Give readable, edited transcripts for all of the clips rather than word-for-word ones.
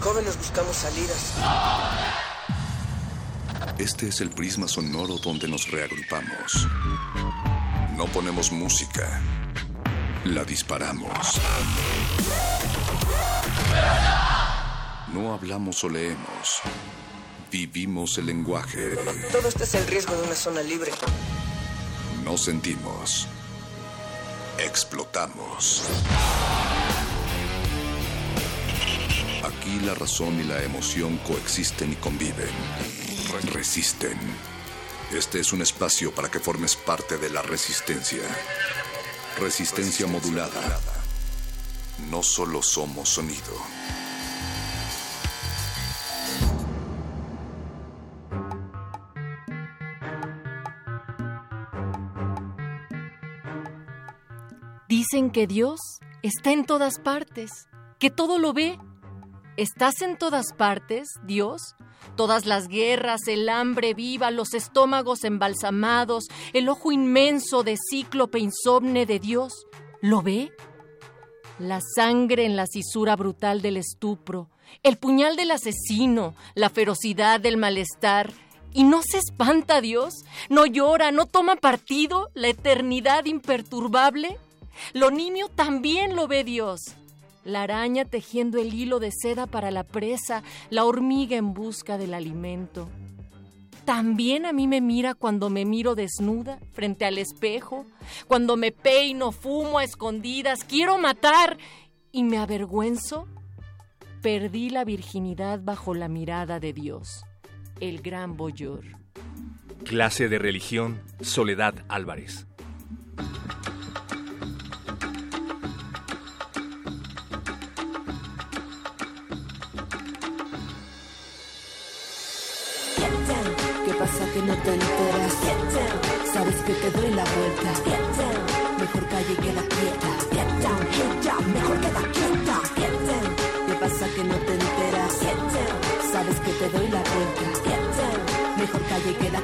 jóvenes buscamos salidas. Este es el prisma sonoro donde nos reagrupamos. No ponemos música, la disparamos. No hablamos o leemos, vivimos el lenguaje. Todo esto es el riesgo de una zona libre. No sentimos, explotamos. Aquí la razón y la emoción coexisten y conviven. Resisten. Este es un espacio para que formes parte de la resistencia. Resistencia modulada. No solo somos sonido. Dicen que Dios está en todas partes, que todo lo ve. ¿Estás en todas partes, Dios? Todas las guerras, el hambre viva, los estómagos embalsamados, el ojo inmenso de cíclope insomne de Dios, ¿lo ve? La sangre en la cisura brutal del estupro, el puñal del asesino, la ferocidad del malestar. ¿Y no se espanta Dios? ¿No llora, no toma partido la eternidad imperturbable? Lo nimio también lo ve Dios. La araña tejiendo el hilo de seda para la presa, la hormiga en busca del alimento. También a mí me mira cuando me miro desnuda frente al espejo, cuando me peino, fumo a escondidas, quiero matar y me avergüenzo. Perdí la virginidad bajo la mirada de Dios, el gran voyeur. Clase de religión, Soledad Álvarez. ¿Qué pasa que no te enteras? Sabes que te doy la vuelta. Mejor calle queda quieta. Mejor queda quieta. ¿Qué pasa que no te enteras? Sabes que te doy la vuelta. Mejor calle queda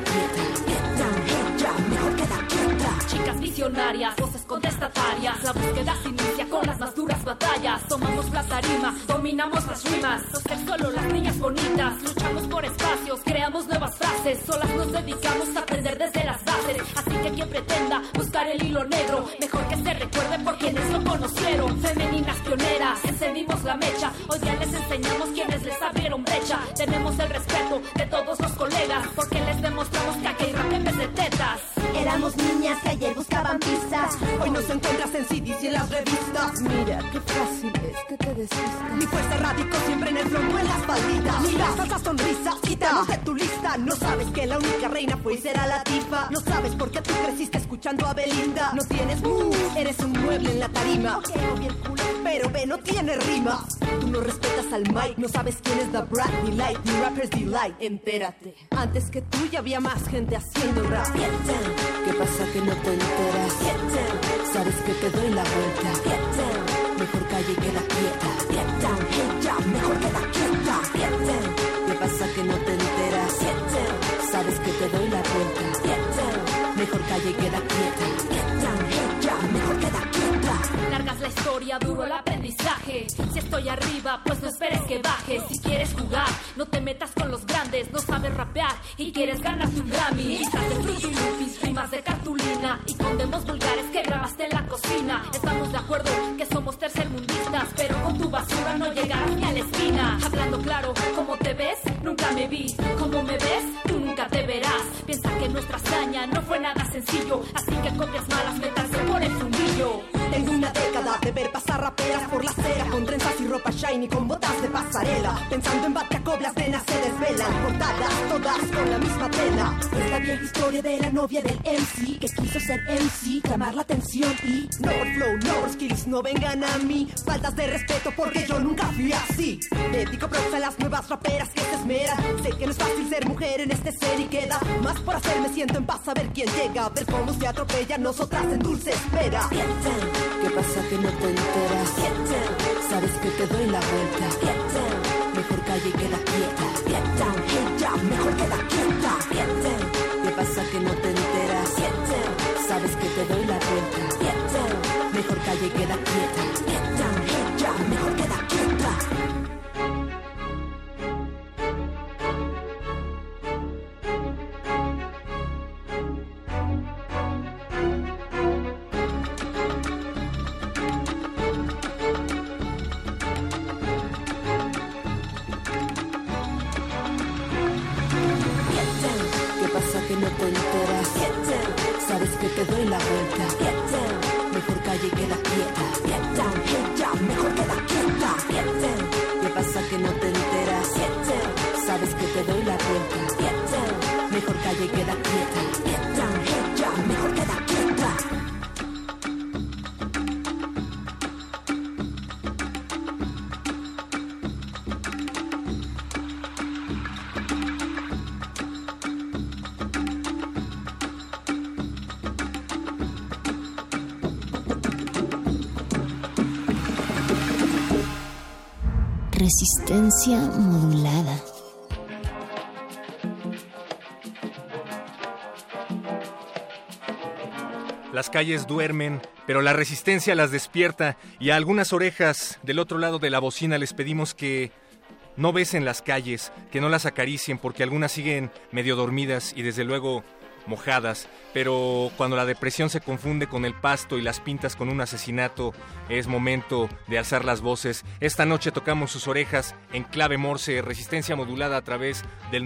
quieta. Mejor queda quieta. Chicas visionarias, voces contestatarias. La búsqueda se inicia con las más duras batallas. Tomamos la tarima, dominamos las rimas. Los que solo las niñas bonitas. Luchamos por espacios, creamos nuevas frases. Solas nos dedicamos a aprender desde las bases. Así que quien pretenda buscar el hilo negro, mejor que se recuerde por quienes lo conocieron. Femeninas pioneras, encendimos la mecha. Hoy día les enseñamos quienes les abrieron brecha. Tenemos el respeto de todos los colegas, porque les demostramos que aquí hay rap en vez de tetas. Éramos niñas que ayer buscaban pistas. Hoy nos encuentras en CDs y en las revistas. Mira, qué fácil es que te despistas. Mi fuerza radico siempre en el flow, no en las falditas. Mira, falsas sonrisas, quitamos de tu lista. No sabes que la única reina fue y será la tifa. No sabes por qué tú creciste escuchando a Belinda. No tienes eres un mueble en la tarima. Okay, bien cool, pero ve, no tiene rima. Tú no respetas al mic, no sabes quién es The Brat, ni Light, ni Rapper's Delight. Entérate, antes que tú ya había más gente haciendo rap. ¿Qué pasa que no te enteras? Sabes que te doy la vuelta. Mejor calle queda quieta. Mejor queda quieta. ¿Qué pasa que no te enteras? Sabes que te doy la vuelta. Mejor calle queda quieta. Mejor queda quieta. Largas la historia, duro el aprendizaje. Si estoy arriba, pues no esperes que bajes. Si quieres jugar, no te metas con los grandes. No sabes rapear y quieres ganarte un Grammy. Listas de Fruity Loopies, rimas de cartulina y con demos vulgares que grabaste en la cocina. Estamos de acuerdo que somos tercermundistas, pero con tu basura no llegarás ni a la esquina. Hablando claro, ¿cómo te ves? Nunca me vi. ¿Cómo me ves? Tú nunca te verás. Piensa que nuestra hazaña no fue nada sencillo, así que copias malas meterse por el fundillo. Tengo una década de ver pasar raperas por la acera, con trenzas y ropa shiny, con botas de pasarela. Pensando en batiacoblas, nenas se desvelan, portadas todas con la misma tela. Es la vieja historia de la novia del MC, que quiso ser MC, llamar la atención y no flow, no skills, no vengan a mí. Faltas de respeto porque yo nunca fui así. Dedico props a las nuevas raperas que se esmeran. Sé que no es fácil ser mujer en este ser y queda más por hacer, me siento en paz a ver quién llega, a ver cómo se atropella nosotras en dulce espera. ¿Qué pasa que no te enteras? Sabes que te doy la vuelta. Mejor calle queda quieta. Mejor queda quieta. ¿Qué pasa que no te enteras? Sabes que te doy la vuelta. Mejor calle queda quieta. Mejor queda quieta. calla y queda quieta. Ella, mejor queda quieta. Resistencia modulada. Las calles duermen, pero la resistencia las despierta, y a algunas orejas del otro lado de la bocina les pedimos que no besen las calles, que no las acaricien, porque algunas siguen medio dormidas y desde luego mojadas, pero cuando la depresión se confunde con el pasto y las pintas con un asesinato, es momento de alzar las voces. Esta noche tocamos sus orejas en clave Morse, resistencia modulada a través del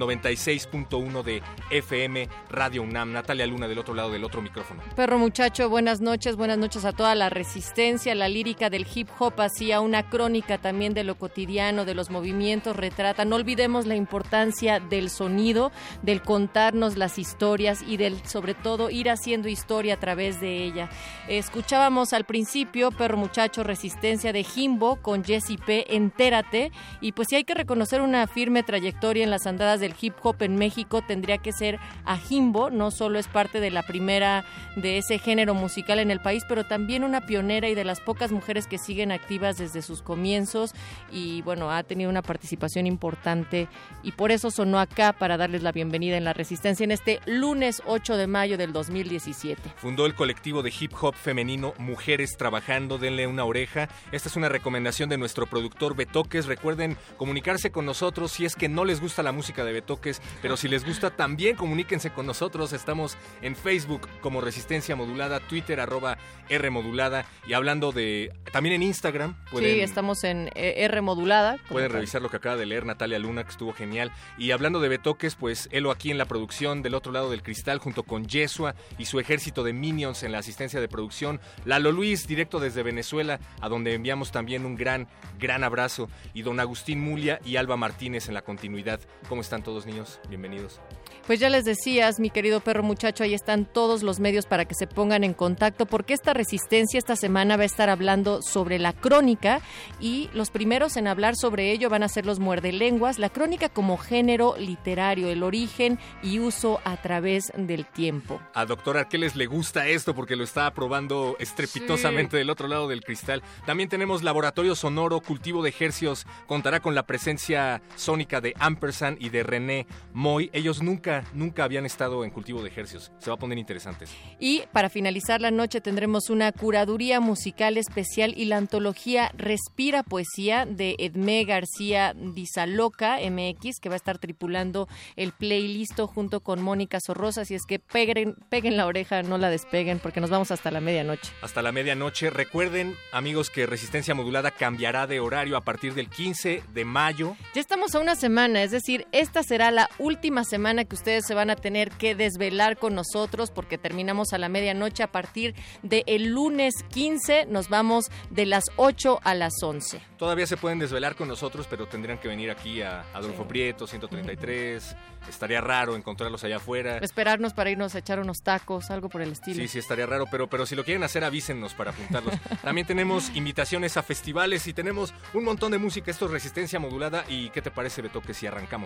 96.1 de FM Radio UNAM. Natalia Luna del otro lado del otro micrófono. Perro muchacho, buenas noches a toda la resistencia. La lírica del hip hop hacía una crónica también de lo cotidiano, de los movimientos, retrata. No olvidemos la importancia del sonido, del contarnos las historias y del, sobre todo, ir haciendo historia a través de ella. Escuchábamos al principio, Perro Muchacho, Resistencia de Jimbo con Jesse P, Entérate, y pues si hay que reconocer una firme trayectoria en las andadas del hip hop en México, tendría que ser a Jimbo. No solo es parte de la primera de ese género musical en el país, pero también una pionera y de las pocas mujeres que siguen activas desde sus comienzos, y bueno, ha tenido una participación importante y por eso sonó acá para darles la bienvenida en la Resistencia en este lunes 8 de mayo del 2017. Fundó el colectivo de hip hop femenino Mujeres Trabajando. Denle una oreja. Esta es una recomendación de nuestro productor Betoques. Recuerden comunicarse con nosotros si es que no les gusta la música de Betoques, pero si les gusta también comuníquense con nosotros. Estamos en Facebook como Resistencia Modulada, Twitter @Rmodulada, y hablando de... también en Instagram. Sí, estamos en Rmodulada. Pueden revisar lo que acaba de leer Natalia Luna, que estuvo genial. Y hablando de Betoques, pues Elo aquí en la producción del otro lado del cristal, junto con Yesua y su ejército de minions en la asistencia de producción. Lalo Luis, directo desde Venezuela, a donde enviamos también un gran abrazo. Y don Agustín Mulia y Alba Martínez en la continuidad. ¿Cómo están todos, niños? Bienvenidos. Pues ya les decías, mi querido Perro Muchacho, ahí están todos los medios para que se pongan en contacto, porque esta Resistencia esta semana va a estar hablando sobre la crónica, y los primeros en hablar sobre ello van a ser los muerdelenguas, la crónica como género literario, el origen y uso a través del tiempo. A doctor Arqueles le gusta esto porque lo está probando estrepitosamente del otro lado del cristal. También tenemos Laboratorio Sonoro, Cultivo de Hercios, contará con la presencia sónica de Ampersand y de René Moy. Ellos nunca habían estado en Cultivo de Hercios. Se va a poner interesantes. Y para finalizar la noche tendremos una curaduría musical especial y la antología Respira Poesía de Edmé García Dizaloca MX, que va a estar tripulando el playlist junto con Mónica Sorrosa. Así es que peguen la oreja, no la despeguen, porque nos vamos hasta la medianoche. Hasta la medianoche. Recuerden, amigos, que Resistencia Modulada cambiará de horario a partir del 15 de mayo. Ya estamos a una semana, es decir, esta será la última semana que ustedes se van a tener que desvelar con nosotros, porque terminamos a la medianoche. A partir del lunes 15 nos vamos de las 8 a las 11. Todavía se pueden desvelar con nosotros, pero tendrían que venir aquí a Adolfo Prieto, 133. Estaría raro encontrarlos allá afuera. Esperarnos para irnos a echar unos tacos, algo por el estilo. Sí, estaría raro, pero si lo quieren hacer, avísennos para apuntarlos. También tenemos invitaciones a festivales y tenemos un montón de música. Esto es Resistencia Modulada. ¿Y qué te parece, Beto, que si arrancamos?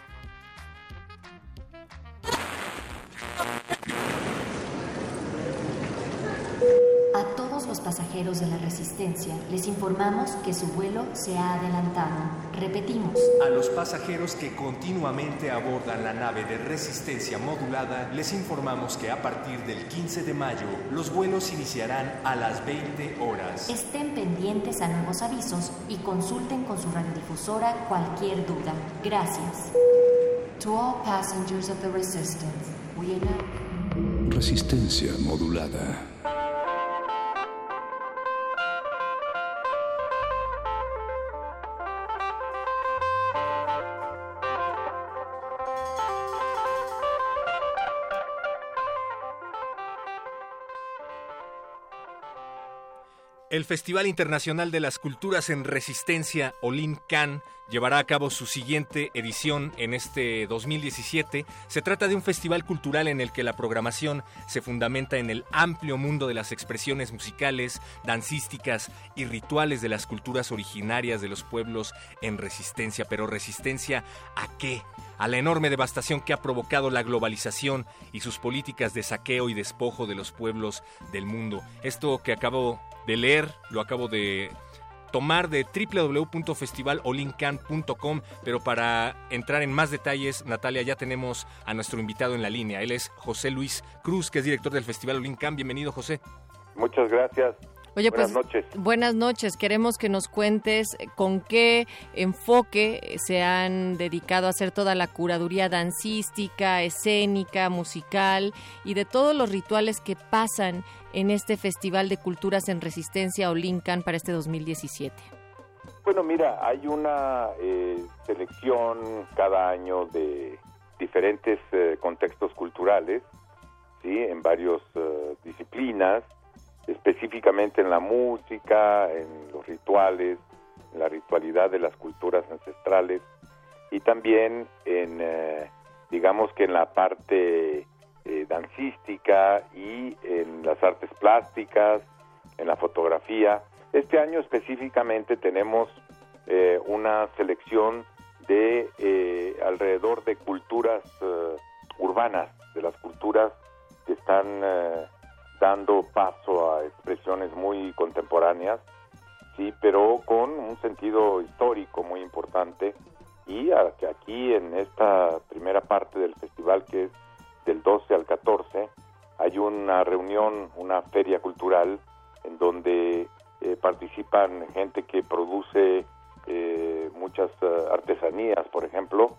A todos los pasajeros de la Resistencia les informamos que su vuelo se ha adelantado. Repetimos. A los pasajeros que continuamente abordan la nave de Resistencia Modulada les informamos que a partir del 15 de mayo los vuelos iniciarán a las 20 horas. Estén pendientes a nuevos avisos y consulten con su radiodifusora cualquier duda. Gracias. To all passengers of the Resistance, we announce... Resistencia Modulada. El Festival Internacional de las Culturas en Resistencia, Olim Can, llevará a cabo su siguiente edición en este 2017. Se trata de un festival cultural en el que la programación se fundamenta en el amplio mundo de las expresiones musicales, dancísticas y rituales de las culturas originarias de los pueblos en resistencia. Pero ¿resistencia a qué? A la enorme devastación que ha provocado la globalización y sus políticas de saqueo y despojo de los pueblos del mundo. Esto que acabo de leer, lo acabo de tomar de www.festivalolincan.com, pero para entrar en más detalles, Natalia, ya tenemos a nuestro invitado en la línea. Él es José Luis Cruz, que es director del Festival Olincan. Bienvenido, José. Muchas gracias. Oye, buenas pues, noches. Buenas noches. Queremos que nos cuentes con qué enfoque se han dedicado a hacer toda la curaduría dancística, escénica, musical y de todos los rituales que pasan en este Festival de Culturas en Resistencia Olincan para este 2017. Bueno, mira, hay una selección cada año de diferentes contextos culturales, ¿sí? En varias disciplinas, específicamente en la música, en los rituales, en la ritualidad de las culturas ancestrales y también en, digamos que en la parte dancística y en las artes plásticas, en la fotografía. Este año específicamente tenemos una selección de alrededor de culturas urbanas, de las culturas que están dando paso a expresiones muy contemporáneas, sí, pero con un sentido histórico muy importante. Y aquí en esta primera parte del festival, que es del 12 al 14, hay una reunión, una feria cultural en donde participan gente que produce muchas artesanías, por ejemplo,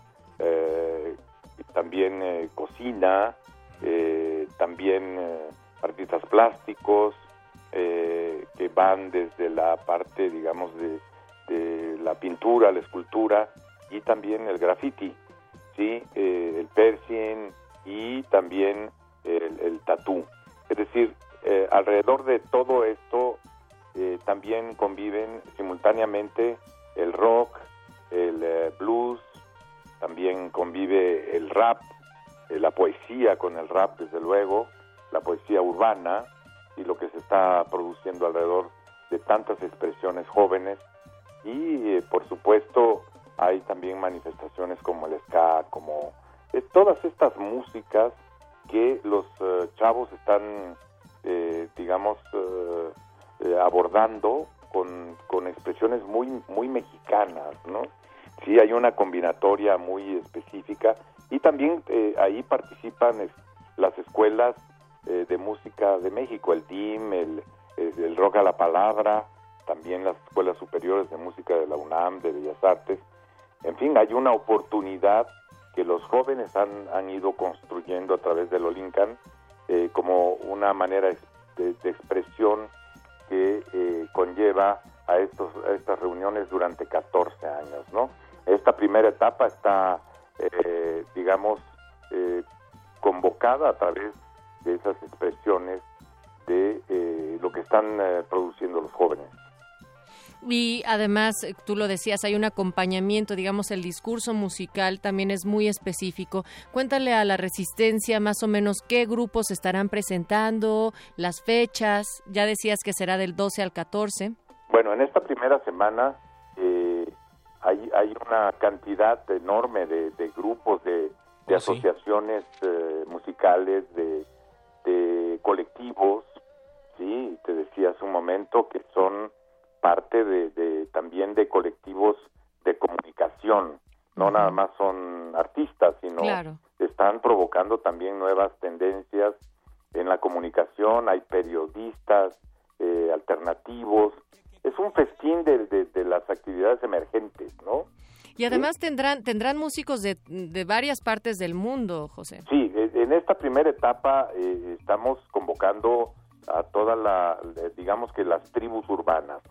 también cocina, también artistas plásticos que van desde la parte, digamos, de la pintura, la escultura y también el graffiti, ¿sí? El piercing y también el tatú. Es decir, alrededor de todo esto también conviven simultáneamente el rock, el blues, también convive el rap, la poesía con el rap, desde luego, la poesía urbana y lo que se está produciendo alrededor de tantas expresiones jóvenes. Y por supuesto hay también manifestaciones como el ska, como todas estas músicas que los chavos están digamos abordando con expresiones muy mexicanas, ¿no? Sí, hay una combinatoria muy específica y también ahí participan las escuelas de música de México, el DIM, el Rock a la Palabra, también las escuelas superiores de música de la UNAM, de Bellas Artes. En fin, hay una oportunidad que los jóvenes han ido construyendo a través del Olincan como una manera de expresión que conlleva a estas reuniones durante 14 años, ¿no? Esta primera etapa está, digamos, convocada a través de esas expresiones de lo que están produciendo los jóvenes. Y además, tú lo decías, hay un acompañamiento, digamos, el discurso musical también es muy específico. Cuéntale a la Resistencia más o menos qué grupos estarán presentando, las fechas, ya decías que será del 12 al 14. Bueno, en esta primera semana hay una cantidad enorme de grupos, de asociaciones musicales, de colectivos, sí, te decía hace un momento que son parte también de colectivos de comunicación, no nada más son artistas, sino están provocando también nuevas tendencias en la comunicación, hay periodistas alternativos, es un festín de las actividades emergentes, ¿no? Y además tendrán músicos de varias partes del mundo, José. Sí, en esta primera etapa estamos convocando a toda digamos que las tribus urbanas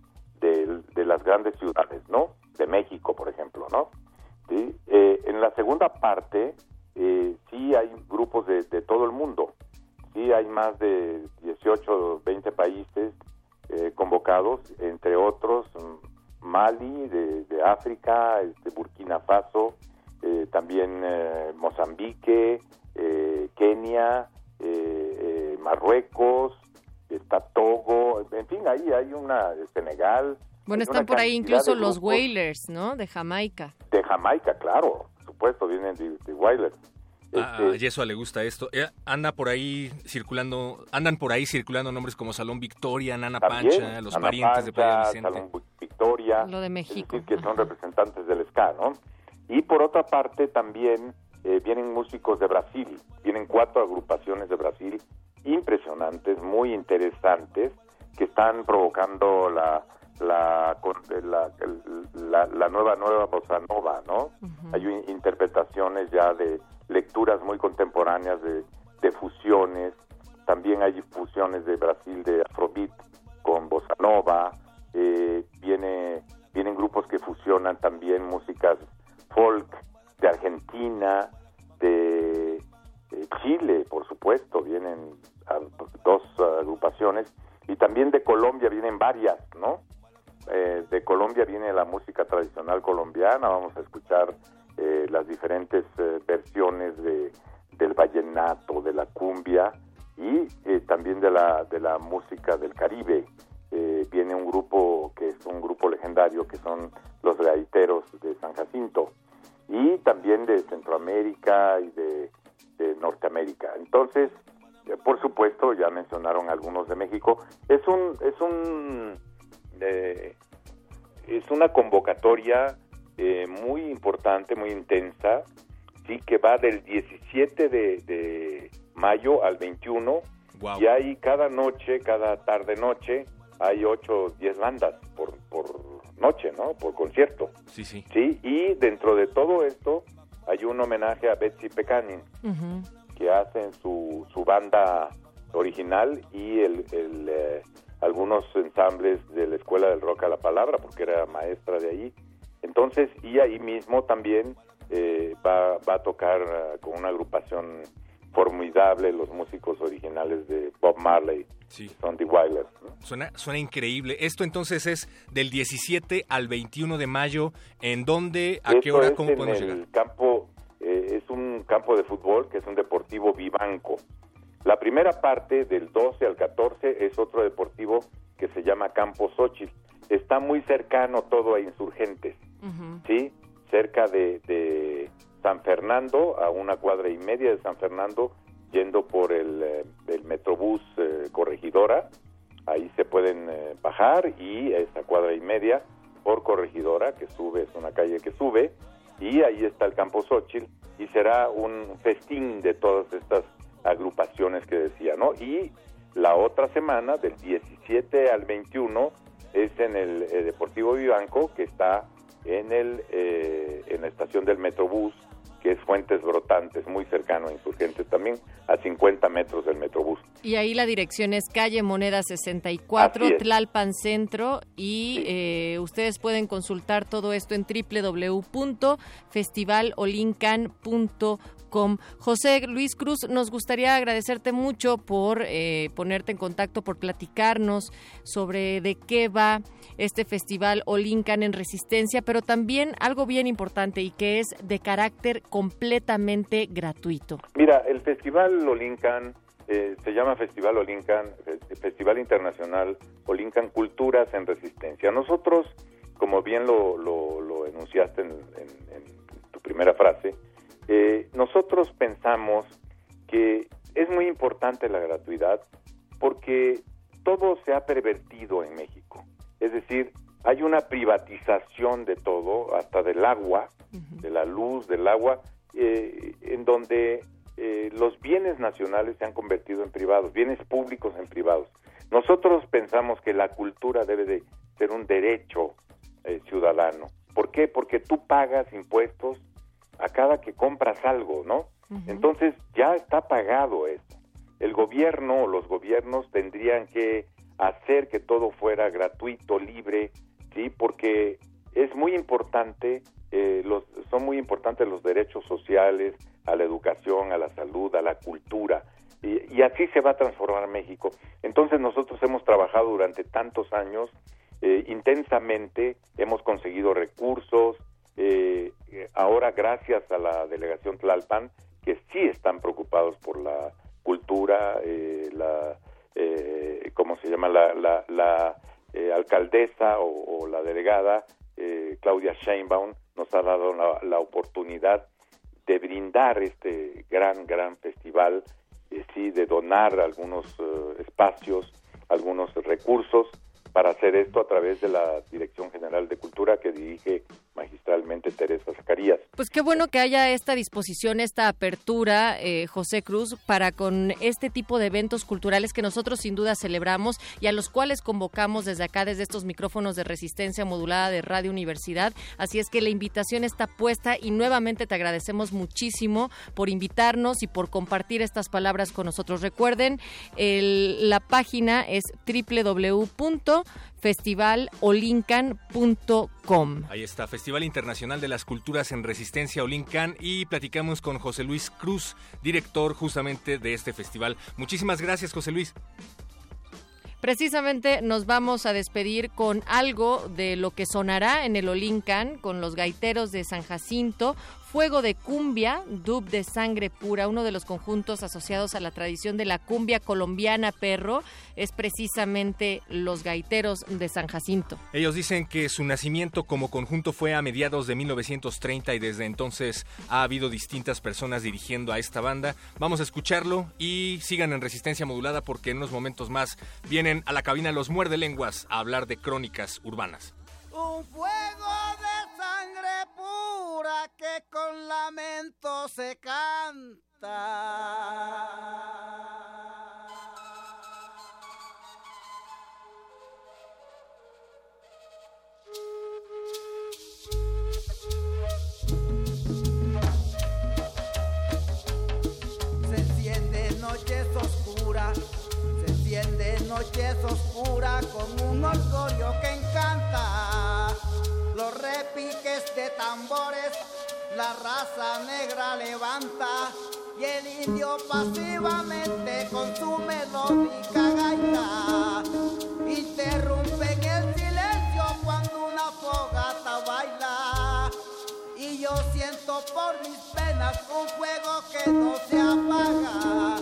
de las grandes ciudades, ¿no? De México, por ejemplo, ¿no? ¿Sí? En la segunda parte sí hay grupos de todo el mundo, sí hay más de 18 o 20 países convocados, entre otros Mali, de África, Burkina Faso, también Mozambique, Kenia, Marruecos, está Togo, en fin, ahí hay una, Senegal. Bueno, están por ahí incluso los Wailers, ¿no? De Jamaica. De Jamaica, claro, por supuesto, vienen de Wailers. A Yesua le gusta esto. Andan por ahí circulando nombres como Salón Victoria, Nana También, Pancha, Los Nana Parientes Pancha, de Playa Vicente. Salón Victoria. Lo de México. Es decir, que son representantes del ska, ¿no? Y por otra parte también vienen músicos de Brasil. Vienen 4 agrupaciones de Brasil impresionantes, muy interesantes, que están provocando la nueva bossa nova, ¿no? Uh-huh. Hay interpretaciones ya de lecturas muy contemporáneas de fusiones. También hay fusiones de Brasil de Afrobeat con bossa nova. Vienen grupos que fusionan también músicas folk de Argentina, de Chile, por supuesto, vienen 2 agrupaciones, y también de Colombia vienen varias, ¿no? De Colombia viene la música tradicional colombiana, vamos a escuchar las diferentes versiones del vallenato, de la cumbia, y también de la música del Caribe. Viene un grupo que es un grupo legendario, que son los gaiteros de San Jacinto, y también de Centroamérica y de Norteamérica. Entonces, por supuesto, ya mencionaron algunos de México. Es una convocatoria muy importante, muy intensa, sí, que va del 17 de mayo al 21. Wow. Y hay cada tarde-noche, hay 8 o 10 bandas por noche, ¿no? Por concierto. Sí. Sí, y dentro de todo esto hay un homenaje a Betsy Pecanin, uh-huh, que hacen su banda original y algunos ensambles de la Escuela del Rock a la Palabra, porque era maestra de ahí. Entonces, y ahí mismo también va a tocar con una agrupación formidable, los músicos originales de Bob Marley, sí, son The Wailers, ¿no? Suena increíble. Esto entonces es del 17 al 21 de mayo. ¿En dónde? ¿A qué hora? ¿Cómo podemos llegar? Es un campo de fútbol que es un Deportivo Vivanco. La primera parte, del 12 al 14, es otro deportivo que se llama Campo Xóchitl. Está muy cercano todo a Insurgentes, uh-huh, ¿sí? Cerca de San Fernando, a 1,5 cuadras de San Fernando, yendo por el Metrobús Corregidora. Ahí se pueden bajar, y esa 1,5 cuadras por Corregidora, que sube, es una calle que sube, y ahí está el Campo Xóchitl, y será un festín de todas estas agrupaciones que decía, ¿no? Y la otra semana, del 17 al 21, es en el Deportivo Vivanco, que está en la estación del Metrobús, que es Fuentes Brotantes, muy cercano a Insurgentes también, a 50 metros del Metrobús. Y ahí la dirección es calle Moneda 64, Tlalpan Centro, y sí, ustedes pueden consultar todo esto en www.festivalolincan.com. José Luis Cruz, nos gustaría agradecerte mucho por ponerte en contacto, por platicarnos sobre de qué va este Festival Olincan en Resistencia, pero también algo bien importante, y que es de carácter completamente gratuito. Mira, el Festival Olincan se llama Festival Olincan, Festival Internacional Olincan Culturas en Resistencia. Nosotros, como bien lo enunciaste en tu primera frase, nosotros pensamos que es muy importante la gratuidad, porque todo se ha pervertido en México. Es decir, hay una privatización de todo, hasta del agua, uh-huh, de la luz, del agua, en donde los bienes nacionales se han convertido en privados, bienes públicos en privados. Nosotros pensamos que la cultura debe de ser un derecho ciudadano. ¿Por qué? Porque tú pagas impuestos a cada que compras algo, ¿no? Uh-huh. Entonces ya está pagado esto. El gobierno, los gobiernos tendrían que hacer que todo fuera gratuito, libre, sí, porque es muy importante, son muy importantes los derechos sociales, a la educación, a la salud, a la cultura, y así se va a transformar México. Entonces nosotros hemos trabajado durante tantos años intensamente, hemos conseguido recursos, ahora gracias a la delegación Tlalpan, que sí están preocupados por la cultura, ¿cómo se llama? La alcaldesa o la delegada, Claudia Sheinbaum, nos ha dado la oportunidad de brindar este gran festival, sí, de donar algunos espacios, algunos recursos para hacer esto a través de la Dirección General de Cultura que dirige magistralmente Teresa Zacarías. Pues qué bueno que haya esta disposición, esta apertura, José Cruz, para con este tipo de eventos culturales que nosotros sin duda celebramos y a los cuales convocamos desde acá, desde estos micrófonos de resistencia modulada de Radio Universidad. Así es que la invitación está puesta y nuevamente te agradecemos muchísimo por invitarnos y por compartir estas palabras con nosotros. Recuerden, la página es www.festivalolincan.com. Ahí está, Festival Internacional de las Culturas en Resistencia Olincan, y platicamos con José Luis Cruz, director justamente de este festival. Muchísimas gracias, José Luis. Precisamente nos vamos a despedir con algo de lo que sonará en el Olincan con los gaiteros de San Jacinto. Fuego de Cumbia, dub de Sangre Pura, uno de los conjuntos asociados a la tradición de la cumbia colombiana, perro, es precisamente los gaiteros de San Jacinto. Ellos dicen que su nacimiento como conjunto fue a mediados de 1930 y desde entonces ha habido distintas personas dirigiendo a esta banda. Vamos a escucharlo y sigan en Resistencia Modulada porque en unos momentos más vienen a la cabina los muerdelenguas a hablar de crónicas urbanas. Un fuego de sangre pura que con lamento se canta. Se enciende noches oscuras, se enciende noches oscuras con un orgullo que encanta. Los repiques de tambores, la raza negra levanta y el indio pasivamente con su melódica gaita interrumpen el silencio cuando una fogata baila. Y yo siento por mis penas un fuego que no se apaga.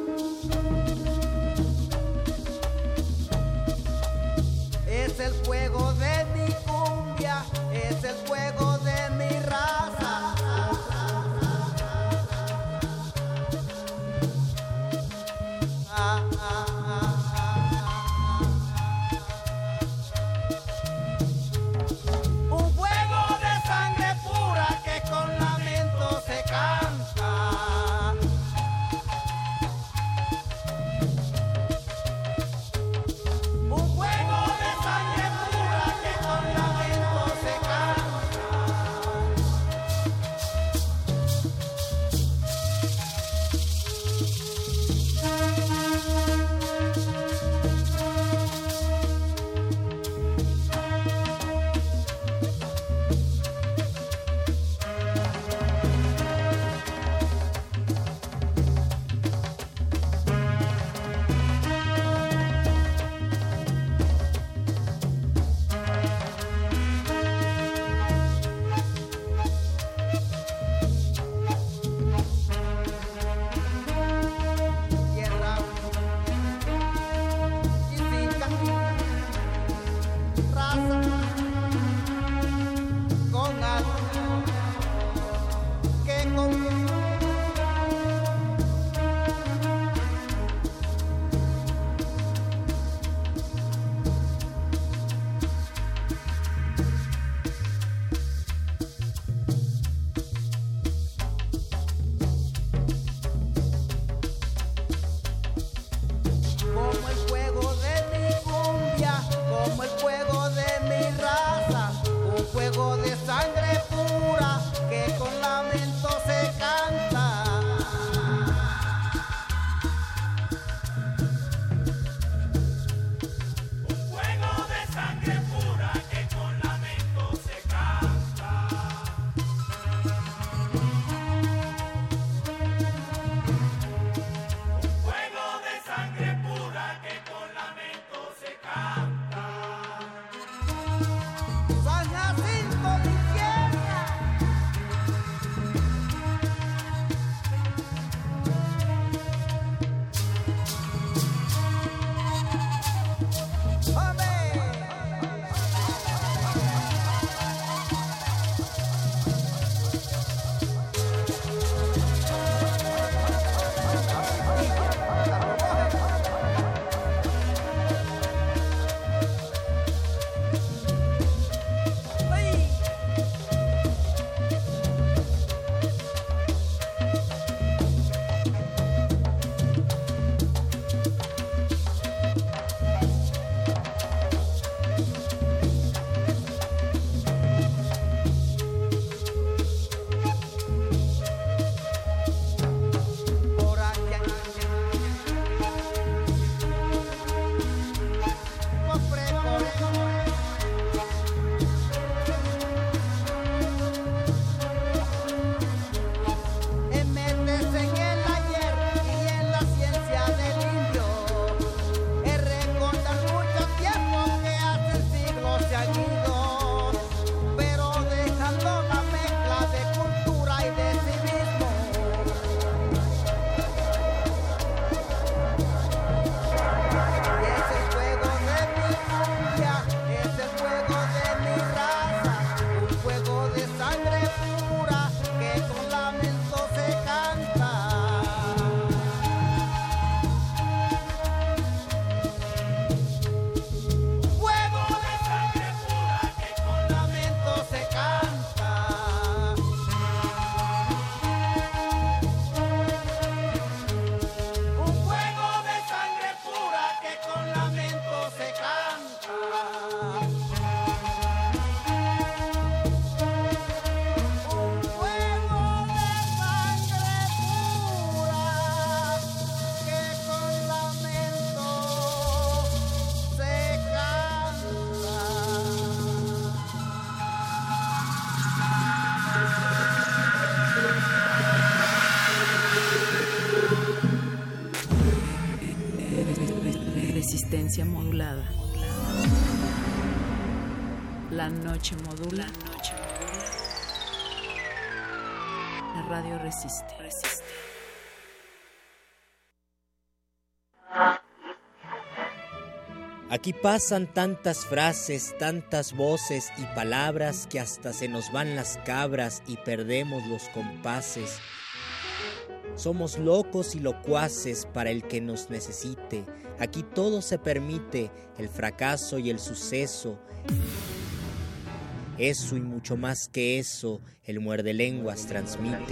Es el fuego de mi cumbia, es el fuego de mi raza. Un fuego de sangre pura que con lamento se canta. resistencia modulada. La noche modula. La radio resiste. Aquí pasan tantas frases, tantas voces y palabras que hasta se nos van las cabras y perdemos los compases. Somos locos y locuaces para el que nos necesite. Aquí todo se permite, el fracaso y el suceso. Eso y mucho más que eso, el muerde lenguas transmite.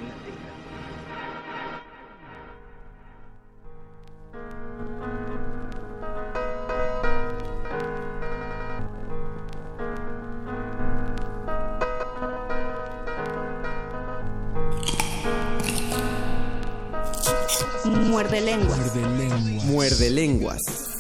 Muerde lenguas. Muerde lenguas.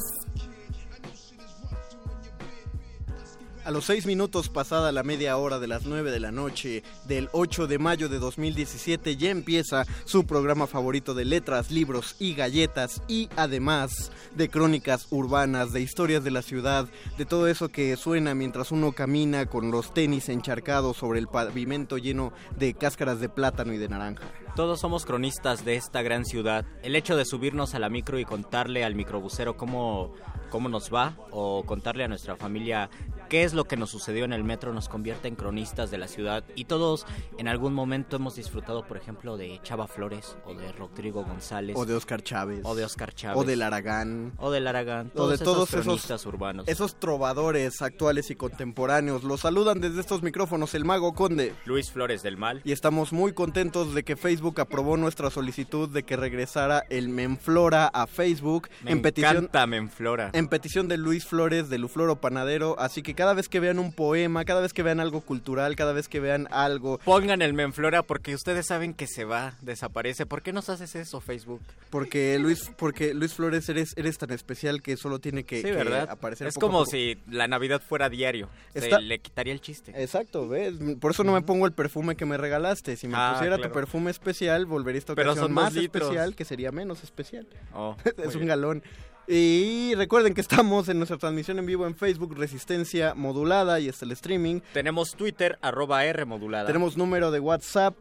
A los 6 minutos pasada la media hora de las 9 de la noche del 8 de mayo de 2017 ya empieza su programa favorito de letras, libros y galletas y además de crónicas urbanas, de historias de la ciudad, de todo eso que suena mientras uno camina con los tenis encharcados sobre el pavimento lleno de cáscaras de plátano y de naranja. Todos somos cronistas de esta gran ciudad. El hecho de subirnos a la micro y contarle al microbusero cómo nos va o contarle a nuestra familia qué es lo que nos sucedió en el metro nos convierte en cronistas de la ciudad y todos en algún momento hemos disfrutado, por ejemplo, de Chava Flores o de Rodrigo González o de Oscar Chávez o del Aragán o de todos esos cronistas urbanos, esos trovadores actuales y contemporáneos. Los saludan desde estos micrófonos el Mago Conde, Luis Flores del Mal, y estamos muy contentos de que Facebook aprobó nuestra solicitud de que regresara el Menflora a Facebook. Me encanta Menflora. En petición de Luis Flores de Lufloro Panadero, así que cada vez que vean un poema, cada vez que vean algo cultural, cada vez que vean algo, pongan el Menflora porque ustedes saben que se va, desaparece. ¿Por qué nos haces eso, Facebook? Porque Luis Flores eres tan especial que solo tiene que, sí, ¿verdad? Que aparecer. Es como si la Navidad fuera diario. Le quitaría el chiste. Exacto, ¿ves? Por eso no me pongo el perfume que me regalaste. Si me pusiera tu perfume especial, volvería esta ocasión más especial, que sería menos especial. Es un galón. Y recuerden que estamos en nuestra transmisión en vivo en Facebook, Resistencia Modulada, y está el streaming. Tenemos Twitter, @Rmodulada. Tenemos número de WhatsApp,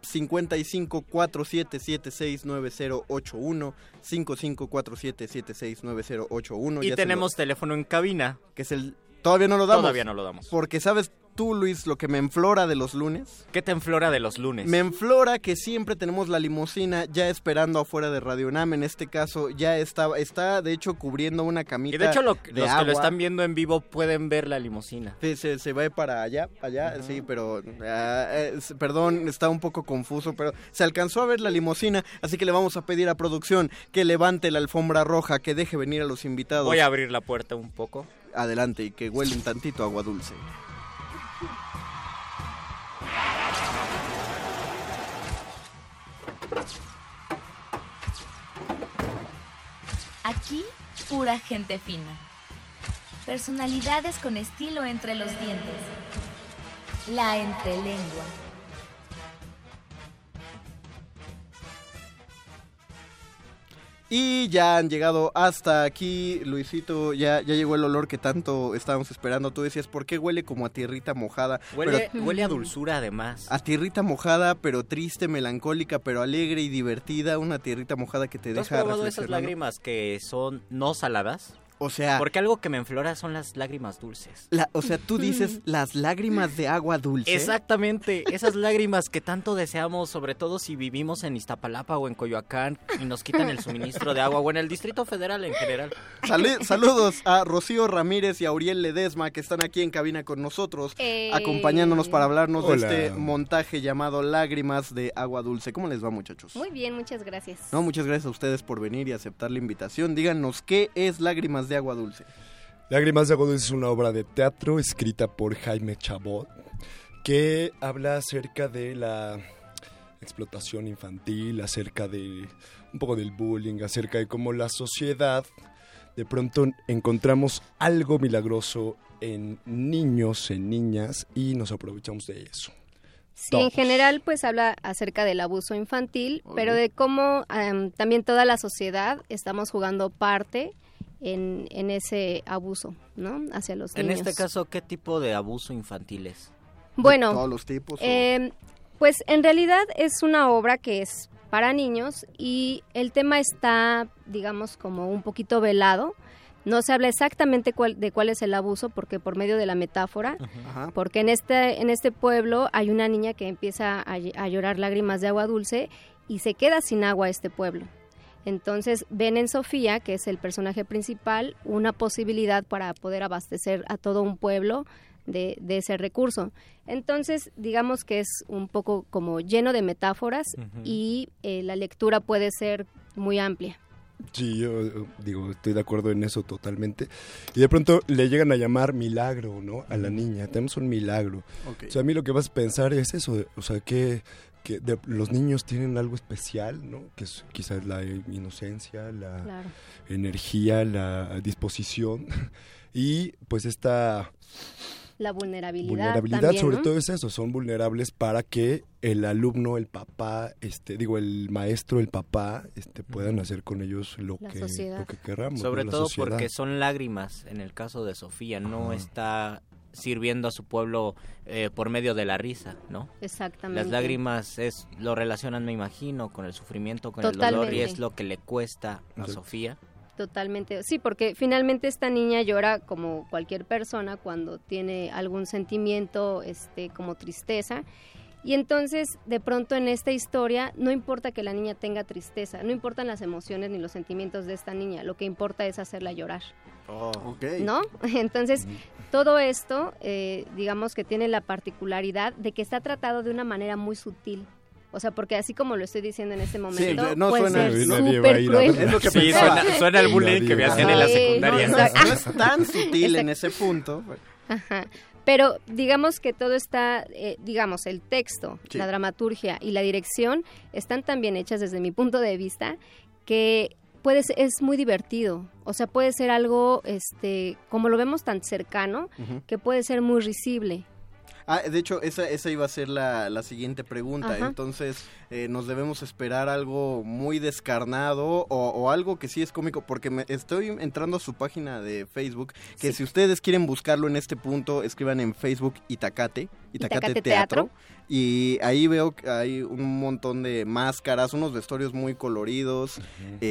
5547769081, 5547769081. Y tenemos teléfono en cabina. Que es el... Todavía no lo damos. Todavía no lo damos. Porque, ¿sabes tú, Luis, lo que me enflora de los lunes? ¿Qué te enflora de los lunes? Me enflora que siempre tenemos la limusina ya esperando afuera de Radio UNAM. En este caso ya está de hecho cubriendo una camita. Y de hecho los que lo están viendo en vivo pueden ver la limusina. Sí, se va para allá, sí, pero perdón, está un poco confuso, pero se alcanzó a ver la limusina, así que le vamos a pedir a producción que levante la alfombra roja, que deje venir a los invitados. Voy a abrir la puerta un poco. Adelante, y que huele un tantito a agua dulce. Aquí, pura gente fina. Personalidades con estilo entre los dientes. La entrelengua. Y ya han llegado hasta aquí, Luisito, ya llegó el olor que tanto estábamos esperando. Tú decías, ¿por qué huele como a tierrita mojada? Huele a dulzura además. A tierrita mojada, pero triste, melancólica, pero alegre y divertida. Una tierrita mojada que te deja reflexionando. ¿Has probado esas lágrimas que son no saladas? O sea... Porque algo que me enflora son las lágrimas dulces. O sea, tú dices las lágrimas de agua dulce. Exactamente, esas lágrimas que tanto deseamos, sobre todo si vivimos en Iztapalapa o en Coyoacán y nos quitan el suministro de agua, o en el Distrito Federal en general. Saludos a Rocío Ramírez y a Uriel Ledesma, que están aquí en cabina con nosotros, acompañándonos para hablarnos de este montaje llamado Lágrimas de Agua Dulce. ¿Cómo les va, muchachos? Muy bien, muchas gracias. No, muchas gracias a ustedes por venir y aceptar la invitación. Díganos, ¿qué es Lágrimas de Agua Dulce? Lágrimas de Agua Dulce es una obra de teatro escrita por Jaime Chabot que habla acerca de la explotación infantil, acerca de un poco del bullying, acerca de cómo la sociedad de pronto encontramos algo milagroso en niños, en niñas, y nos aprovechamos de eso. Sí, en general pues habla acerca del abuso infantil, pero de cómo también toda la sociedad estamos jugando parte en ese abuso, ¿no? Hacia los niños. En este caso, ¿qué tipo de abuso infantil es? Bueno, ¿De todos los tipos? Pues en realidad es una obra que es para niños y el tema está, digamos, como un poquito velado. No se habla exactamente de cuál es el abuso, porque por medio de la metáfora, porque en este pueblo hay una niña que empieza a llorar lágrimas de agua dulce y se queda sin agua este pueblo. Entonces ven en Sofía, que es el personaje principal, una posibilidad para poder abastecer a todo un pueblo de ese recurso. Entonces, digamos que es un poco como lleno de metáforas y la lectura puede ser muy amplia. Sí, yo digo, estoy de acuerdo en eso totalmente. Y de pronto le llegan a llamar milagro, ¿no? A la niña. Tenemos un milagro. Okay. O sea, a mí lo que vas a pensar es eso. O sea, que los niños tienen algo especial, ¿no? Que es quizás la inocencia, la energía, la disposición. Y pues la vulnerabilidad también, sobre ¿no? todo es eso, son vulnerables para que el alumno, el papá, el maestro, el papá, puedan hacer con ellos lo que queramos. Sobre ¿no? todo porque son lágrimas, en el caso de Sofía, no está sirviendo a su pueblo por medio de la risa, ¿no? Exactamente. Las lágrimas lo relacionan, me imagino, con el sufrimiento, con el dolor, y es lo que le cuesta a Sofía. Totalmente, sí, porque finalmente esta niña llora como cualquier persona cuando tiene algún sentimiento, como tristeza, y entonces de pronto en esta historia no importa que la niña tenga tristeza, no importan las emociones ni los sentimientos de esta niña, lo que importa es hacerla llorar. ¿No? Entonces, todo esto, digamos que tiene la particularidad de que está tratado de una manera muy sutil. O sea, porque así como lo estoy diciendo en este momento, sí, no puede suena, ser súper cruel. Es lo que sí, suena el bullying que me hacían en la secundaria. No es tan sutil en ese punto. Ajá. Pero digamos que todo está, digamos, el texto, la dramaturgia y la dirección están tan bien hechas desde mi punto de vista que es muy divertido. O sea, puede ser algo, como lo vemos tan cercano, que puede ser muy risible. De hecho, esa iba a ser la siguiente pregunta. Ajá. Entonces, ¿nos debemos esperar algo muy descarnado o algo que sí es cómico? Porque estoy entrando a su página de Facebook, que si ustedes quieren buscarlo en este punto, escriban en Facebook Itacate Teatro. Y ahí veo que hay un montón de máscaras, unos vestuarios muy coloridos.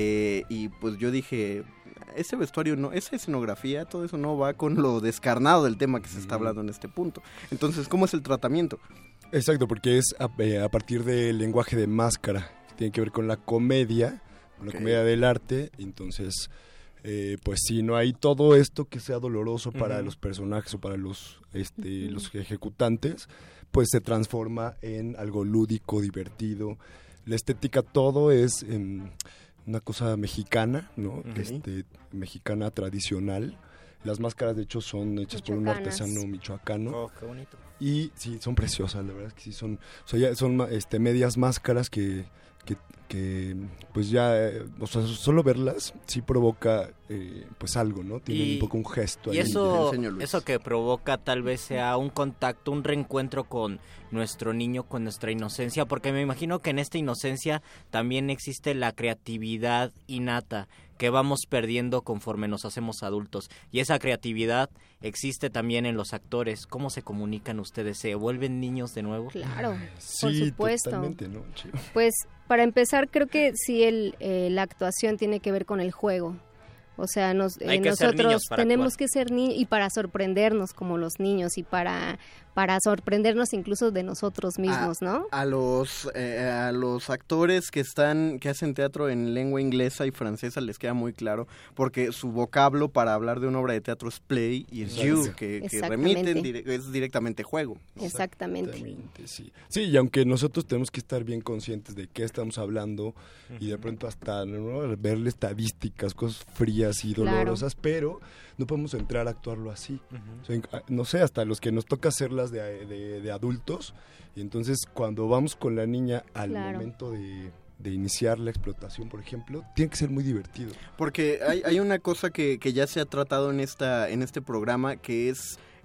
Y pues yo dije, ese vestuario no, esa escenografía, todo eso no va con lo descarnado del tema que se está hablando en este punto. Entonces, ¿cómo es el tratamiento? Exacto, porque es a partir del lenguaje de máscara. Tiene que ver con la comedia, la comedia del arte. Entonces, pues sí, no hay todo esto que sea doloroso para los personajes o para los ejecutantes, pues se transforma en algo lúdico, divertido. La estética, todo es una cosa mexicana, ¿no? Mexicana tradicional. Las máscaras, de hecho, son hechas por un artesano michoacano. Oh, qué bonito. Y sí, son preciosas, la verdad es que sí son medias máscaras que pues ya, o sea, solo verlas sí provoca pues algo, ¿no? Tiene un poco un gesto. Y eso que provoca tal vez sea un contacto, un reencuentro con nuestro niño, con nuestra inocencia, porque me imagino que en esta inocencia también existe la creatividad innata que vamos perdiendo conforme nos hacemos adultos. Y esa creatividad existe también en los actores. ¿Cómo se comunican ustedes? ¿Se vuelven niños de nuevo? Claro, sí, por supuesto. Totalmente, ¿no? Pues para empezar, creo que sí la actuación tiene que ver con el juego. O sea, nosotros tenemos que ser niños y para sorprendernos como los niños y para sorprendernos incluso de nosotros mismos, ¿no? A los actores que hacen teatro en lengua inglesa y francesa les queda muy claro, porque su vocablo para hablar de una obra de teatro es play y es you, que remiten, es directamente juego. Exactamente. Sí, y aunque nosotros tenemos que estar bien conscientes de qué estamos hablando y de pronto hasta verle estadísticas, cosas frías y dolorosas, pero no podemos entrar a actuarlo así. O sea, no sé, hasta los que nos toca hacerlas de adultos, y entonces cuando vamos con la niña al momento de iniciar la explotación, por ejemplo, tiene que ser muy divertido. Porque hay una cosa que ya se ha tratado en este programa, que es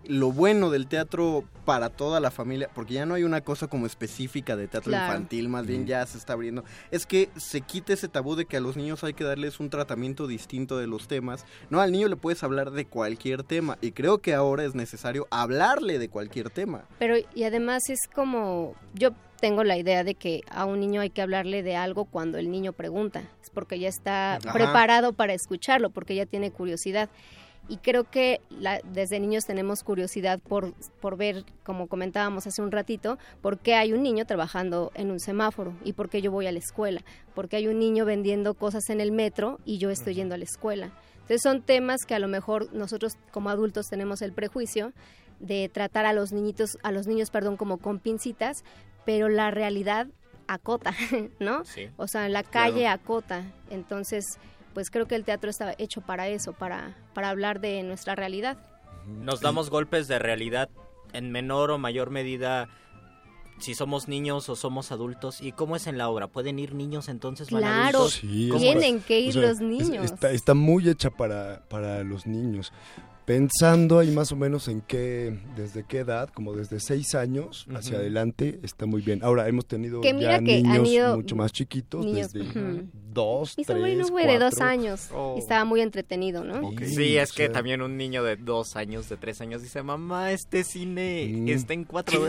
lo bueno del teatro para toda la familia, porque ya no hay una cosa como específica de teatro infantil, más bien ya se está abriendo, es que se quite ese tabú de que a los niños hay que darles un tratamiento distinto de los temas. No, al niño le puedes hablar de cualquier tema, y creo que ahora es necesario hablarle de cualquier tema. Pero, y además es como, yo tengo la idea de que a un niño hay que hablarle de algo cuando el niño pregunta, es porque ya está preparado para escucharlo, porque ya tiene curiosidad. Y creo que desde niños tenemos curiosidad por ver, como comentábamos hace un ratito, por qué hay un niño trabajando en un semáforo y por qué yo voy a la escuela, por qué hay un niño vendiendo cosas en el metro y yo estoy yendo a la escuela. Entonces son temas que a lo mejor nosotros como adultos tenemos el prejuicio de tratar a los niños, como con pincitas, pero la realidad acota, ¿no? Sí. O sea, la calle acota. Entonces, pues creo que el teatro está hecho para eso, para hablar de nuestra realidad. Nos damos golpes de realidad en menor o mayor medida si somos niños o somos adultos. ¿Y cómo es en la obra? ¿Pueden ir niños entonces? Claro, sí, tienen que ir los niños. Está muy hecha para los niños. Pensando ahí más o menos desde qué edad, como desde 6 años hacia adelante, está muy bien. Ahora, hemos tenido ya niños mucho más chiquitos, desde 2, 3, 4. Mi sobrino fue de 2 años y estaba muy entretenido, ¿no? Okay. Sí, es que también un niño de 2 años, de 3 años dice, mamá, este cine está en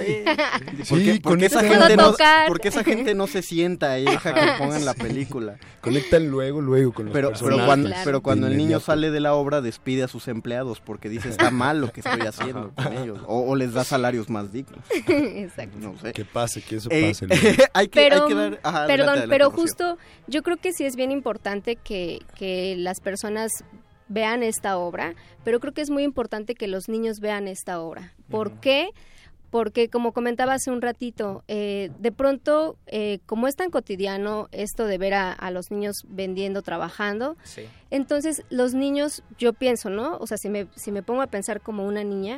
4D. Porque esa gente no se sienta ahí, deja que pongan la película. Conectan luego con los personajes. Pero cuando el niño sale de la obra, despide a sus empleados, porque dice, está mal lo que estoy haciendo con ellos, o les da salarios más dignos. Exacto. No sé. Que pase, que eso pase. hay que dar... pero justo, yo creo que sí es bien importante que las personas vean esta obra, pero creo que es muy importante que los niños vean esta obra. ¿Por qué? Porque, como comentaba hace un ratito, de pronto, como es tan cotidiano esto de ver a los niños vendiendo, trabajando, entonces los niños, yo pienso, ¿no? O sea, si me pongo a pensar como una niña,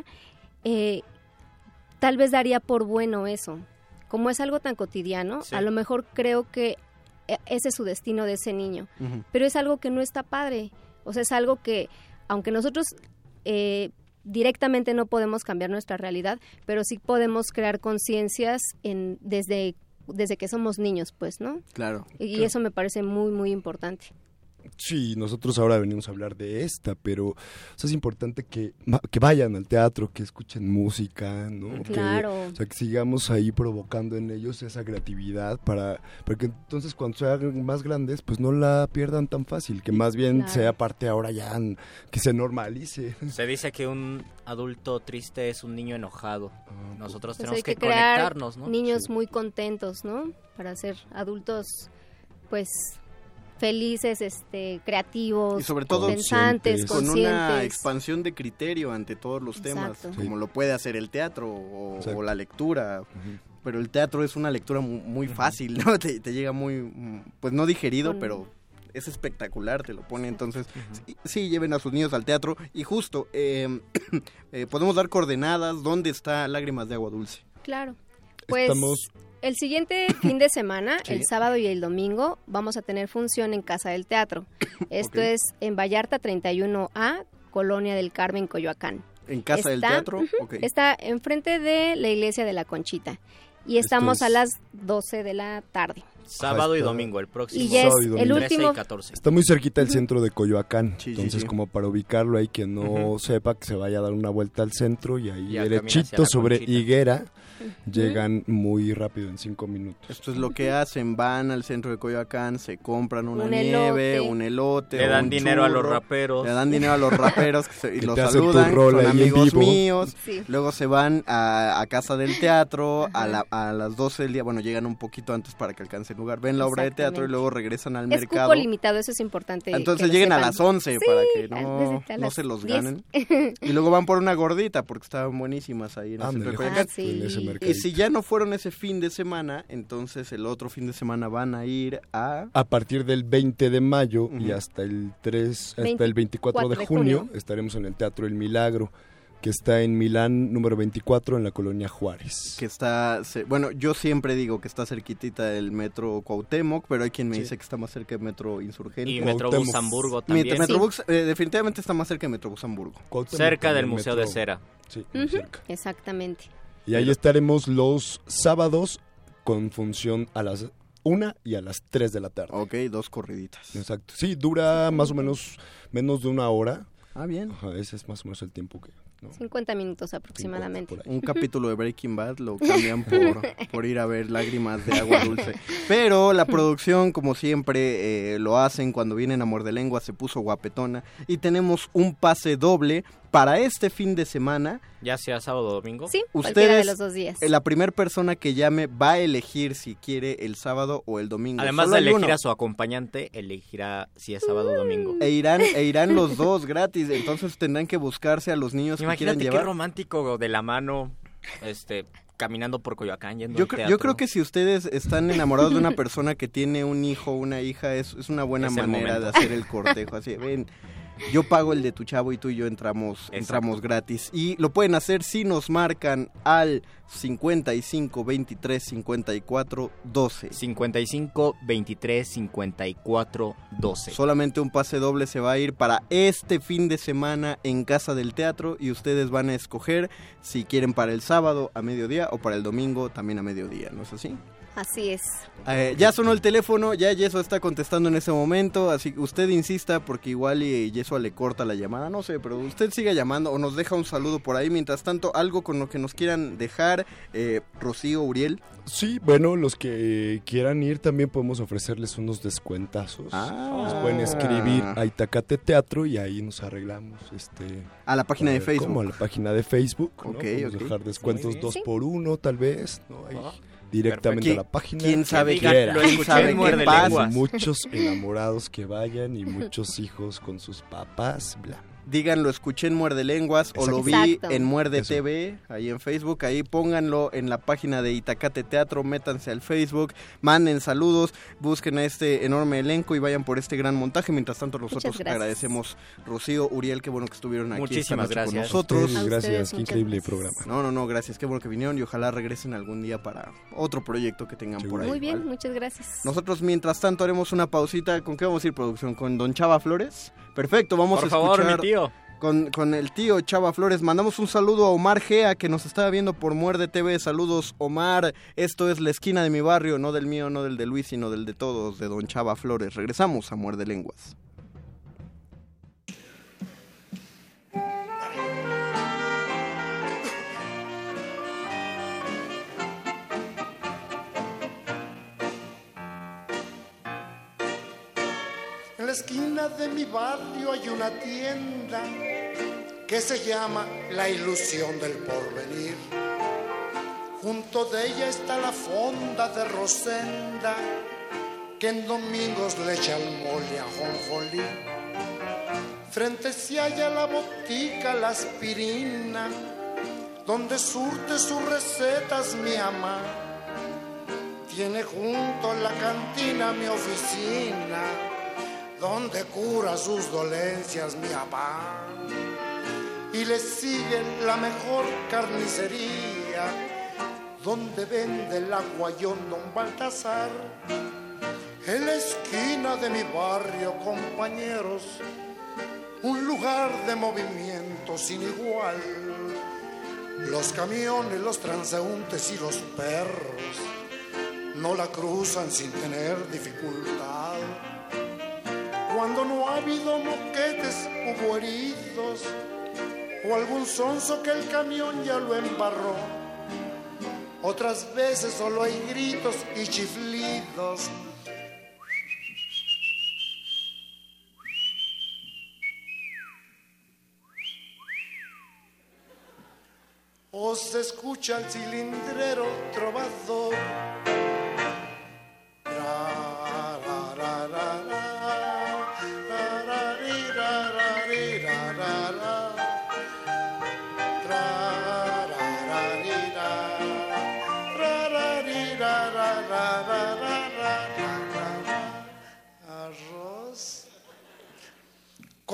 tal vez daría por bueno eso. Como es algo tan cotidiano, a lo mejor creo que ese es su destino de ese niño. Pero es algo que no está padre. O sea, es algo que, aunque nosotros... directamente no podemos cambiar nuestra realidad, pero sí podemos crear conciencias desde que somos niños, pues, ¿no? Claro. Y eso me parece muy, muy importante. Sí, nosotros ahora venimos a hablar de esta, pero es importante que vayan al teatro, que escuchen música, ¿no? Claro. Que sigamos ahí provocando en ellos esa creatividad para que entonces cuando sean más grandes, pues no la pierdan tan fácil, que más bien sea parte ahora ya, que se normalice. Se dice que un adulto triste es un niño enojado. Nosotros pues tenemos que conectarnos, ¿no? Niños muy contentos, ¿no? Para ser adultos, pues... felices, creativos, y sobre todo pensantes, con una expansión de criterio ante todos los temas, como lo puede hacer el teatro o la lectura. Pero el teatro es una lectura muy fácil, ¿no? Te llega muy, pues no digerido, pero es espectacular, te lo pone. Entonces, sí, lleven a sus niños al teatro. Y justo, podemos dar coordenadas, ¿dónde está Lágrimas de Agua Dulce? Claro, pues... El siguiente fin de semana, el sábado y el domingo, vamos a tener función en Casa del Teatro. Esto es en Vallarta 31A, Colonia del Carmen, Coyoacán. ¿En Casa del Teatro? Está enfrente de la Iglesia de la Conchita. Y estamos a las 12 de la tarde. Sábado y domingo, el próximo. Y es el último. 13 y 14. Está muy cerquita del centro de Coyoacán. Entonces, como para ubicarlo ahí, quien no sepa, que se vaya a dar una vuelta al centro y ahí derechito sobre Higuera. Llegan muy rápido, en 5 minutos. Esto es lo que hacen, van al centro de Coyoacán, se compran una nieve, un elote, le dan dinero a los raperos. Le dan dinero a los raperos y los saludan, son amigos míos. Luego se van a Casa del Teatro a las 12 del día, bueno, llegan un poquito antes para que alcancen lugar, ven la obra de teatro y luego regresan al mercado. Es cupo limitado, eso es importante. Entonces lleguen a las 11 para que no se los ganen. Y luego van por una gordita porque estaban buenísimas ahí en el centro de Coyoacán. Y si ya no fueron ese fin de semana, entonces el otro fin de semana van a ir a partir del 20 de mayo y hasta el 24 de junio estaremos en el Teatro El Milagro. que está en Milán número 24 en la colonia Juárez. Que está, bueno, yo siempre digo que está cerquitita del metro Cuauhtémoc, pero hay quien me dice que está más cerca del metro Insurgente. Y Metrobús Hamburgo también. Metrobús, definitivamente está más cerca de Metrobús Hamburgo. Cerca del Museo de Cera. Sí, muy cerca. Exactamente. Y ahí estaremos los sábados con función a las 1 y a las 3 de la tarde. Ok, 2 corriditas. Exacto. Sí, dura más o menos menos de 1 hora. Ah, bien. Ajá, ese es más o menos el tiempo que... ¿no? 50 minutos aproximadamente. 50 un capítulo de Breaking Bad lo cambian por ir a ver Lágrimas de Agua Dulce. Pero la producción, como siempre lo hacen cuando vienen a Muerdelengua, se puso guapetona. Y tenemos un pase doble para este fin de semana. ¿Ya sea sábado o domingo? Sí, cualquiera de los 2 días. La primera persona que llame va a elegir si quiere el sábado o el domingo. Además Solo de hay elegir uno. a su acompañante, elegirá si es sábado o domingo. E irán los dos gratis, entonces tendrán que buscarse a los niños que quieran Imagínate llevar. qué romántico de la mano, caminando por Coyoacán, yendo Yo al teatro. yo creo que si ustedes están enamorados de una persona que tiene un hijo o una hija, es una buena Es el manera de momento. hacer el cortejo. Así, ven, yo pago el de tu chavo y tú y yo entramos gratis. Y lo pueden hacer si nos marcan al 55 23 54 12. 55 23 54 12. Solamente un pase doble se va a ir para este fin de semana en Casa del Teatro y ustedes van a escoger si quieren para el sábado a mediodía o para el domingo también a mediodía, ¿no es así? Así es. Ya sonó el teléfono, ya Yeso está contestando en ese momento, así que usted insista porque igual y Yeso le corta la llamada, no sé, pero usted siga llamando o nos deja un saludo por ahí. Mientras tanto, algo con lo que nos quieran dejar, Rocío, Uriel. Sí, bueno, los que quieran ir también podemos ofrecerles unos descuentazos. Nos pueden escribir a Itacate Teatro y ahí nos arreglamos. A la página de Facebook. Como a la página de Facebook, ¿no? Ok, Podemos ok. dejar descuentos Sí. 2x1 tal vez, ¿no? Ahí, directamente a la página. ¿Quién sabe Que quiera. ¿Quién sabe qué pasa? Muchos enamorados que vayan y muchos hijos con sus papás, bla. Digan, lo escuché en Muerde Lenguas o lo vi Exacto. en Muerde Eso. TV, ahí en Facebook, ahí pónganlo en la página de Itacate Teatro, métanse al Facebook, manden saludos, busquen a este enorme elenco y vayan por este gran montaje. Mientras tanto nosotros Muchas gracias. agradecemos, Rocío, Uriel, qué bueno que estuvieron aquí Muchísimas esta noche con gracias. nosotros. Ustedes, gracias, ustedes, qué muchas increíble gracias. programa. No, gracias, qué bueno que vinieron y ojalá regresen algún día para otro proyecto que tengan por ahí. Muy bien, ¿vale? muchas gracias. Nosotros mientras tanto haremos una pausita. ¿Con qué vamos a ir, producción? ¿Con Don Chava Flores? Perfecto, vamos Por a favor, escuchar mi tío. Con el tío Chava Flores. Mandamos un saludo a Omar Gea, que nos estaba viendo por Muerde TV. Saludos, Omar. Esto es La Esquina de mi Barrio, no del mío, no del de Luis, sino del de todos, de Don Chava Flores. Regresamos a Muerde Lenguas. En la esquina de mi barrio hay una tienda que se llama La Ilusión del Porvenir. Junto de ella está la fonda de Rosenda, que en domingos le echa el mole a jonjolí. Frente se halla la botica La Aspirina, donde surte sus recetas mi ama. Tiene junto a la cantina mi oficina, donde cura sus dolencias mi papá. Y le sigue la mejor carnicería, donde vende el aguayón don Baltasar. En la esquina de mi barrio, compañeros, un lugar de movimiento sin igual. Los camiones, los transeúntes y los perros no la cruzan sin tener dificultad. Cuando no ha habido moquetes, hubo heridos, o algún sonso que el camión ya lo embarró. Otras veces solo hay gritos y chiflidos. O se escucha el cilindrero trovador.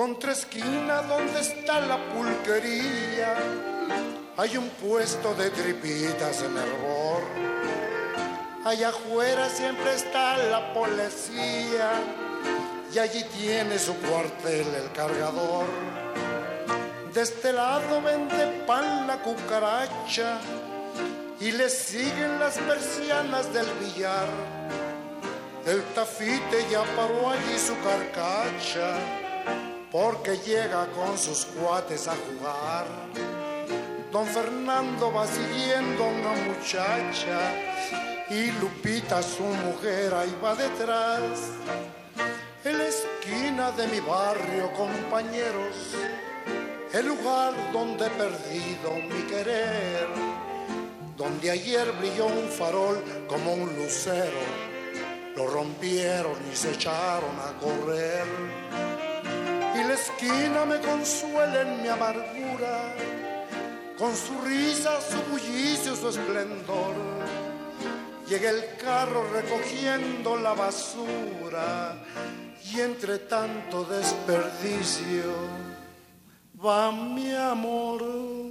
contraesquina donde está la pulquería, hay un puesto de tripitas en hervor. Allá afuera siempre está la policía y allí tiene su cuartel el cargador. De este lado vende pan la cucaracha y le siguen las persianas del billar. El tafite ya paró allí su carcacha porque llega con sus cuates a jugar. Don Fernando va siguiendo a una muchacha y Lupita, su mujer, ahí va detrás. En la esquina de mi barrio, compañeros, el lugar donde he perdido mi querer, donde ayer brilló un farol como un lucero, lo rompieron y se echaron a correr. Y la esquina me consuela en mi amargura, con su risa, su bullicio, su esplendor. Llega el carro recogiendo la basura y entre tanto desperdicio va mi amor.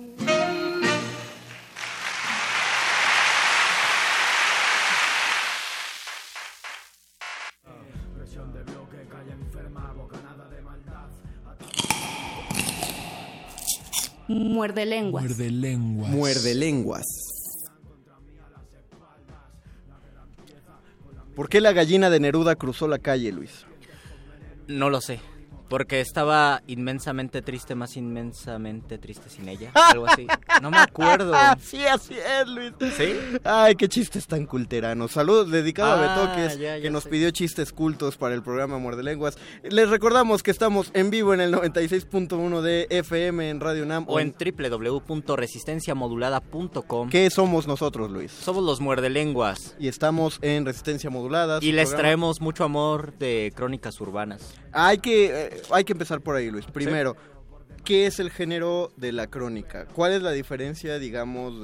Muerde lenguas. Muerde lenguas. Muerde lenguas. ¿Por qué la gallina de Neruda cruzó la calle, Luis? No lo sé. Porque estaba inmensamente triste, más inmensamente triste sin ella. Algo así. No me acuerdo. Sí, así es, Luis. ¿Sí? Ay, qué chistes tan culteranos. Saludos dedicado a Betoques, que nos sé. pidió chistes cultos para el programa Muerde Lenguas. Les recordamos que estamos en vivo en el 96.1 de FM en Radio UNAM. O en www.resistenciamodulada.com. ¿Qué somos nosotros, Luis? Somos los Muerde Lenguas. Y estamos en Resistencia Modulada. Y les traemos mucho amor de crónicas urbanas. Hay que empezar por ahí, Luis. Primero, ¿qué es el género de la crónica? ¿Cuál es la diferencia, digamos,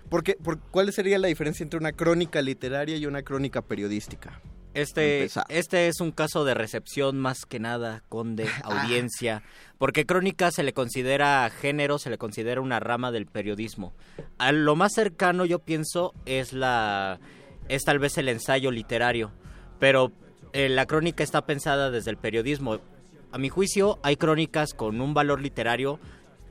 cuál sería la diferencia entre una crónica literaria y una crónica periodística? Este es un caso de recepción más que nada, Conde, audiencia, porque crónica se le considera género, se le considera una rama del periodismo. A lo más cercano, yo pienso, es tal vez el ensayo literario, pero la crónica está pensada desde el periodismo. A mi juicio, hay crónicas con un valor literario,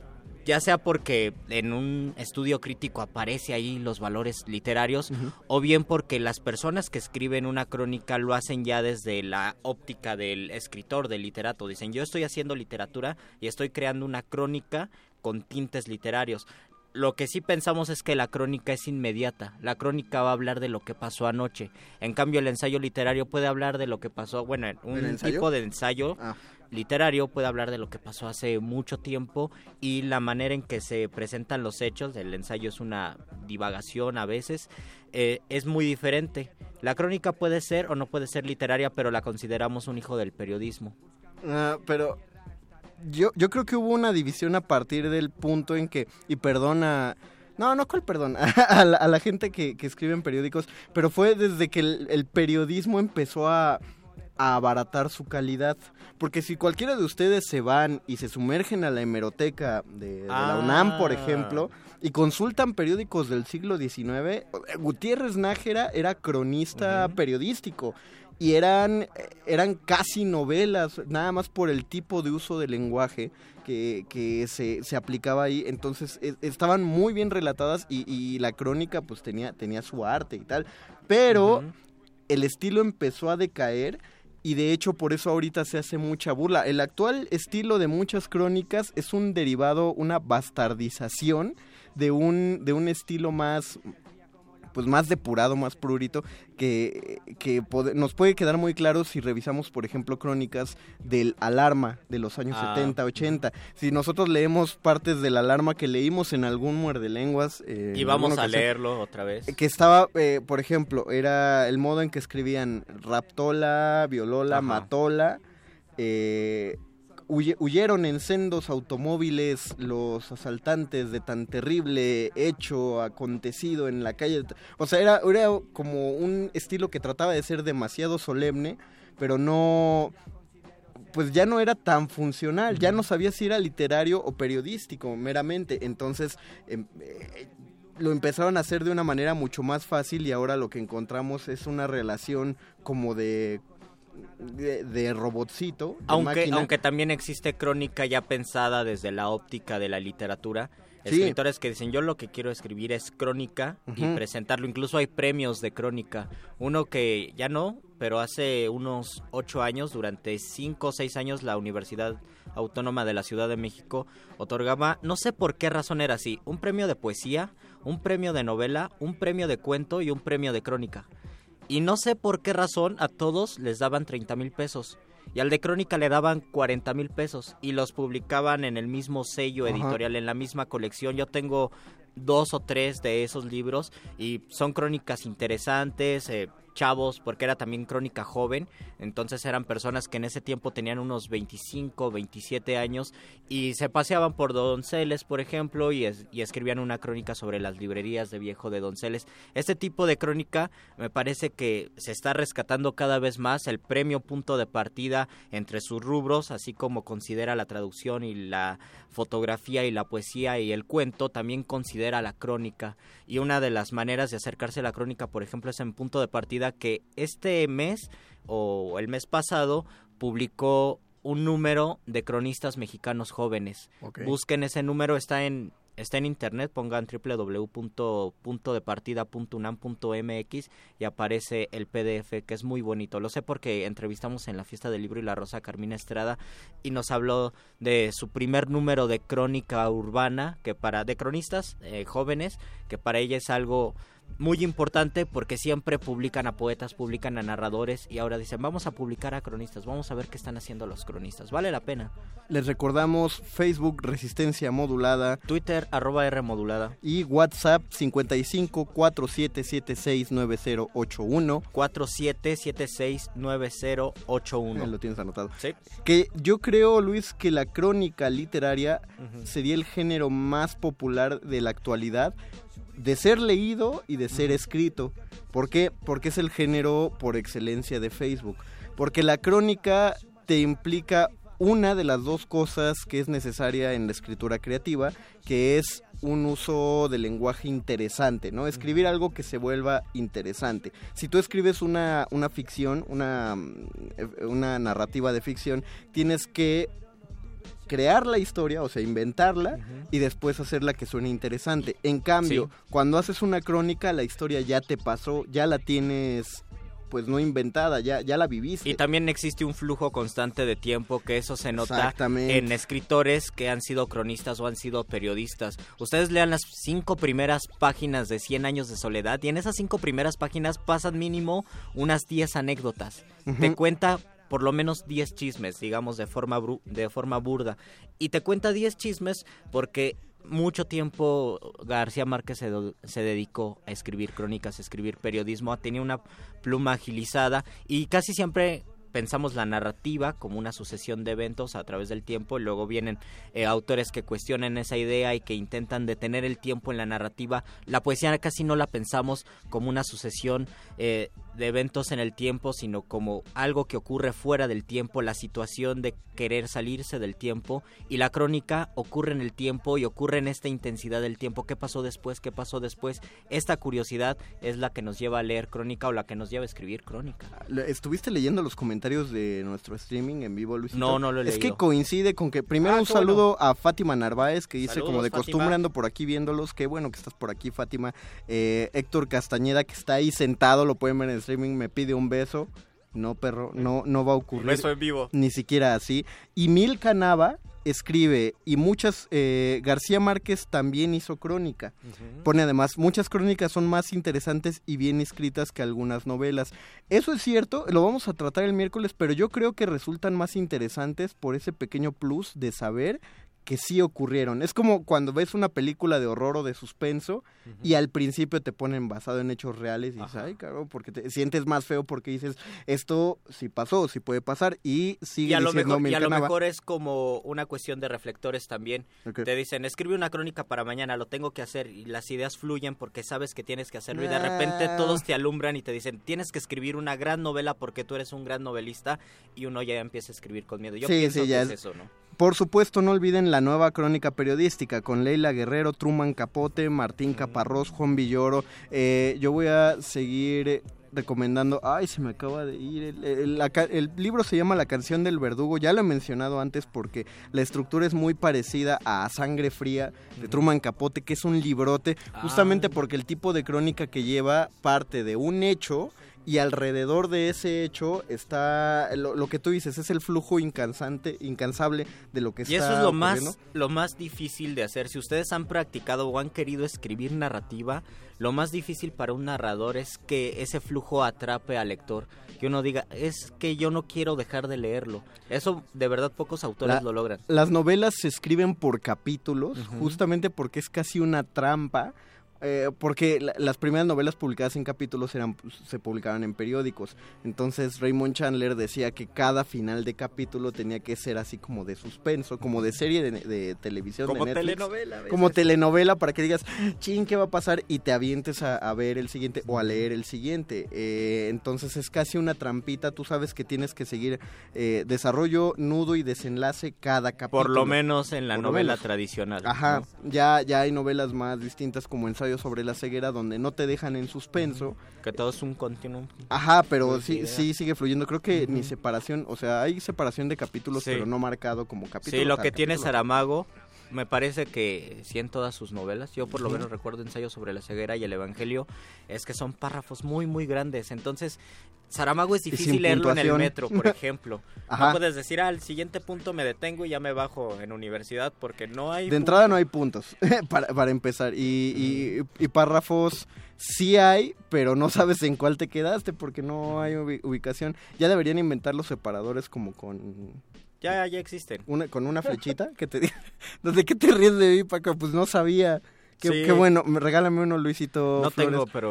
ya sea porque en un estudio crítico aparece ahí los valores literarios, o bien porque las personas que escriben una crónica lo hacen ya desde la óptica del escritor, del literato. Dicen, yo estoy haciendo literatura y estoy creando una crónica con tintes literarios. Lo que sí pensamos es que la crónica es inmediata. La crónica va a hablar de lo que pasó anoche. En cambio, el ensayo literario puede hablar de lo que pasó... Bueno, un tipo de ensayo literario puede hablar de lo que pasó hace mucho tiempo, y la manera en que se presentan los hechos, el ensayo es una divagación a veces, es muy diferente. La crónica puede ser o no puede ser literaria, pero la consideramos un hijo del periodismo. Pero... Yo creo que hubo una división a partir del punto en que, y perdona, ¿cuál perdona? a la gente que escribe en periódicos, pero fue desde que el periodismo empezó a abaratar su calidad, porque si cualquiera de ustedes se van y se sumergen a la hemeroteca de la UNAM, por ejemplo, y consultan periódicos del siglo XIX, Gutiérrez Nájera era cronista periodístico, y eran casi novelas, nada más por el tipo de uso del lenguaje que se aplicaba ahí. Entonces estaban muy bien relatadas, y la crónica pues tenía su arte y tal, pero el estilo empezó a decaer, y de hecho por eso ahorita se hace mucha burla. El actual estilo de muchas crónicas es un derivado, una bastardización de un estilo más depurado, más prurito, que nos puede quedar muy claro si revisamos, por ejemplo, crónicas del Alarma de los años 70, 80. Si nosotros leemos partes del Alarma que leímos en algún Muerde Lenguas... y vamos a leerlo otra vez. Que estaba, por ejemplo, era el modo en que escribían: raptóla, violóla, matóla, huyeron en sendos automóviles los asaltantes de tan terrible hecho acontecido en la calle. O sea, era como un estilo que trataba de ser demasiado solemne, pero no pues ya no era tan funcional, ya no sabía si era literario o periodístico meramente, entonces lo empezaron a hacer de una manera mucho más fácil y ahora lo que encontramos es una relación como de robotcito, de máquina. Aunque también existe crónica ya pensada desde la óptica de la literatura. Escritores que dicen, yo lo que quiero escribir es crónica y presentarlo. Incluso hay premios de crónica. Uno que ya no, pero hace unos 8 años, durante 5 o 6 años, la Universidad Autónoma de la Ciudad de México otorgaba, no sé por qué razón era así, un premio de poesía, un premio de novela, un premio de cuento y un premio de crónica. Y no sé por qué razón a todos les daban 30,000 pesos. Y al de crónica le daban 40,000 pesos y los publicaban en el mismo sello editorial, en la misma colección. Yo tengo 2 o 3 de esos libros y son crónicas interesantes, chavos, porque era también crónica joven, entonces eran personas que en ese tiempo tenían unos 25, 27 años y se paseaban por Donceles, por ejemplo, y escribían una crónica sobre las librerías de viejo de Donceles. Este tipo de crónica me parece que se está rescatando cada vez más. El premio Punto de Partida entre sus rubros, así como considera la traducción y la fotografía y la poesía y el cuento, también considera la crónica. Y una de las maneras de acercarse a la crónica, por ejemplo, es en Punto de Partida, que este mes o el mes pasado publicó un número de cronistas mexicanos jóvenes. Busquen ese número, está en internet, pongan www.puntodepartida.unam.mx y aparece el PDF, que es muy bonito. Lo sé porque entrevistamos en la Fiesta del Libro y la Rosa a Carmina Estrada y nos habló de su primer número de crónica urbana, de cronistas jóvenes, que para ella es algo muy importante porque siempre publican a poetas, publican a narradores y ahora dicen, vamos a publicar a cronistas, vamos a ver qué están haciendo los cronistas, vale la pena. Les recordamos Facebook Resistencia Modulada, Twitter @Rmodulada y WhatsApp 55-4776-9081 4776-9081. Lo tienes anotado. Sí. Que yo creo, Luis, que la crónica literaria sería el género más popular de la actualidad, de ser leído y de ser escrito. ¿Por qué? Porque es el género por excelencia de Facebook. Porque la crónica te implica una de las dos cosas que es necesaria en la escritura creativa, que es un uso del lenguaje interesante, ¿no? Escribir algo que se vuelva interesante. Si tú escribes una ficción, una narrativa de ficción, tienes que crear la historia, o sea, inventarla y después hacerla que suene interesante. En cambio, cuando haces una crónica, la historia ya te pasó, ya la tienes pues no inventada, ya la viviste. Y también existe un flujo constante de tiempo, que eso se nota en escritores que han sido cronistas o han sido periodistas. Ustedes lean las 5 primeras páginas de 100 años de soledad y en esas 5 primeras páginas pasan mínimo unas 10 anécdotas. Te cuenta por lo menos 10 chismes, digamos, de forma burda. Y te cuenta 10 chismes porque mucho tiempo García Márquez se dedicó a escribir crónicas, a escribir periodismo, tenía una pluma agilizada y casi siempre pensamos la narrativa como una sucesión de eventos a través del tiempo y luego vienen autores que cuestionan esa idea y que intentan detener el tiempo en la narrativa. La poesía casi no la pensamos como una sucesión de eventos en el tiempo, sino como algo que ocurre fuera del tiempo, la situación de querer salirse del tiempo, y la crónica ocurre en el tiempo y ocurre en esta intensidad del tiempo. ¿Qué pasó después? ¿Qué pasó después? Esta curiosidad es la que nos lleva a leer crónica o la que nos lleva a escribir crónica. ¿Estuviste leyendo los comentarios de nuestro streaming en vivo, Luisito? No lo he leído. Es que coincide con que primero un saludo a Fátima Narváez, que dice: saludos, como de costumbre, Fátima. Ando por aquí viéndolos, qué bueno que estás por aquí, Fátima. Héctor Castañeda, que está ahí sentado, lo pueden ver en el streaming, me pide un beso. No, perro, no va a ocurrir. Un beso en vivo. Ni siquiera así. Y Milka Nava escribe, y muchas, García Márquez también hizo crónica. Pone además, muchas crónicas son más interesantes y bien escritas que algunas novelas. Eso es cierto, lo vamos a tratar el miércoles, pero yo creo que resultan más interesantes por ese pequeño plus de saber que sí ocurrieron. Es como cuando ves una película de horror o de suspenso y al principio te ponen basado en hechos reales y dices, ay, caro, porque te sientes más feo porque dices, esto sí pasó, sí puede pasar y sigue diciendo y a lo mejor es como una cuestión de reflectores también. Okay. Te dicen, escribe una crónica para mañana, lo tengo que hacer y las ideas fluyen porque sabes que tienes que hacerlo y de repente todos te alumbran y te dicen, tienes que escribir una gran novela porque tú eres un gran novelista y uno ya empieza a escribir con miedo. Yo pienso que es eso, ¿no? Por supuesto, no olviden la nueva crónica periodística con Leila Guerrero, Truman Capote, Martín Caparrós, Juan Villoro. Yo voy a seguir recomendando, se me acaba de ir, el libro se llama La canción del verdugo, ya lo he mencionado antes porque la estructura es muy parecida a Sangre fría de Truman Capote, que es un librote, justamente porque el tipo de crónica que lleva parte de un hecho y alrededor de ese hecho está lo que tú dices, es el flujo incansable de lo que está ocurriendo. Y eso es lo más difícil de hacer. Si ustedes han practicado o han querido escribir narrativa, lo más difícil para un narrador es que ese flujo atrape al lector, que uno diga, es que yo no quiero dejar de leerlo. Eso de verdad pocos autores lo logran. Las novelas se escriben por capítulos, justamente porque es casi una trampa. Porque las primeras novelas publicadas en capítulos se publicaban en periódicos. Entonces Raymond Chandler decía que cada final de capítulo tenía que ser así como de suspenso, como de serie de televisión, como de Netflix, telenovela, como telenovela, para que digas, ¿qué va a pasar? Y te avientes a ver el siguiente o a leer el siguiente. Entonces es casi una trampita. Tú sabes que tienes que seguir desarrollo, nudo y desenlace cada capítulo. Por lo menos en la novela tradicional. Ajá, ¿no? Ya hay novelas más distintas como Ensayo sobre la ceguera, donde no te dejan en suspenso. Que todo es un continuum. Ajá, pero sí sigue fluyendo. Creo que ni separación, o sea, hay separación de capítulos, pero no marcado como capítulos. Sí, lo que tiene Saramago, me parece que sí en todas sus novelas, yo por lo menos recuerdo Ensayo sobre la ceguera y El Evangelio, es que son párrafos muy, muy grandes. Entonces, Saramago es difícil leerlo en el metro, por ejemplo. No puedes decir, al siguiente punto me detengo y ya me bajo en universidad, porque no hay... De entrada no hay puntos, para empezar. Y párrafos sí hay, pero no sabes en cuál te quedaste, porque no hay ubicación. Ya deberían inventar los separadores como con... Ya existen. Con una flechita que te diga... ¿De qué te ríes de mí, Paco? Pues no sabía... Qué bueno, regálame uno, Luisito No Flores. tengo, pero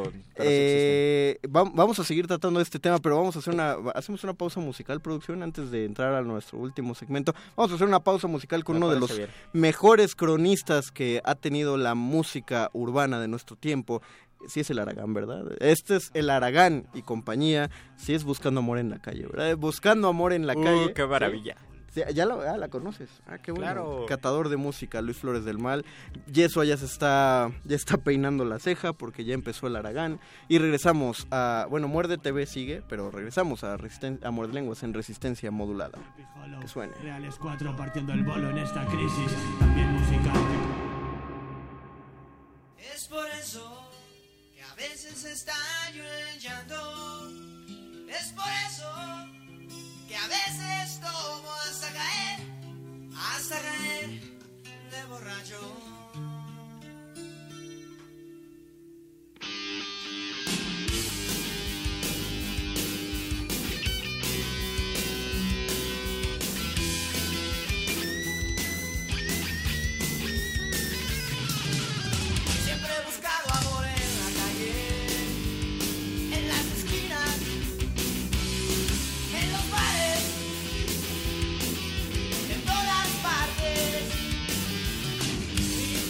sí vamos a seguir tratando de este tema, pero hacemos una pausa musical, producción, antes de entrar a nuestro último segmento. Vamos a hacer una pausa musical con uno de los mejores cronistas que ha tenido la música urbana de nuestro tiempo. Sí es el Aragán, ¿verdad? Este es el Aragán y compañía. Sí es Buscando Amor en la Calle, ¿verdad? Buscando Amor en la Calle. ¡Qué maravilla! ¿Sí? Ya la conoces. Qué bueno. Claro. Catador de música, Luis Flores del Mal. Yeso ya está peinando la ceja porque ya empezó el Aragán. Y regresamos a... Bueno, Muerde TV sigue, pero regresamos a Muerde Lenguas en resistencia modulada. Que suene. Reales 4 partiendo el bolo en esta crisis, también musical. Es por eso que a veces estallo el llanto. Es por eso que a veces tomo hasta caer de borracho. Siempre he buscado amor en la calle, en las esquinas, en los bares, en todas partes.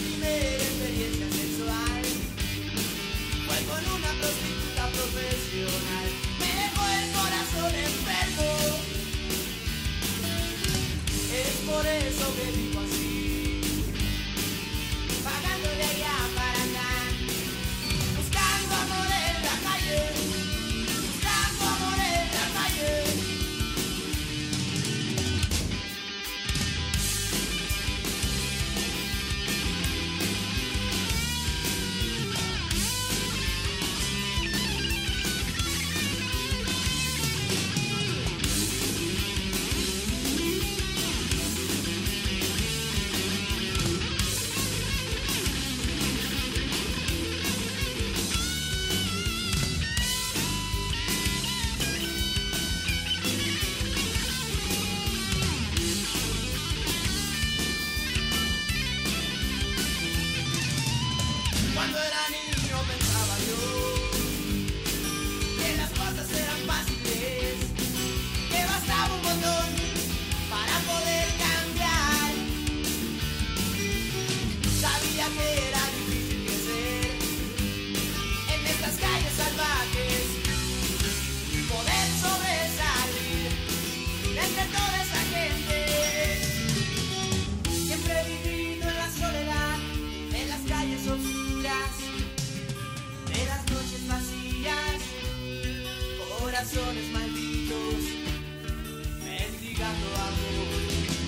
corazones malditos, mendigando amor.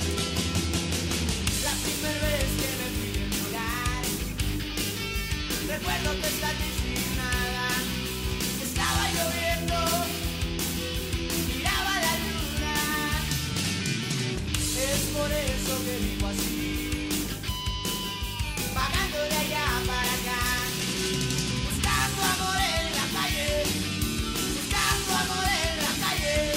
La primera vez que me fui de mi hogar, recuerdo que salí sin nada, estaba lloviendo, miraba la luna. Es por eso que vivo así, vagando de allá para acá, buscando amor en la calle, buscando amor en la calle.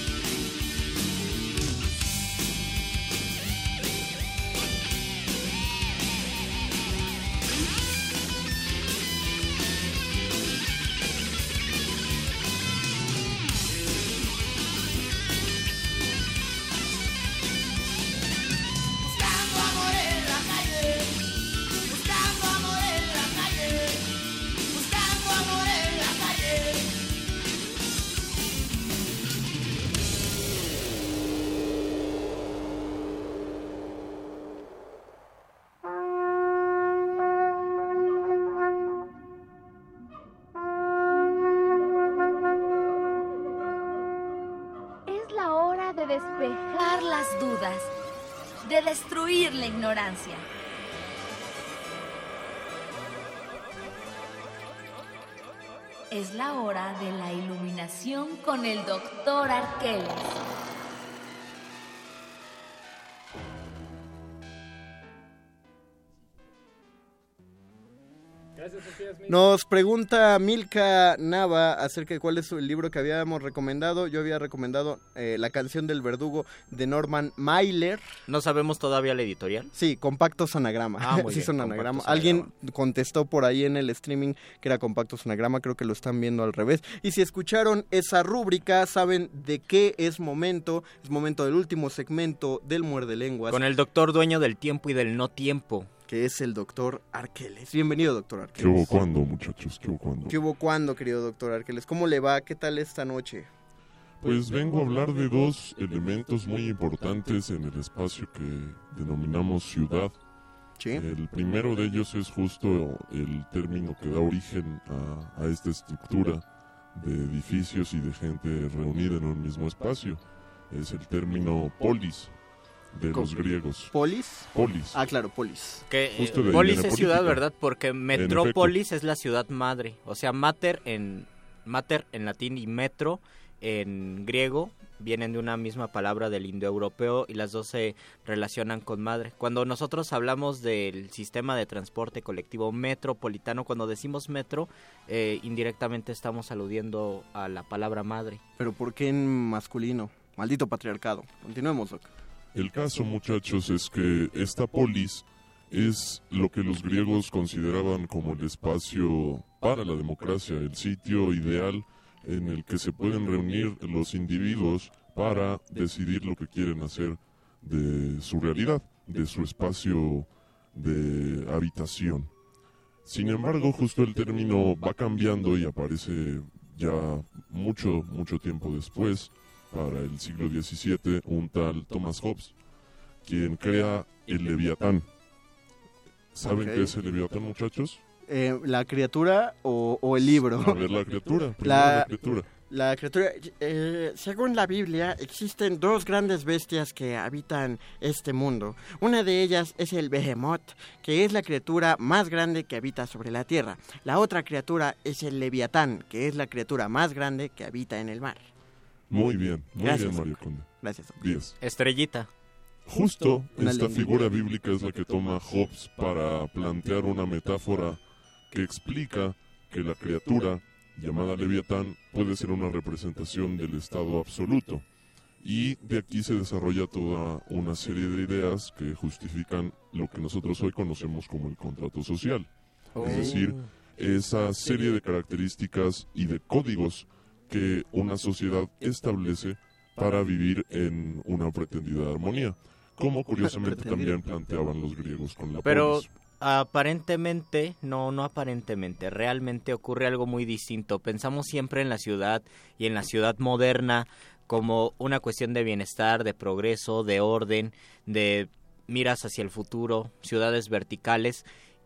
Buscando amor en la calle, buscando amor en la calle, buscando amor en la calle. Es la hora de despejar las dudas, de destruir la ignorancia. Es la hora de la iluminación con el Dr. Arqueles. Nos pregunta Milka Nava acerca de cuál es el libro que habíamos recomendado. Yo había recomendado La canción del verdugo de Norman Mailer. ¿No sabemos todavía la editorial? Sí, Compacto Sonagrama. Muy Sí, bien, Sonagrama. Compacto Alguien contestó por ahí en el streaming que era Compacto Sonagrama, creo que lo están viendo al revés. Y si escucharon esa rúbrica, saben de qué es momento. Es momento del último segmento del Muerde Lenguas. Con el doctor dueño del tiempo y del no tiempo. Que es el doctor Arqueles. Bienvenido, doctor Arqueles. ¿Qué hubo cuándo, muchachos? ¿Qué hubo cuándo? ¿Qué hubo cuándo, querido doctor Arqueles? ¿Cómo le va? ¿Qué tal esta noche? Pues vengo a hablar de dos elementos muy importantes en el espacio que denominamos ciudad. ¿Sí? El primero de ellos es justo el término que da origen a esta estructura de edificios y de gente reunida en un mismo espacio. Es el término polis, de los griegos. ¿Polis? Polis. Ah, claro, polis. Que Justo de ahí polis viene es ciudad, política. ¿verdad? Porque metrópolis es la ciudad madre. O sea, mater en latín y metro en griego vienen de una misma palabra del indoeuropeo y las dos se relacionan con madre. Cuando nosotros hablamos del sistema de transporte colectivo metropolitano, cuando decimos metro, indirectamente estamos aludiendo a la palabra madre. ¿Pero por qué en masculino? Maldito patriarcado. Continuemos, doc. El caso, muchachos, es que esta polis es lo que los griegos consideraban como el espacio para la democracia, el sitio ideal en el que se pueden reunir los individuos para decidir lo que quieren hacer de su realidad, de su espacio de habitación. Sin embargo, justo el término va cambiando y aparece ya mucho tiempo después, para el siglo XVII, un tal Thomas Hobbes, quien crea el Leviatán. ¿Saben qué es el Leviatán, muchachos? ¿La criatura o el libro? A ver, la criatura. La criatura. La criatura, según la Biblia, existen dos grandes bestias que habitan este mundo. Una de ellas es el Behemoth, que es la criatura más grande que habita sobre la tierra. La otra criatura es el Leviatán, que es la criatura más grande que habita en el mar. Muy bien, Gracias, María Conde. Gracias. 10. Estrellita. Justo Una esta lengua. figura bíblica es la que toma Hobbes para plantear una metáfora que explica que la criatura llamada Leviatán puede ser una representación del estado absoluto. Y de aquí se desarrolla toda una serie de ideas que justifican lo que nosotros hoy conocemos como el contrato social. Es decir, esa serie de características y de códigos que una sociedad establece para vivir en una pretendida armonía, como curiosamente también planteaban los griegos con la polis. Aparentemente, no aparentemente, realmente ocurre algo muy distinto. Pensamos siempre en la ciudad y en la ciudad moderna como una cuestión de bienestar, de progreso, de orden, de miras hacia el futuro, ciudades verticales.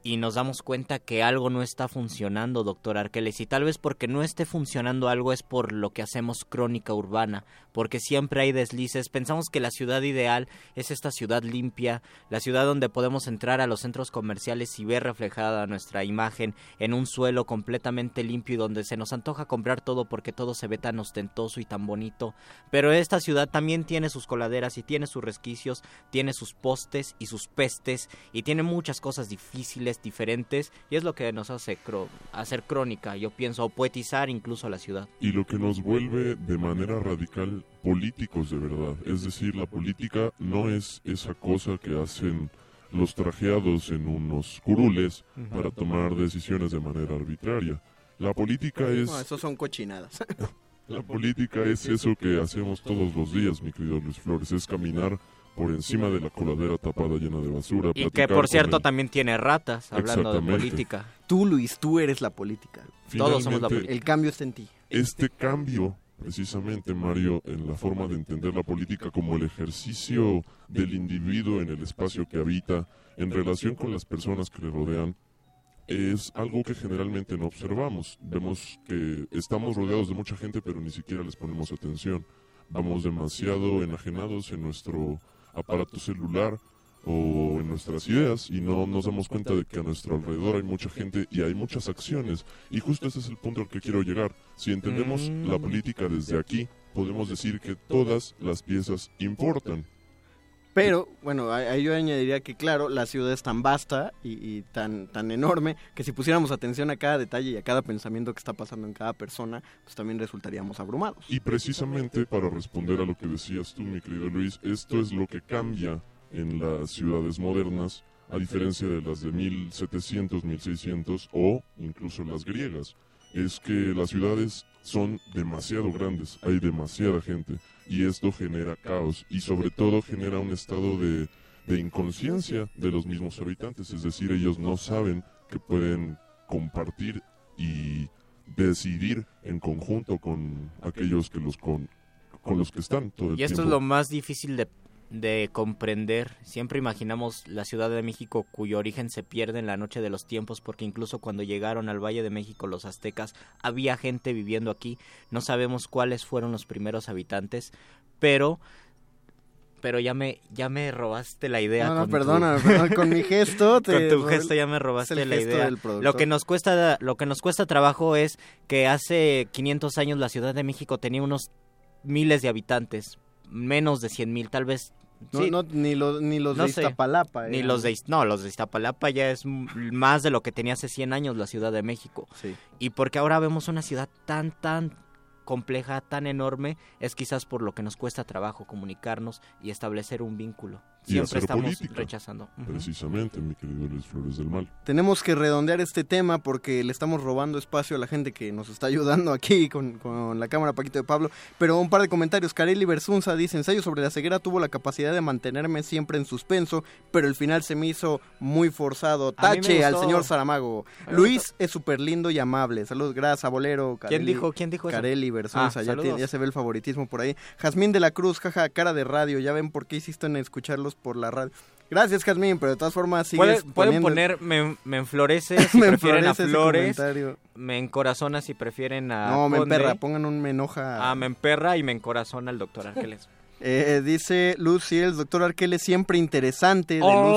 y nos damos cuenta que algo no está funcionando, doctor Arqueles, y tal vez porque no esté funcionando algo es por lo que hacemos crónica urbana, porque siempre hay deslices. Pensamos que la ciudad ideal es esta ciudad limpia, la ciudad donde podemos entrar a los centros comerciales y ver reflejada nuestra imagen en un suelo completamente limpio y donde se nos antoja comprar todo porque todo se ve tan ostentoso y tan bonito, pero esta ciudad también tiene sus coladeras y tiene sus resquicios, tiene sus postes y sus pestes y tiene muchas cosas difíciles, diferentes, y es lo que nos hace hacer crónica, yo pienso, o poetizar incluso a la ciudad. Y lo que nos vuelve de manera radical políticos de verdad, es decir, la política no es esa cosa que hacen los trajeados en unos curules para tomar decisiones de manera arbitraria. La política es... No, eso son cochinadas. La política es eso que hacemos todos los días, mi querido Luis Flores, es caminar por encima de la coladera tapada llena de basura. Y que, por cierto, también tiene ratas, hablando de política. Tú, Luis, tú eres la política. Todos somos la política. El cambio está en ti. Este cambio, precisamente, Mario, en la forma de entender la política como el ejercicio del individuo en el espacio que habita, en relación con las personas que le rodean, es algo que generalmente no observamos. Vemos que estamos rodeados de mucha gente, pero ni siquiera les ponemos atención. Vamos demasiado enajenados en nuestro aparato celular o en nuestras ideas y no nos damos cuenta de que a nuestro alrededor hay mucha gente y hay muchas acciones. Y justo ese es el punto al que quiero llegar. Si entendemos la política desde aquí, podemos decir que todas las piezas importan. Pero, bueno, ahí yo añadiría que, claro, la ciudad es tan vasta y tan enorme que si pusiéramos atención a cada detalle y a cada pensamiento que está pasando en cada persona, pues también resultaríamos abrumados. Y precisamente para responder a lo que decías tú, mi querido Luis, esto es lo que cambia en las ciudades modernas, a diferencia de las de 1700, 1600 o incluso las griegas. Es que las ciudades son demasiado grandes, hay demasiada gente y esto genera caos y sobre todo genera un estado de inconsciencia de los mismos habitantes, es decir, ellos no saben que pueden compartir y decidir en conjunto con aquellos que con los que están todo el tiempo. Y esto es lo más difícil de comprender. Siempre imaginamos la Ciudad de México cuyo origen se pierde en la noche de los tiempos, porque incluso cuando llegaron al Valle de México los aztecas, había gente viviendo aquí. No sabemos cuáles fueron los primeros habitantes, pero ya me robaste la idea. No, perdona, con mi gesto. Con tu gesto ya me robaste la idea. Lo que nos cuesta trabajo es que hace 500 años la Ciudad de México tenía unos miles de habitantes, menos de 100,000, tal vez. Sí. Ni los de Iztapalapa. Los de Iztapalapa ya es más de lo que tenía hace 100 años la Ciudad de México. Sí. Y porque ahora vemos una ciudad tan compleja, tan enorme, es quizás por lo que nos cuesta trabajo comunicarnos y establecer un vínculo. Siempre estamos política, rechazando. Precisamente, mi querido Luis Flores del Mal. Tenemos que redondear este tema porque le estamos robando espacio a la gente que nos está ayudando aquí con la cámara Paquito de Pablo. Pero un par de comentarios. Carely Bersunza dice: ensayo sobre la ceguera tuvo la capacidad de mantenerme siempre en suspenso, pero el final se me hizo muy forzado. Tache al señor Saramago. Luis es súper lindo y amable. Saludos, gracias, bolero. ¿Quién dijo eso? Carely Bersunza, ya se ve el favoritismo por ahí. Jazmín de la Cruz, jaja, cara de radio. Ya ven por qué hiciste en escucharlos por la radio. Gracias, Jazmín, pero de todas formas sigues pueden poner me enflorece si prefieren a Flores, me encorazona si prefieren a No, Conde. Me emperra, pongan un me enoja. Me emperra y me encorazona el doctor Arqueles. Dice Luciels, doctor Arqueles, siempre interesante.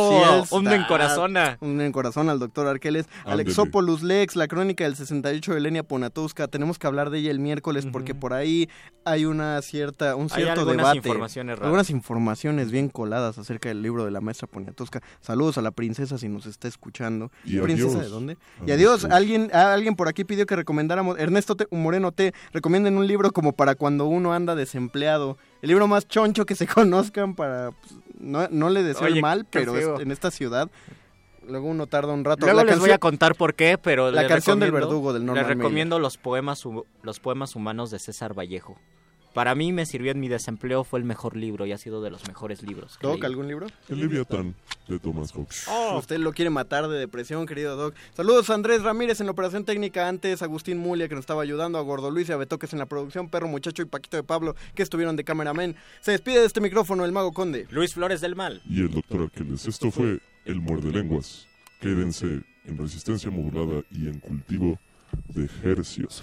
Un me encorazona. Un encorazona al doctor Arqueles. Alexopoulos Lex, la crónica del 68 de Lenia Poniatowska. Tenemos que hablar de ella el miércoles porque por ahí hay un cierto debate. Algunas informaciones bien coladas acerca del libro de la maestra Poniatowska. Saludos a la princesa si nos está escuchando. ¿Princesa de dónde? Y adiós. Alguien por aquí pidió que recomendáramos. Ernesto Moreno T. Recomienden un libro como para cuando uno anda desempleado. El libro más choncho que se conozcan para... Pues, no le deseo el mal, pero en esta ciudad luego uno tarda un rato. Luego les voy a contar por qué, pero la canción del verdugo del Norman les recomiendo los poemas humanos de César Vallejo. Para mí me sirvió en mi desempleo, fue el mejor libro y ha sido de los mejores libros. ¿Doc, algún libro? El Leviatán, de Thomas Cox. Usted lo quiere matar de depresión, querido Doc. Saludos a Andrés Ramírez en la operación técnica, antes Agustín Mulia que nos estaba ayudando, a Gordo Luis y a Betoques en la producción, Perro Muchacho y Paquito de Pablo que estuvieron de cameraman. Se despide de este micrófono el Mago Conde. Luis Flores del Mal. Y el doctor Arqueles. Esto fue El Muerde Lenguas. Quédense en resistencia modulada y en cultivo de hercios.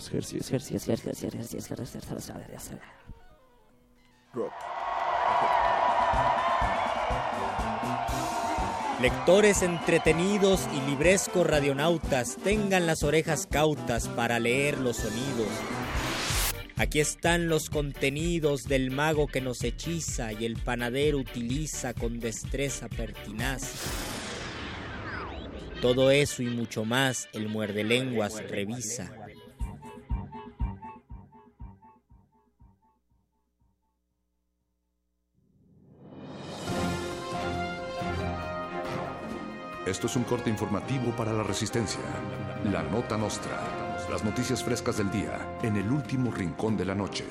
Lectores entretenidos y librescos radionautas, tengan las orejas cautas para leer los sonidos. Aquí están los contenidos del mago que nos hechiza y el panadero utiliza con destreza pertinaz. Todo eso y mucho más el muerdelenguas revisa. Esto es un corte informativo para la Resistencia. La Nota Nostra. Las noticias frescas del día en el último rincón de la noche.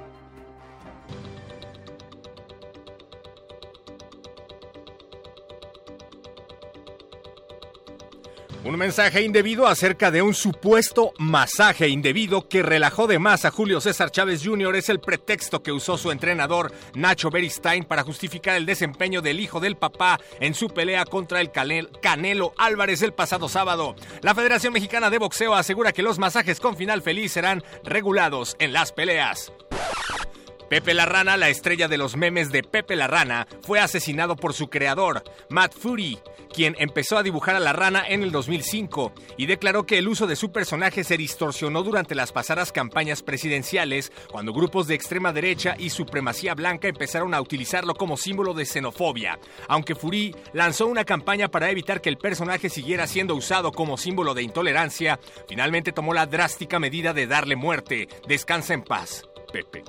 Un mensaje indebido acerca de un supuesto masaje indebido que relajó de más a Julio César Chávez Jr. es el pretexto que usó su entrenador Nacho Beristain para justificar el desempeño del hijo del papá en su pelea contra el Canelo Álvarez el pasado sábado. La Federación Mexicana de Boxeo asegura que los masajes con final feliz serán regulados en las peleas. Pepe la Rana, la estrella de los memes de Pepe la Rana, fue asesinado por su creador, Matt Fury, quien empezó a dibujar a la rana en el 2005 y declaró que el uso de su personaje se distorsionó durante las pasadas campañas presidenciales, cuando grupos de extrema derecha y supremacía blanca empezaron a utilizarlo como símbolo de xenofobia. Aunque Fury lanzó una campaña para evitar que el personaje siguiera siendo usado como símbolo de intolerancia, finalmente tomó la drástica medida de darle muerte. Descansa en paz, Pepe.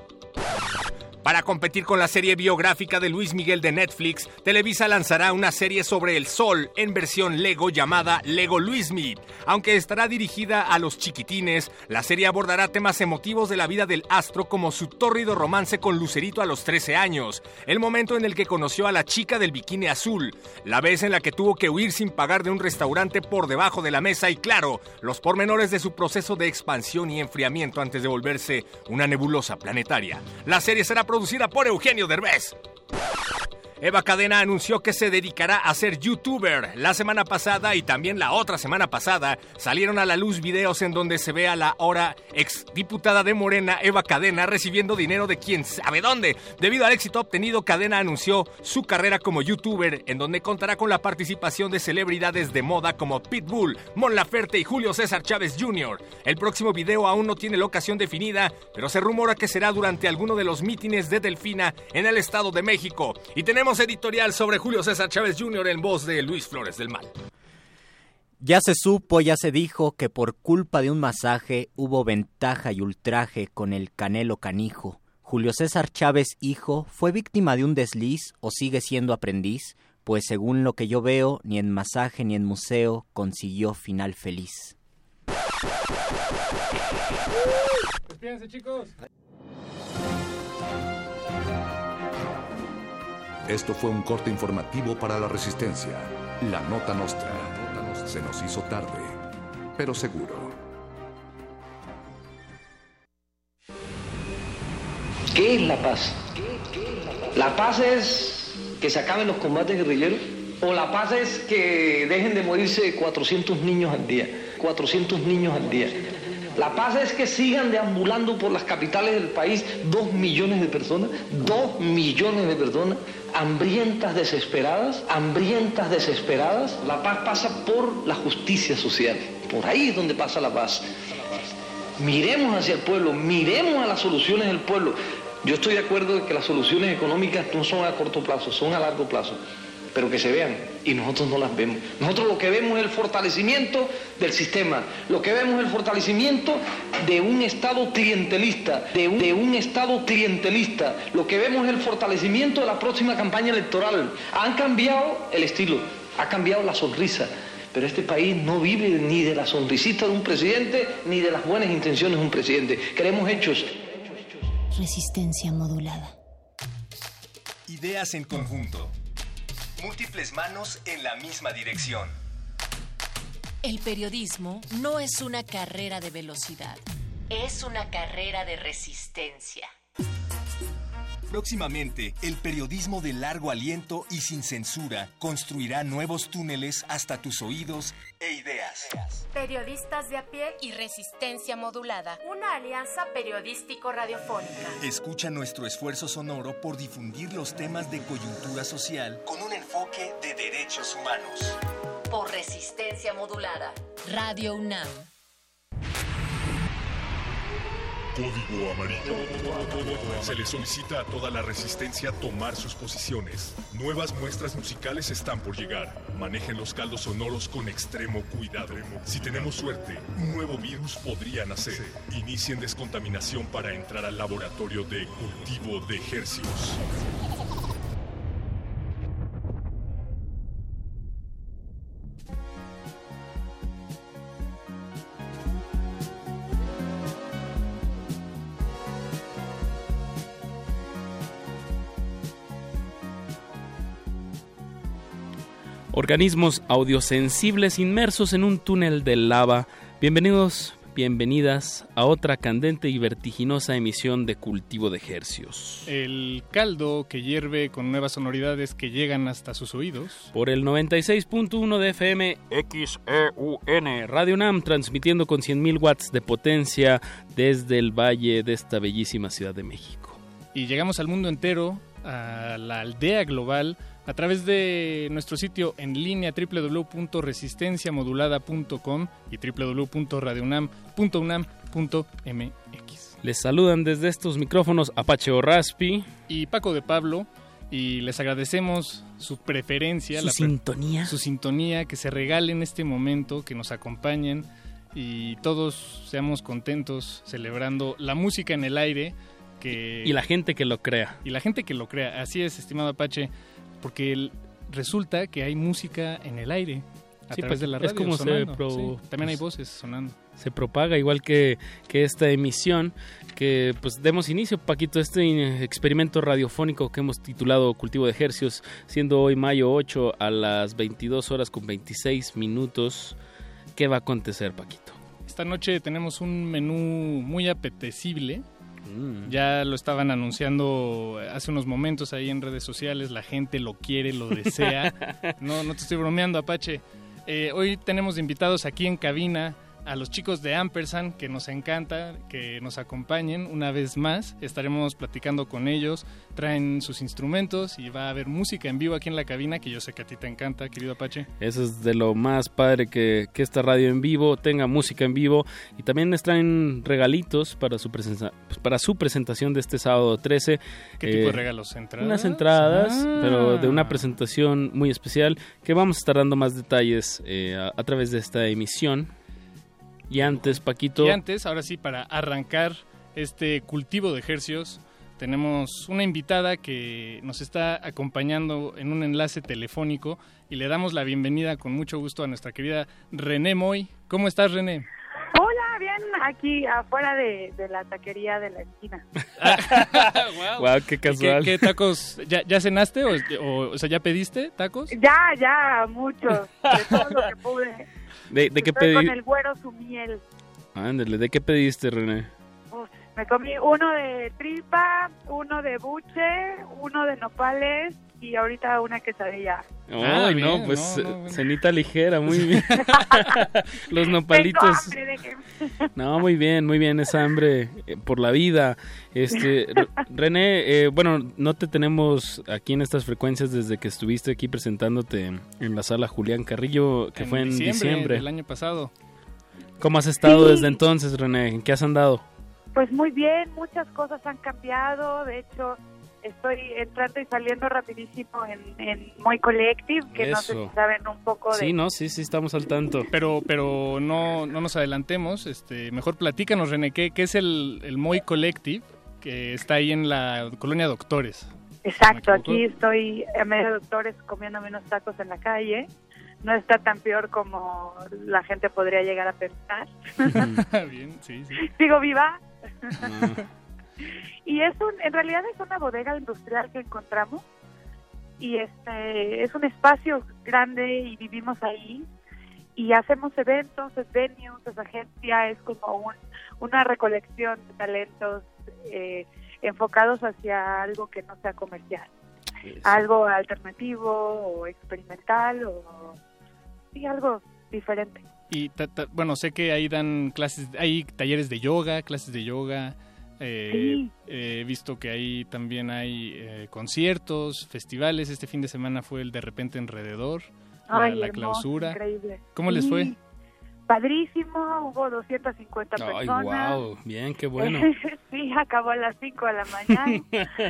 Para competir con la serie biográfica de Luis Miguel de Netflix, Televisa lanzará una serie sobre el sol en versión Lego llamada Lego Luismi. Aunque estará dirigida a los chiquitines, la serie abordará temas emotivos de la vida del astro, como su tórrido romance con Lucerito a los 13 años, el momento en el que conoció a la chica del bikini azul, la vez en la que tuvo que huir sin pagar de un restaurante por debajo de la mesa y, claro, los pormenores de su proceso de expansión y enfriamiento antes de volverse una nebulosa planetaria. La serie será producida por Eugenio Derbez. Eva Cadena anunció que se dedicará a ser youtuber. La semana pasada y también la otra semana pasada salieron a la luz videos en donde se ve a la ahora exdiputada de Morena, Eva Cadena, recibiendo dinero de quién sabe dónde. Debido al éxito obtenido, Cadena anunció su carrera como youtuber, en donde contará con la participación de celebridades de moda como Pitbull, Mon Laferte y Julio César Chávez Jr. El próximo video aún no tiene la ocasión definida, pero se rumora que será durante alguno de los mítines de Delfina en el Estado de México. Y tenemos editorial sobre Julio César Chávez Jr. en voz de Luis Flores del Mal. Ya se supo, ya se dijo que por culpa de un masaje hubo ventaja y ultraje con el Canelo canijo. Julio César Chávez, hijo, ¿fue víctima de un desliz o sigue siendo aprendiz? Pues según lo que yo veo, ni en masaje ni en museo consiguió final feliz. Despídense, chicos. Esto fue un corte informativo para la Resistencia. La Nota Nostra. Se nos hizo tarde, pero seguro. ¿Qué es la paz? ¿La paz es que se acaben los combates guerrilleros? ¿O la paz es que dejen de morirse 400 niños al día? 400 niños al día. La paz es que sigan deambulando por las capitales del país 2 millones de personas, 2 millones de personas, hambrientas, desesperadas. La paz pasa por la justicia social. Por ahí es donde pasa la paz. Miremos hacia el pueblo, miremos a las soluciones del pueblo. Yo estoy de acuerdo de que las soluciones económicas no son a corto plazo, son a largo plazo, pero que se vean, y nosotros no las vemos. Nosotros lo que vemos es el fortalecimiento del sistema, lo que vemos es el fortalecimiento de un Estado clientelista, de un Estado clientelista, lo que vemos es el fortalecimiento de la próxima campaña electoral. Han cambiado el estilo, ha cambiado la sonrisa, pero este país no vive ni de la sonrisita de un presidente, ni de las buenas intenciones de un presidente. Queremos hechos. Resistencia modulada. Ideas en conjunto. Múltiples manos en la misma dirección. El periodismo no es una carrera de velocidad, es una carrera de resistencia. Próximamente, el periodismo de largo aliento y sin censura construirá nuevos túneles hasta tus oídos e ideas. Periodistas de a pie y resistencia modulada. Una alianza periodístico-radiofónica. Escucha nuestro esfuerzo sonoro por difundir los temas de coyuntura social con un enfoque de derechos humanos. Por resistencia modulada. Radio UNAM. Código Amarillo. Se le solicita a toda la resistencia tomar sus posiciones. Nuevas muestras musicales están por llegar. Manejen los caldos sonoros con extremo cuidado. Si tenemos suerte, un nuevo virus podría nacer. Inicien descontaminación para entrar al laboratorio de cultivo de hercios. Organismos audiosensibles inmersos en un túnel de lava. Bienvenidos, bienvenidas a otra candente y vertiginosa emisión de Cultivo de Hercios. El caldo que hierve con nuevas sonoridades que llegan hasta sus oídos. Por el 96.1 de FM XEUN, Radio UNAM, transmitiendo con 100.000 watts de potencia desde el valle de esta bellísima Ciudad de México. Y llegamos al mundo entero, a la aldea global, a través de nuestro sitio en línea www.resistenciamodulada.com y www.radiounam.unam.mx. Les saludan desde estos micrófonos Apache o Raspi y Paco de Pablo, y les agradecemos su preferencia, su sintonía, que se regalen este momento, que nos acompañen y todos seamos contentos celebrando la música en el aire. Y la gente que lo crea. Así es, estimado Apache. Porque resulta que hay música en el aire a través de la radio. Es como sonando. También hay voces sonando. Se propaga igual que esta emisión, que pues demos inicio, Paquito, a este experimento radiofónico que hemos titulado Cultivo de Hercios, siendo hoy mayo 8 a las 22 horas con 26 minutos. ¿Qué va a acontecer, Paquito? Esta noche tenemos un menú muy apetecible. Ya lo estaban anunciando hace unos momentos ahí en redes sociales. La gente lo quiere, lo desea. No te estoy bromeando, Apache. Hoy tenemos invitados aquí en cabina a los chicos de Ampersand, que nos encanta que nos acompañen una vez más. Estaremos platicando con ellos, traen sus instrumentos y va a haber música en vivo aquí en la cabina, que yo sé que a ti te encanta, querido Apache. Eso es de lo más padre, que esta radio en vivo tenga música en vivo, y también les traen regalitos para su presentación de este sábado 13. ¿Qué tipo de regalos? ¿Entradas? Unas entradas, pero de una presentación muy especial, que vamos a estar dando más detalles a través de esta emisión. Y antes, Paquito... ahora sí, para arrancar este cultivo de hercios, tenemos una invitada que nos está acompañando en un enlace telefónico y le damos la bienvenida con mucho gusto a nuestra querida René Moy. ¿Cómo estás, René? Hola, bien, aquí afuera de la taquería de la esquina. Wow, qué casual. ¿Qué tacos? ¿Ya cenaste o sea, ya pediste tacos? Ya, muchos, de todo lo que pude. ¿De qué pediste? Con el güero su miel. Ándale, ¿de qué pediste, René? Me comí uno de tripa, uno de buche, uno de nopales y ahorita una quesadilla. Ay, no, pues cenita ligera, muy bien. Los nopalitos. No, muy bien, esa hambre por la vida. René, bueno, no te tenemos aquí en estas frecuencias desde que estuviste aquí presentándote en la sala Julián Carrillo, que fue en diciembre del año pasado. ¿Cómo has estado desde entonces, René? ¿En qué has andado? Pues muy bien, muchas cosas han cambiado. De hecho, estoy entrando y saliendo rapidísimo en Moy Collective, que Eso. no sé si saben un poco de... Sí, estamos al tanto. Pero no nos adelantemos, mejor platícanos, René, ¿qué es el Moy Collective, que está ahí en la colonia Doctores? Exacto, aquí estoy a medio de Doctores comiéndome unos tacos en la calle. No está tan peor como la gente podría llegar a pensar. Bien, sí. Sigo viva. Y en realidad es una bodega industrial que encontramos y es un espacio grande y vivimos ahí y hacemos eventos, es venues, es agencia, es como una recolección de talentos enfocados hacia algo que no sea comercial, algo alternativo o experimental o sí, algo diferente. Y bueno, sé que ahí dan clases, hay talleres de yoga, clases de yoga. Sí. He visto que ahí también hay conciertos, festivales. Este fin de semana fue el De Repente Enrededor, la hermoso, clausura. Increíble. ¿Cómo les fue? Padrísimo, hubo 250 personas. Wow, bien, qué bueno. Sí, acabó a las 5 de la mañana.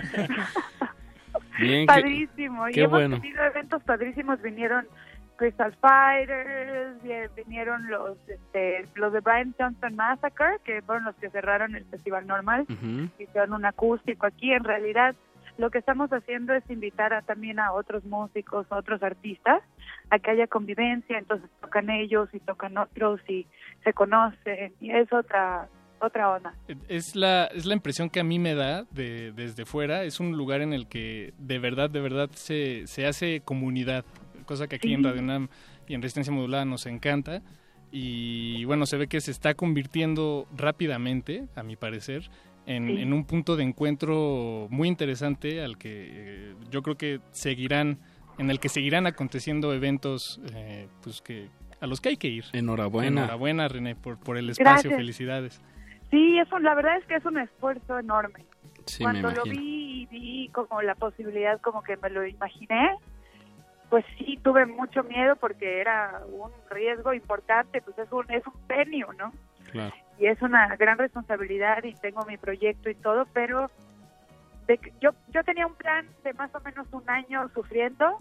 Bien, padrísimo. Qué y hemos bueno. tenido eventos padrísimos, vinieron Crystal Fighters, vinieron los de Brian Johnson Massacre, que fueron los que cerraron el Festival Normal, hicieron un acústico aquí. En realidad lo que estamos haciendo es invitar también a otros músicos, a otros artistas, a que haya convivencia, entonces tocan ellos y tocan otros y se conocen, y es otra onda. Es la impresión que a mí me da desde fuera. Es un lugar en el que de verdad se hace comunidad, cosa que aquí en Radio UNAM y en Resistencia Modulada nos encanta. Y bueno, se ve que se está convirtiendo rápidamente, a mi parecer, en un punto de encuentro muy interesante al que yo creo que en el que seguirán aconteciendo eventos pues a los que hay que ir. Enhorabuena, René, por el espacio. Gracias. Felicidades. Sí, la verdad es que es un esfuerzo enorme. Sí, cuando lo vi y vi como la posibilidad, como que me lo imaginé, pues sí, tuve mucho miedo porque era un riesgo importante, pues es un venue, ¿no? Claro. Y es una gran responsabilidad y tengo mi proyecto y todo, pero yo tenía un plan de más o menos un año sufriendo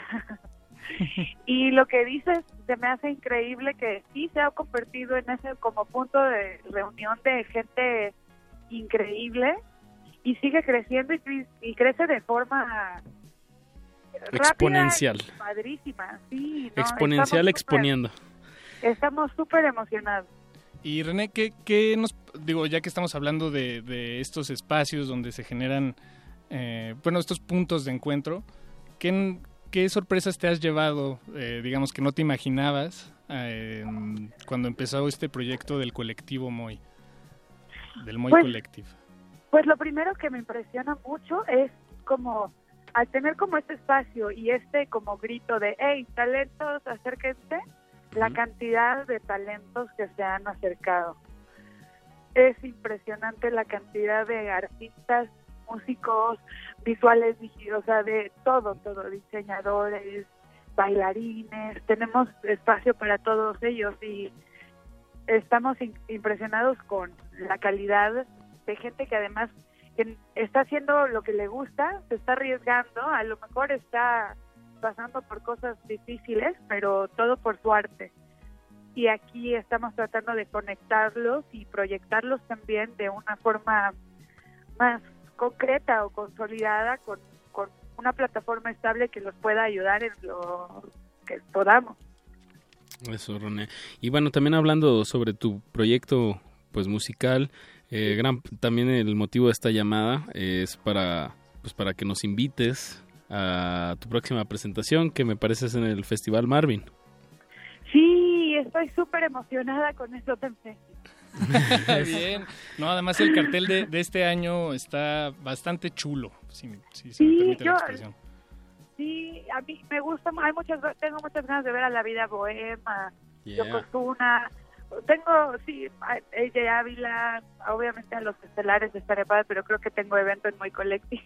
y lo que dices se me hace increíble que sí se ha convertido en ese como punto de reunión de gente increíble y sigue creciendo y crece de forma exponencial. rápida y padrísima, sí, ¿no? Exponencial exponiendo. Estamos súper emocionados. Y René, ¿qué nos digo, ya que estamos hablando de estos espacios donde se generan estos puntos de encuentro, ¿qué sorpresas te has llevado, digamos, que no te imaginabas cuando empezó este proyecto del colectivo MOI, del MOI Collective? Pues lo primero que me impresiona mucho es como al tener como este espacio y como grito de hey, talentos, acérquense, la cantidad de talentos que se han acercado. Es impresionante la cantidad de artistas, músicos, visuales, o sea, de todo, diseñadores, bailarines, tenemos espacio para todos ellos y estamos impresionados con la calidad de gente que además está haciendo lo que le gusta, se está arriesgando, a lo mejor está pasando por cosas difíciles, pero todo por su arte. Y aquí estamos tratando de conectarlos y proyectarlos también de una forma más concreta o consolidada con una plataforma estable que los pueda ayudar en lo que podamos. Eso, René. Y bueno, también hablando sobre tu proyecto pues musical, también el motivo de esta llamada es para que nos invites a tu próxima presentación, que me parece es en el Festival Marvin. Sí, estoy súper emocionada con eso también. Bien. No, además el cartel de este año está bastante chulo, si se me permite la expresión. Sí, a mí me gusta, tengo muchas ganas de ver a La Vida Bohema, Yokozuna. Ella Ávila, obviamente a los estelares estaré padre, pero creo que tengo evento en MOI Collective.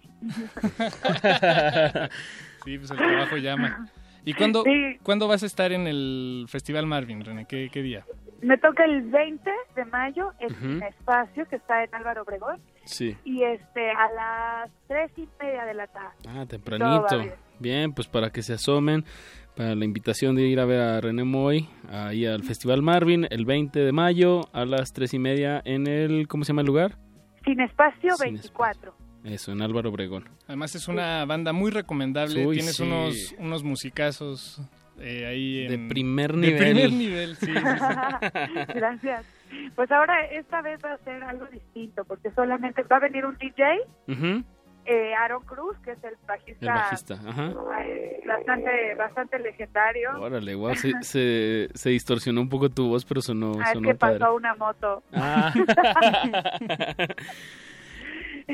Sí, pues el trabajo llama. ¿Y cuándo vas a estar en el Festival Marvin, René? ¿Qué día? Me toca el 20 de mayo en un espacio que está en Álvaro Obregón. Sí. Y a las 3:30 de la tarde. Ah, tempranito. Bien, pues para que se asomen, para la invitación de ir a ver a René MOI ahí al Festival Marvin el 20 de mayo a las 3:30 en el, ¿cómo se llama el lugar? Sin Espacio 24. Eso, en Álvaro Obregón. Además es una banda muy recomendable. Tienes unos musicazos ahí de primer nivel. De primer nivel, sí. Gracias. Pues ahora esta vez va a ser algo distinto, porque solamente va a venir un DJ, Aaron Cruz, que es el bajista, bastante legendario. Órale, wow, se distorsionó un poco tu voz, pero sonó es que padre. pasó una moto.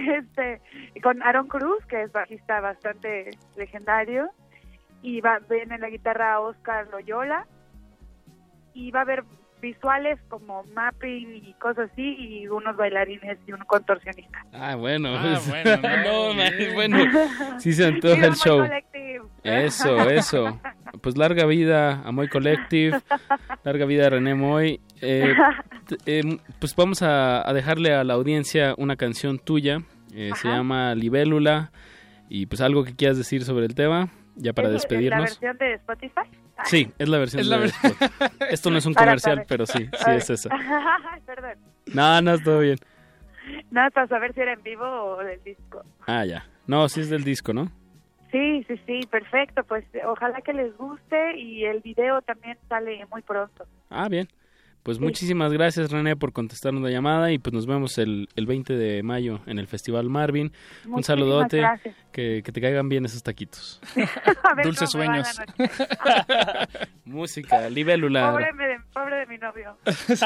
con Aaron Cruz, que es bajista bastante legendario, y viene en la guitarra Oscar Loyola, y va a haber visuales como mapping y cosas así, y unos bailarines y un contorsionista. Bueno, bueno, sí se antoja el show. Collective. Eso. Pues larga vida a Moy Collective, larga vida a René Moy. Pues vamos a dejarle a la audiencia una canción tuya, se llama Libélula, y pues algo que quieras decir sobre el tema, ya para despedirnos. ¿Es la versión de Spotify? Sí, es la versión de Spotify. Esto no es un comercial, pero sí es esa. Perdón. No, es todo bien. Nada, para saber si era en vivo o del disco. Ya. No, sí es del disco, ¿no? Sí, perfecto. Pues ojalá que les guste, y el video también sale muy pronto. Bien. Pues muchísimas gracias, René, por contestarnos la llamada, y pues nos vemos el 20 de mayo en el Festival Marvin. Un saludote, que te caigan bien esos taquitos. Dulces sueños. Música, Libélula. Pobre de mi novio.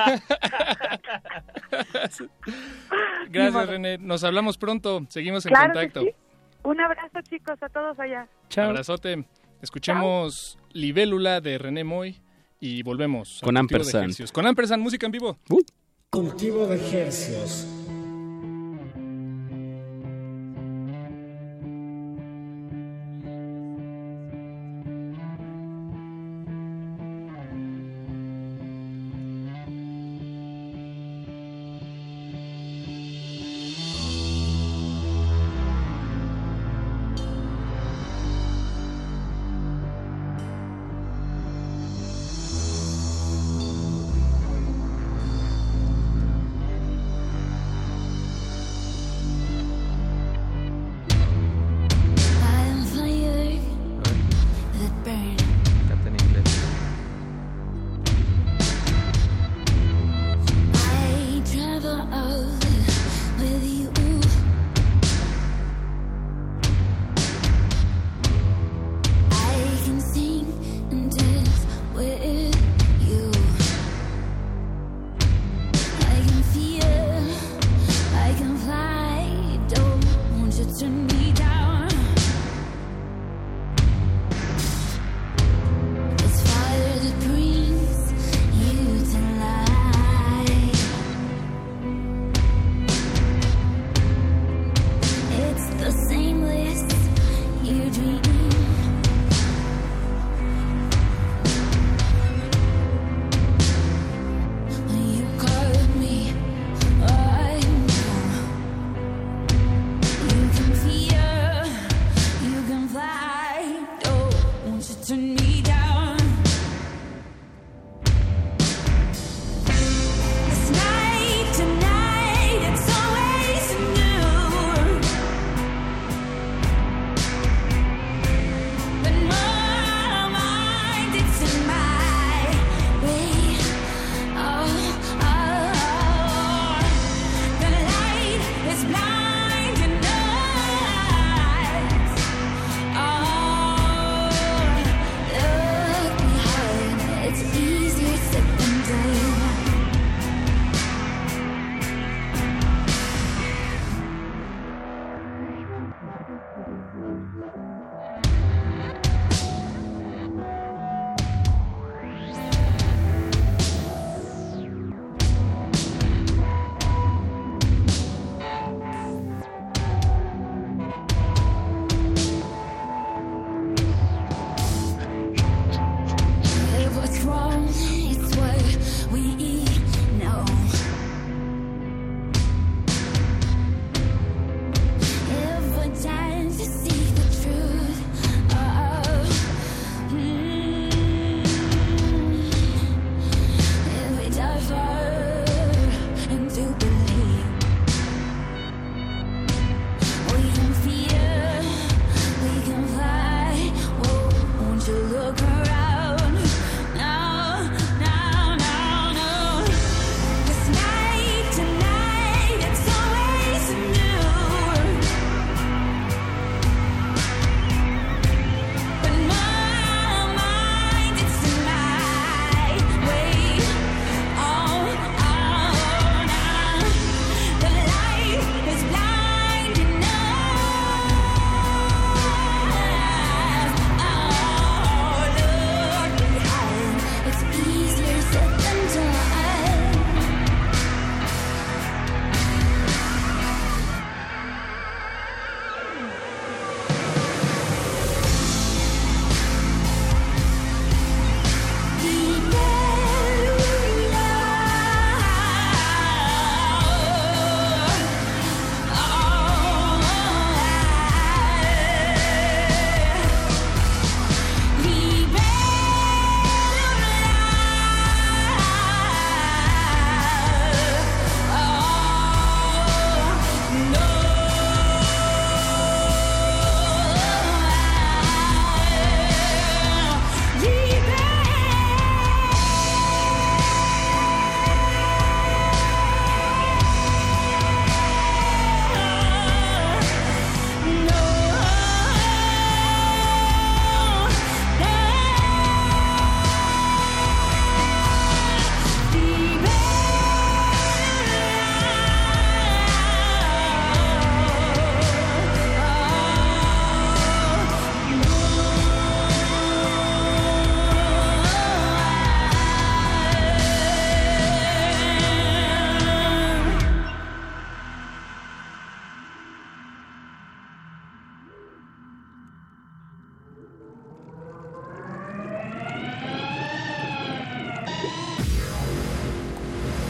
Gracias, René. Nos hablamos pronto. Seguimos en contacto. Sí. Un abrazo, chicos, a todos allá. Chao. Abrazote. Escuchemos Libélula de René Moy y volvemos. Con Ampersand. Con Ampersand, música en vivo. Cultivo de Hercios.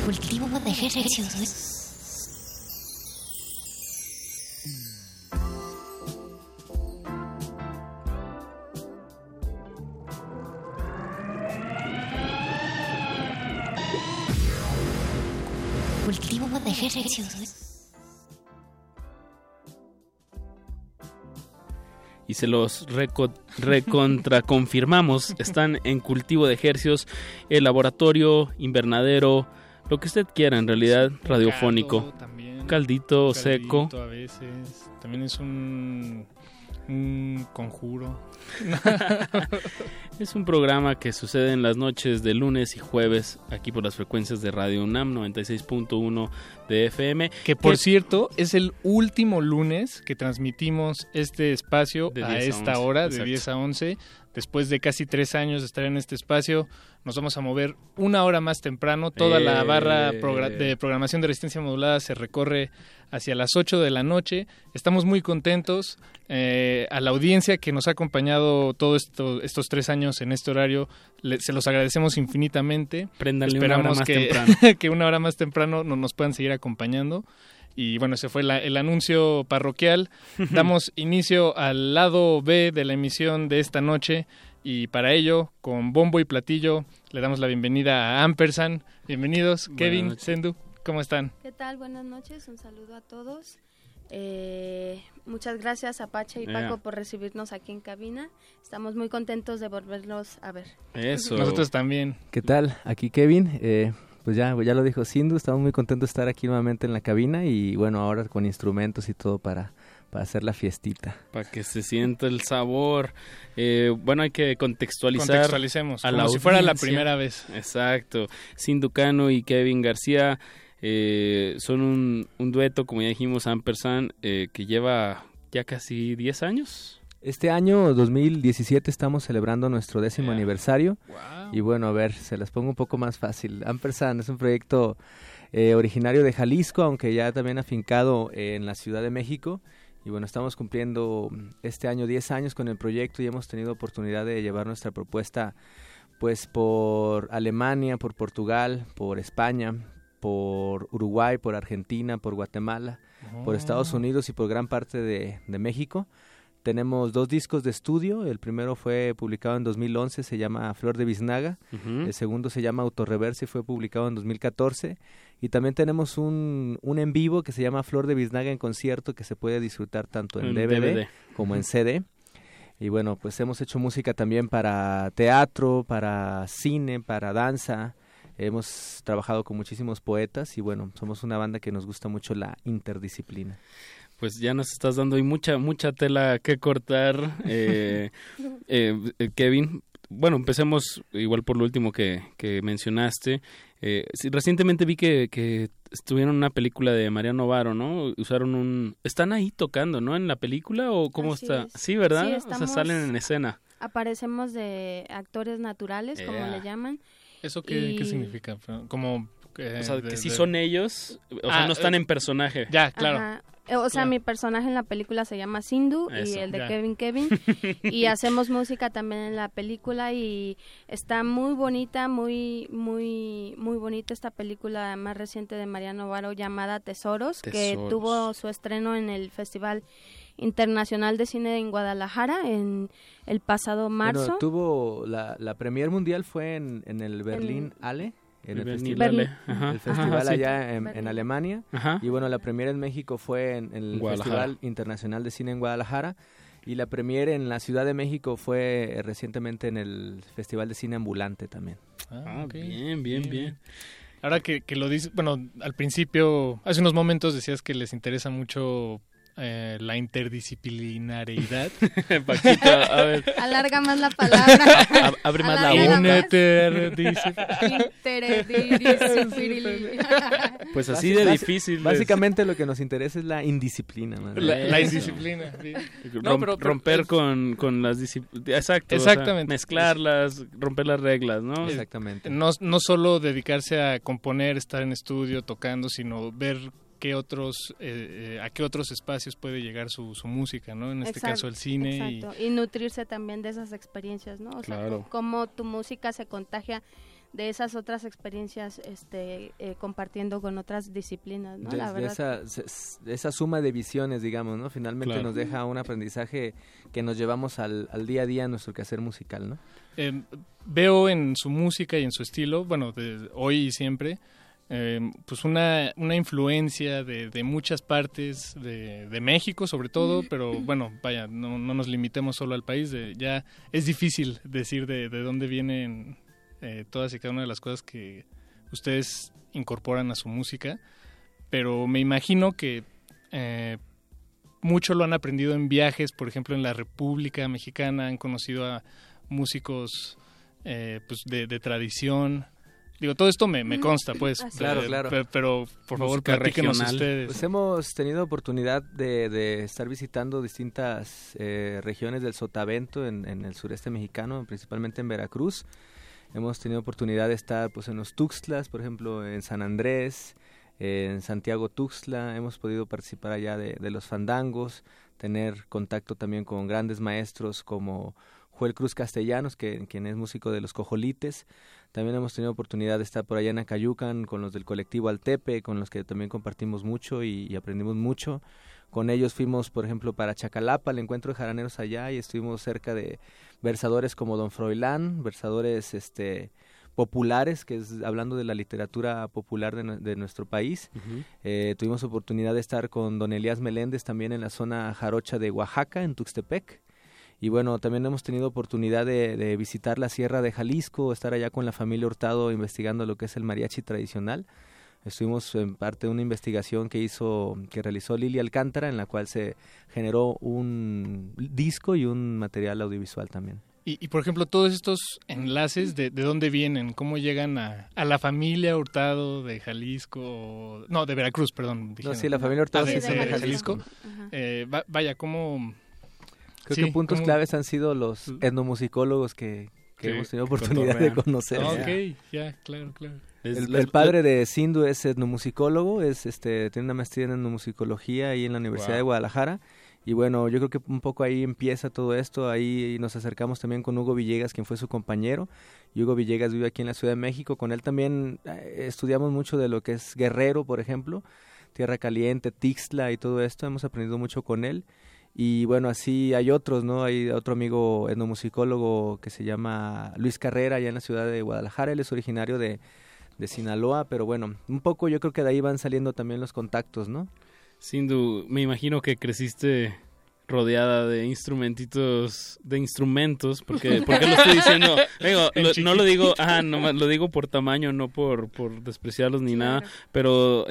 Cultivo de ejercicios. Cultivo de ejercicios. Y se los recontraconfirmamos. Están en Cultivo de Ejercicios, el laboratorio, invernadero, lo que usted quiera en realidad, radiofónico. Caldito seco. A veces. También es un conjuro. Es un programa que sucede en las noches de lunes y jueves aquí por las frecuencias de Radio UNAM 96.1 de FM. Que por cierto es el último lunes que transmitimos este espacio a esta hora, de 10 a 11. Después de casi 3 años de estar en este espacio, nos vamos a mover una hora más temprano. Toda la barra de programación de resistencia modulada se recorre hacia las 8 de la noche. Estamos muy contentos. A la audiencia que nos ha acompañado todos estos 3 años en este horario, se los agradecemos infinitamente. Préndanle Esperamos una hora más que, temprano. que una hora más temprano nos puedan seguir acompañando. Y bueno, ese fue el anuncio parroquial. Damos inicio al lado B de la emisión de esta noche y para ello, con bombo y platillo, le damos la bienvenida a Ampersand. Bienvenidos, Buenas Kevin, noches. Sendu, ¿cómo están? ¿Qué tal? Buenas noches, un saludo a todos. Muchas gracias a Pacha y Paco por recibirnos aquí en cabina. Estamos muy contentos de volverlos a ver. Eso. Nosotros también. ¿Qué tal? Aquí Kevin. Pues ya lo dijo Sindu, estamos muy contentos de estar aquí nuevamente en la cabina y bueno, ahora con instrumentos y todo para hacer la fiestita. Para que se sienta el sabor. Bueno, hay que Contextualicemos, a como si fuera la primera vez. Exacto. Sindu Cano y Kevin García son un dueto, como ya dijimos, Ampersand, que lleva ya casi 10 años. Este año, 2017, estamos celebrando nuestro 10º aniversario. Wow. Y bueno, a ver, se las pongo un poco más fácil. Ampersand es un proyecto originario de Jalisco, aunque ya también afincado en la Ciudad de México. Y bueno, estamos cumpliendo este año 10 años con el proyecto y hemos tenido oportunidad de llevar nuestra propuesta pues por Alemania, por Portugal, por España, por Uruguay, por Argentina, por Guatemala, por Estados Unidos y por gran parte de México. Tenemos 2 discos de estudio, el primero fue publicado en 2011, se llama Flor de Biznaga, el segundo se llama Autorreversa y fue publicado en 2014, y también tenemos un en vivo que se llama Flor de Biznaga en concierto que se puede disfrutar tanto en DVD como en CD, y bueno, pues hemos hecho música también para teatro, para cine, para danza, hemos trabajado con muchísimos poetas y bueno, somos una banda que nos gusta mucho la interdisciplina. Pues ya nos estás dando ahí mucha tela que cortar, Kevin. Bueno, empecemos igual por lo último que mencionaste. Recientemente vi que estuvieron en una película de Mariano Varo, ¿no? Usaron ¿Están ahí tocando, ¿no? En la película o cómo Así está? es. Sí, ¿verdad? Sí, o sea, salen en escena. Aparecemos de actores naturales, como le llaman. ¿Eso qué significa? Como o sea, que sí son ellos, o sea, no están en personaje. Ya, claro. Ajá. O sea, mi personaje en la película se llama Sindu y el de Kevin. Y hacemos música también en la película y está muy bonita, muy bonita esta película más reciente de Mariano Varo llamada Tesoros, que tuvo su estreno en el Festival Internacional de Cine en Guadalajara en el pasado marzo. Bueno, tuvo la premier mundial fue en el Berlín Ale. En el festival allá en Alemania. Y bueno, la premier en México fue en el Festival Internacional de Cine en Guadalajara y la premier en la Ciudad de México fue recientemente en el Festival de Cine Ambulante también. Okay. Bien. Ahora que lo dices, bueno, al principio, hace unos momentos decías que les interesa mucho la interdisciplinariedad. Paquito, a ver. Alarga más la palabra. Abre más la boca. Pues así de difícil. Básicamente lo que nos interesa es la indisciplina. La indisciplina. Romper con las disciplinas. Exacto. Exactamente. O sea, mezclarlas, romper las reglas, ¿no? Exactamente. No solo dedicarse a componer, estar en estudio, tocando, sino ver a qué otros espacios puede llegar su música, ¿no? En este caso el cine. Exacto. Y nutrirse también de esas experiencias, ¿no? O sea, cómo tu música se contagia esas otras experiencias compartiendo con otras disciplinas, ¿no? La verdad. Esa suma de visiones, digamos, ¿no? Finalmente nos deja un aprendizaje que nos llevamos al día a día en nuestro quehacer musical, ¿no? Veo en su música y en su estilo, bueno, de hoy y siempre, pues una influencia de muchas partes de México sobre todo, pero bueno, vaya, no nos limitemos solo al país, ya es difícil decir de dónde vienen todas y cada una de las cosas que ustedes incorporan a su música, pero me imagino que mucho lo han aprendido en viajes, por ejemplo en la República Mexicana, han conocido a músicos pues de tradición. Digo, todo esto me consta, pues. Claro. Pero, por favor, platíquenos ustedes. Pues hemos tenido oportunidad de estar visitando distintas regiones del Sotavento en el sureste mexicano, principalmente en Veracruz. Hemos tenido oportunidad de estar pues en los Tuxtlas, por ejemplo, en San Andrés, en Santiago Tuxtla. Hemos podido participar allá de los fandangos, tener contacto también con grandes maestros como Joel Cruz Castellanos, quien es músico de Los Cojolites. También hemos tenido oportunidad de estar por allá en Acayucan con los del colectivo Altepe, con los que también compartimos mucho y aprendimos mucho. Con ellos fuimos, por ejemplo, para Chacalapa, al encuentro de jaraneros allá, y estuvimos cerca de versadores como Don Froilán, versadores populares, que es hablando de la literatura popular de nuestro país. Uh-huh. Tuvimos oportunidad de estar con Don Elías Meléndez también en la zona jarocha de Oaxaca, en Tuxtepec. Y bueno, también hemos tenido oportunidad de visitar la Sierra de Jalisco, estar allá con la familia Hurtado investigando lo que es el mariachi tradicional. Estuvimos en parte de una investigación que realizó Lili Alcántara, en la cual se generó un disco y un material audiovisual también. Y por ejemplo, todos estos enlaces, ¿de dónde vienen? ¿Cómo llegan a la familia Hurtado de Jalisco? No, de Veracruz, perdón. No, sí, la familia Hurtado de Jalisco. Vaya, ¿cómo...? Creo que puntos claves han sido los etnomusicólogos que hemos tenido oportunidad de conocer. Ok, ya, claro. El padre de Sindu es etnomusicólogo, tiene una maestría en etnomusicología ahí en la Universidad de Guadalajara. Y bueno, yo creo que un poco ahí empieza todo esto. Ahí nos acercamos también con Hugo Villegas, quien fue su compañero. Y Hugo Villegas vive aquí en la Ciudad de México. Con él también estudiamos mucho de lo que es Guerrero, por ejemplo, Tierra Caliente, Tixtla y todo esto. Hemos aprendido mucho con él. Y bueno, así hay otros, ¿no? Hay otro amigo etnomusicólogo que se llama Luis Carrera, allá en la ciudad de Guadalajara. Él es originario de Sinaloa, pero bueno, un poco yo creo que de ahí van saliendo también los contactos, ¿no? Sindu, me imagino que creciste rodeada de instrumentos, porque lo estoy diciendo, no lo digo, lo digo por tamaño, no por despreciarlos ni nada, pero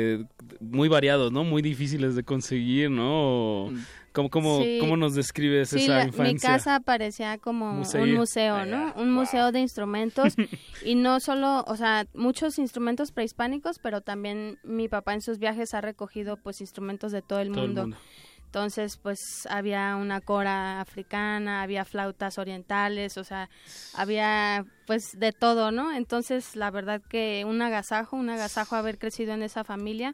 muy variados, ¿no? Muy difíciles de conseguir, ¿no? ¿Cómo nos describes esa infancia? Mi casa parecía como un museo, ¿no? Un museo de instrumentos y no solo, o sea, muchos instrumentos prehispánicos, pero también mi papá en sus viajes ha recogido pues instrumentos de todo el mundo. Entonces, pues había una cora africana, había flautas orientales, o sea, había pues de todo, ¿no? Entonces, la verdad que un agasajo haber crecido en esa familia.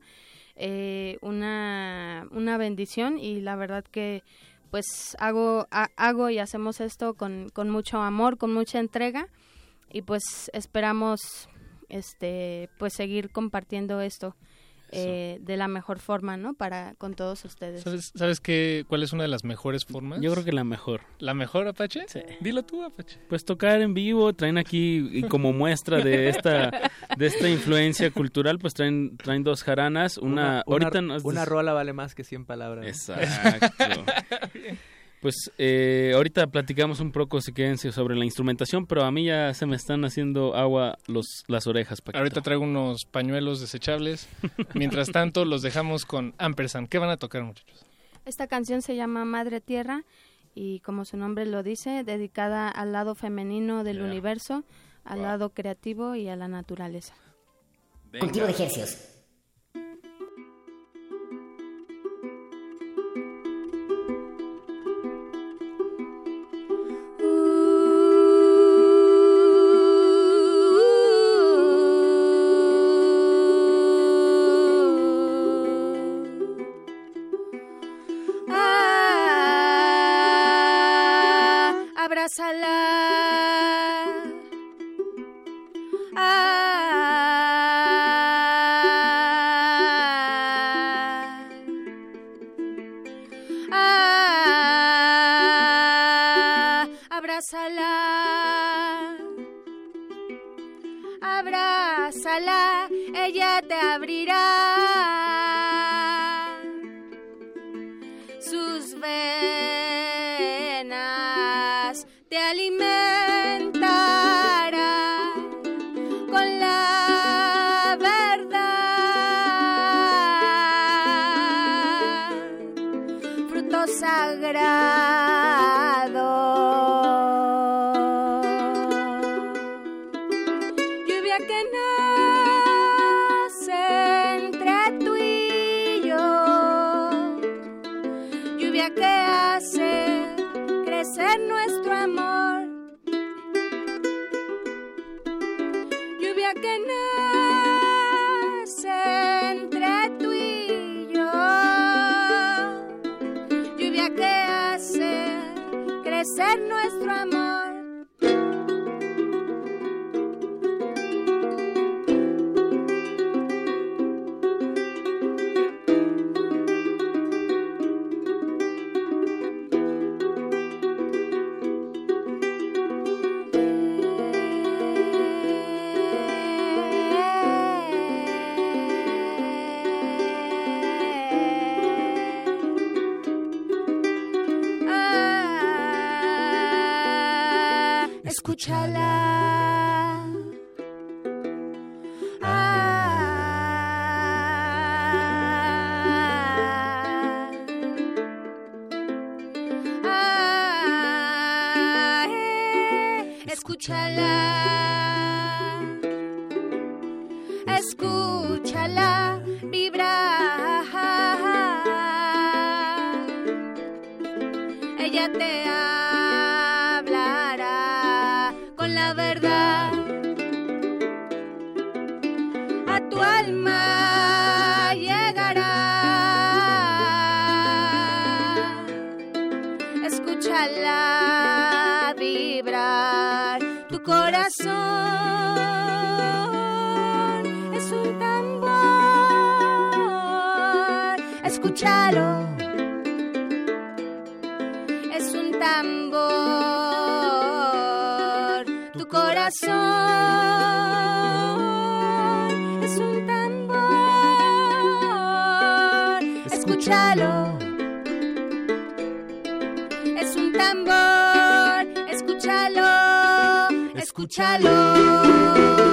Una bendición, y la verdad que pues hago y hacemos esto con mucho amor, con mucha entrega, y pues esperamos pues seguir compartiendo esto de la mejor forma, ¿no? Con todos ustedes. ¿Sabes cuál es una de las mejores formas? Yo creo que la mejor. ¿La mejor, Apache? Sí. Dilo tú, Apache. Pues tocar en vivo, traen aquí, y como muestra de esta influencia cultural, pues traen dos jaranas, una rola vale más que 100 palabras. Exacto. Pues ahorita platicamos un poco, si quieren, sobre la instrumentación, pero a mí ya se me están haciendo agua las orejas, Paquito. Ahorita traigo unos pañuelos desechables. Mientras tanto, los dejamos con Ampersand. ¿Qué van a tocar, muchachos? Esta canción se llama Madre Tierra y, como su nombre lo dice, dedicada al lado femenino del universo, al lado creativo y a la naturaleza. Venga. Cultivo de ejercicios. Abrázala, abrázala, abrázala, ella te abrirá sus venas, te alimentará con la verdad, fruto sagrado. Lluvia que nace entre tú y yo, lluvia que hace crecer nuestro amor, lluvia que nace entre tú y yo, lluvia que hace crecer nuestro amor. Escúchala, escúchala, escúchala vibrar, ella te hablará con la verdad, a tu alma llegará, escúchala vibrar, tu corazón es un tambor, escúchalo, es un tambor, tu corazón es un tambor, escúchalo, es un tambor, escúchalo, escúchalo.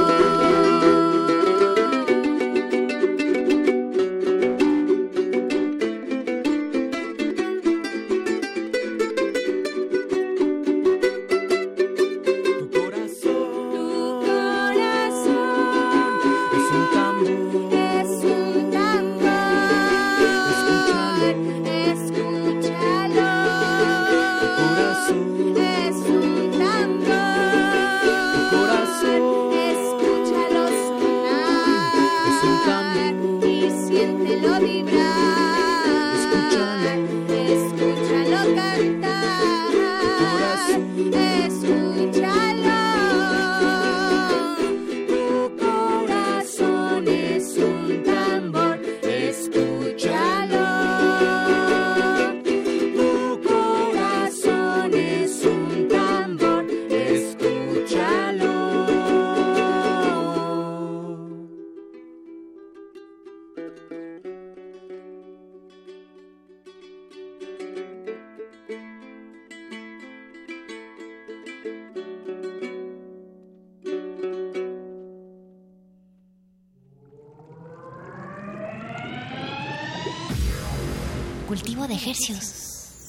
Cultivo de ejercicios.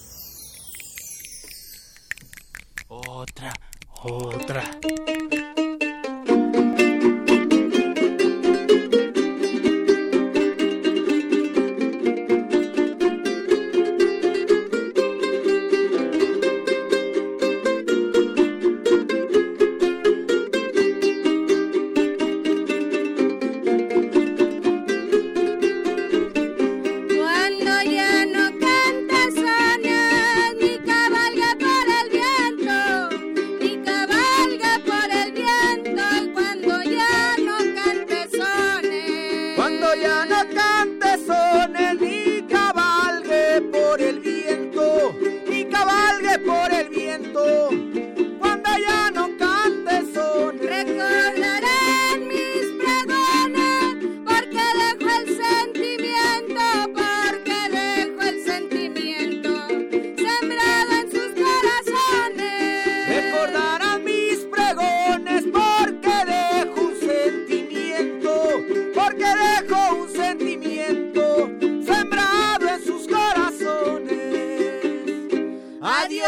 Otra. Por el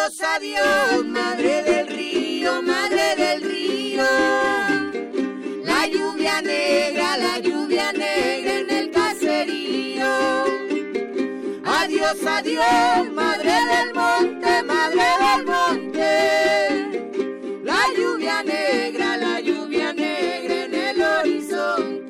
adiós, madre del río, madre del río. La lluvia negra en el caserío. Adiós, adiós, madre del monte, madre del monte. La lluvia negra en el horizonte.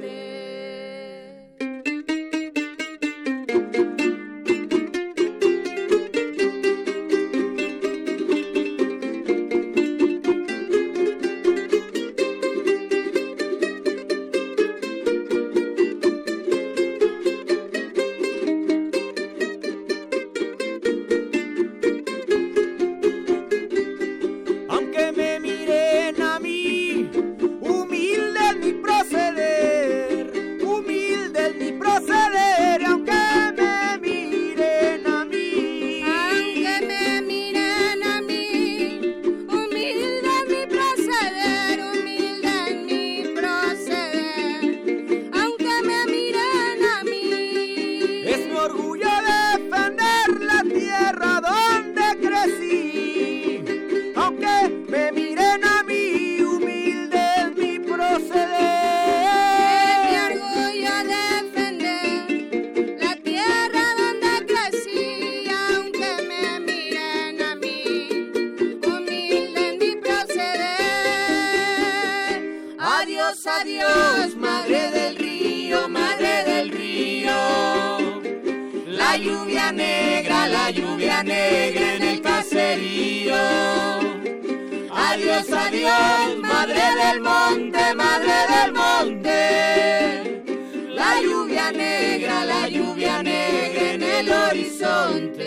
Adiós, madre del río, madre del río. La lluvia negra en el caserío. Adiós, adiós, madre del monte, madre del monte. La lluvia negra en el horizonte.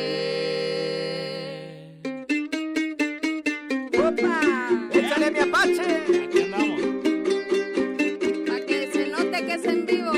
¡Opa! ¡Échale mi apache! Aquí andamos. Que es en vivo.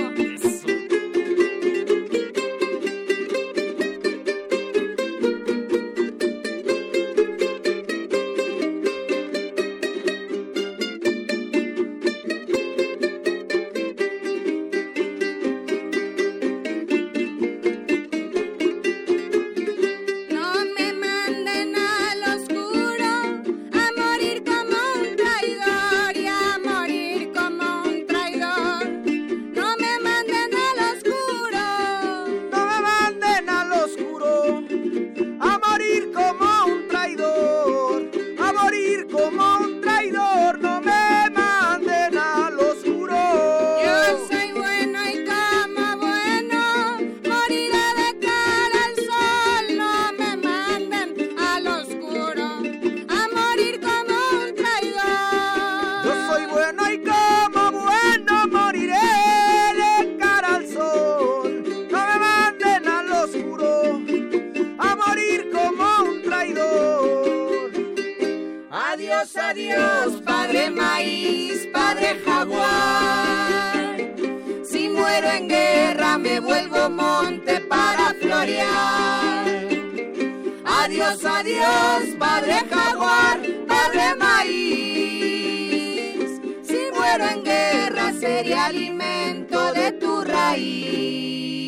Adiós, padre maíz, padre jaguar. Si muero en guerra me vuelvo monte para florear. Adiós, adiós, padre jaguar, padre maíz. Si muero en guerra seré alimento de tu raíz.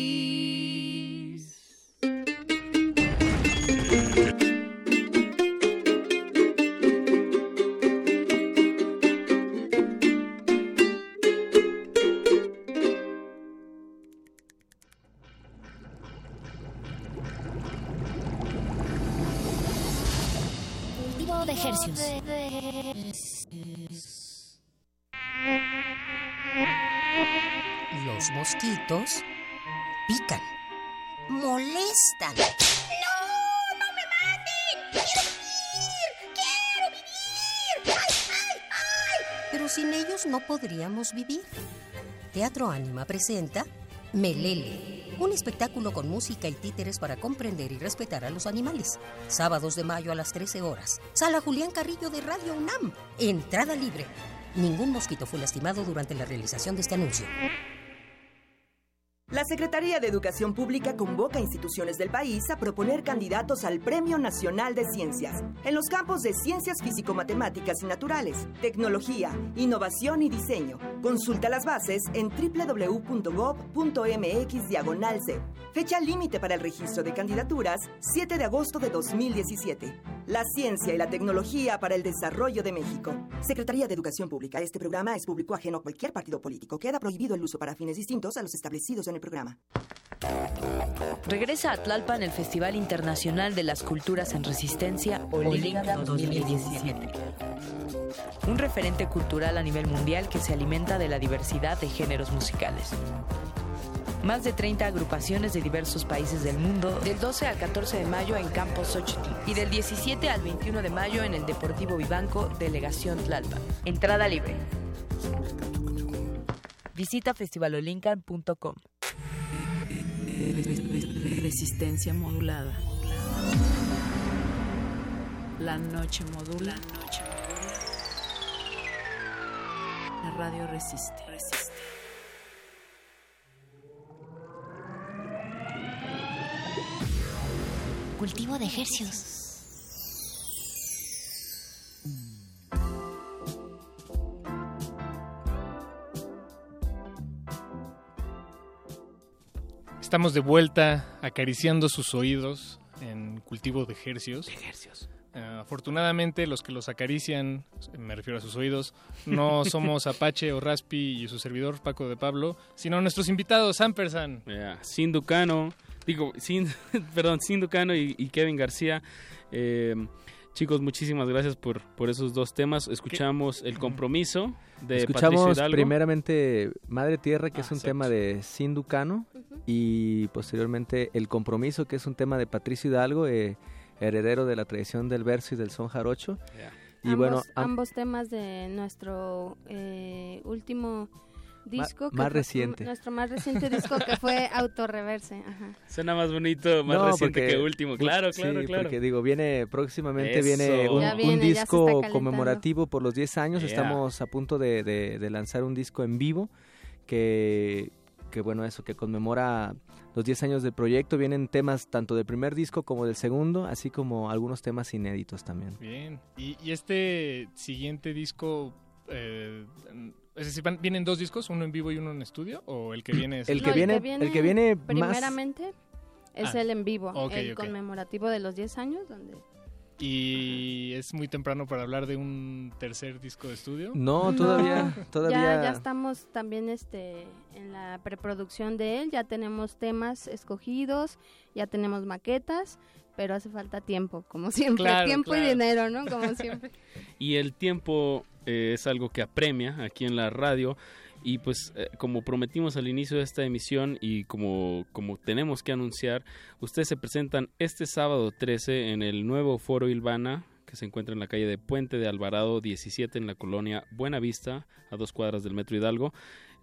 De ejercicios. Los mosquitos pican, molestan. ¡No! ¡No me maten! ¡Quiero vivir! ¡Quiero vivir! ¡Ay, ay, ay! Pero sin ellos no podríamos vivir. Teatro Ánima presenta Melele, un espectáculo con música y títeres para comprender y respetar a los animales. Sábados de mayo a las 13 horas. Sala Julián Carrillo de Radio UNAM. Entrada libre. Ningún mosquito fue lastimado durante la realización de este anuncio. La Secretaría de Educación Pública convoca a instituciones del país a proponer candidatos al Premio Nacional de Ciencias en los campos de ciencias físico-matemáticas y naturales, tecnología, innovación y diseño. Consulta las bases en www.gov.mx/C. Fecha límite para el registro de candidaturas, 7 de agosto de 2017. La ciencia y la tecnología para el desarrollo de México. Secretaría de Educación Pública. Este programa es público ajeno a cualquier partido político. Queda prohibido el uso para fines distintos a los establecidos en el programa. Regresa a Tlalpan el Festival Internacional de las Culturas en Resistencia Olinka 2017. Un referente cultural a nivel mundial que se alimenta de la diversidad de géneros musicales. Más de 30 agrupaciones de diversos países del mundo, del 12 al 14 de mayo en Campo Xochitl y del 17 al 21 de mayo en el Deportivo Vivanco, Delegación Tlalpan. Entrada libre. Visita festivalolincan.com. Resistencia modulada. La noche modula. La radio resiste. Cultivo de ejercicios. Estamos de vuelta acariciando sus oídos en Cultivo de Ejercicios. Afortunadamente los que los acarician, me refiero a sus oídos, no somos Apache o Raspi y su servidor Paco de Pablo, sino nuestros invitados Ampersand. Sindu Cano y Kevin García. Chicos, muchísimas gracias por esos dos temas. Escuchamos El Compromiso de Escuchamos Patricio Hidalgo. Primeramente Madre Tierra, que es un tema de Sindu Cano, y posteriormente El Compromiso, que es un tema de Patricio Hidalgo, heredero de la tradición del verso y del son jarocho. Y ambos temas de nuestro último disco, nuestro más reciente disco, que fue Autorreverse. Ajá. Suena más bonito, más reciente que último. Claro. Porque viene un disco conmemorativo por los 10 años. Estamos a punto de lanzar un disco en vivo que conmemora los 10 años del proyecto. Vienen temas tanto del primer disco como del segundo, así como algunos temas inéditos también. Bien. Y este siguiente disco, es decir, ¿vienen dos discos, uno en vivo y uno en estudio? ¿O el que viene es el que viene primeramente es el en vivo, conmemorativo de los 10 años, donde... ¿Y es muy temprano para hablar de un tercer disco de estudio? No, todavía. Ya estamos también en la preproducción de él, ya tenemos temas escogidos, ya tenemos maquetas, pero hace falta tiempo, como siempre. Tiempo y dinero, ¿no? Como siempre. Y el tiempo es algo que apremia aquí en la radio. Y pues como prometimos al inicio de esta emisión y como tenemos que anunciar, ustedes se presentan este sábado 13 en el nuevo Foro Ilvana, que se encuentra en la calle de Puente de Alvarado 17 en la colonia Buenavista, a 2 cuadras del Metro Hidalgo.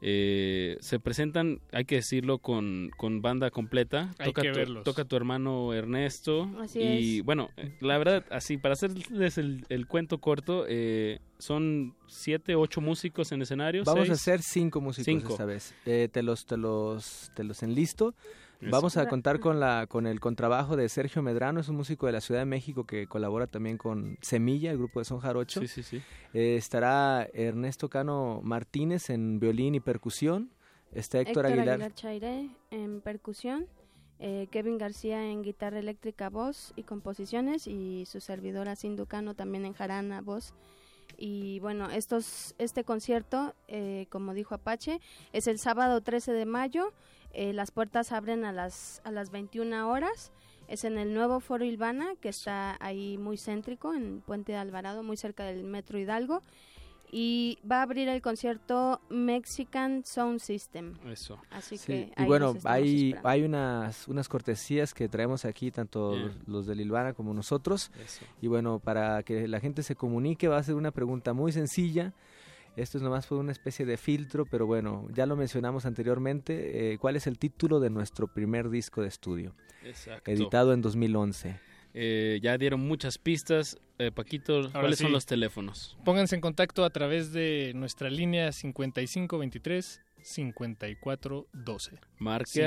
Se presentan, hay que decirlo, con banda completa. Toca tu hermano Ernesto. Así y es. Bueno, la verdad, así para hacerles el cuento corto, son 7, 8 músicos en escenario. Vamos a hacer 5 músicos esta vez. Te los enlisto. Eso. Vamos a contar con el contrabajo de Sergio Medrano, es un músico de la Ciudad de México que colabora también con Semilla, el grupo de son jarocho. Sí. Estará Ernesto Cano Martínez en violín y percusión. Está Héctor Aguilar Chairé en percusión. Kevin García en guitarra eléctrica, voz y composiciones, y su servidora Sindu Cano también en jarana, voz. Y bueno, este concierto, como dijo Apache, es el sábado 13 de mayo. Las puertas abren a las 21 horas. Es en el nuevo Foro Ilvana, que está ahí muy céntrico, en Puente de Alvarado, muy cerca del Metro Hidalgo. Y va a abrir el concierto Mexican Sound System. Eso. Así que y bueno, hay unas cortesías que traemos aquí, tanto los del Ilvana como nosotros. Eso. Y bueno, para que la gente se comunique, va a ser una pregunta muy sencilla. Esto es nomás fue una especie de filtro, pero bueno, ya lo mencionamos anteriormente. ¿Cuál es el título de nuestro primer disco de estudio? Exacto. Editado en 2011. Ya dieron muchas pistas. Paquito, ¿cuáles son los teléfonos? Pónganse en contacto a través de nuestra línea 5523 5412. Marque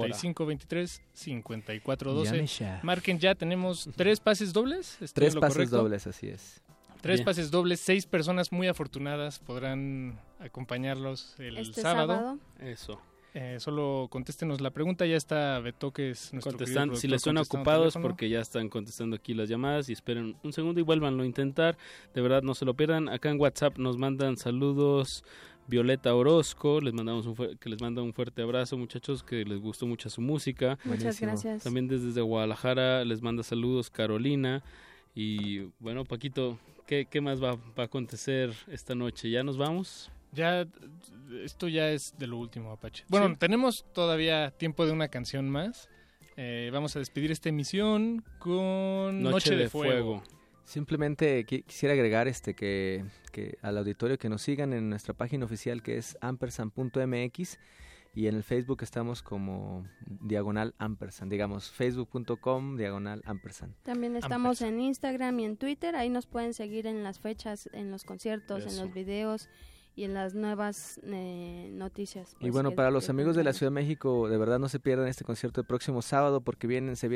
5523 5412. Llame ya. Marquen ya, tenemos 3 pases dobles. 3 pases dobles, así es. 3 pases dobles, 6 personas muy afortunadas podrán acompañarlos el sábado. Eso. Solo contéstenos la pregunta, ya está Beto, que es nuestro contestando. Si les suena ocupados, porque ya están contestando aquí las llamadas, y esperen un segundo y vuélvanlo a intentar. De verdad, no se lo pierdan. Acá en WhatsApp nos mandan saludos Violeta Orozco, les manda un fuerte abrazo, muchachos, que les gustó mucho su música. Muchas gracias. También desde Guadalajara les manda saludos Carolina. Y bueno, Paquito, ¿qué más va a acontecer esta noche? ¿Ya nos vamos? Ya, esto ya es de lo último, Apache. Bueno, ¿sí? Tenemos todavía tiempo de una canción más. Vamos a despedir esta emisión con Noche de Fuego. Simplemente quisiera agregar que al auditorio que nos sigan en nuestra página oficial, que es ampersand.mx, y en el Facebook estamos como /ampersand, digamos facebook.com/ampersand. También estamos en Instagram y en Twitter, ahí nos pueden seguir en las fechas, en los conciertos, en los videos y en las nuevas noticias. Y bueno, para los amigos de la Ciudad de México, de verdad no se pierdan este concierto el próximo sábado, porque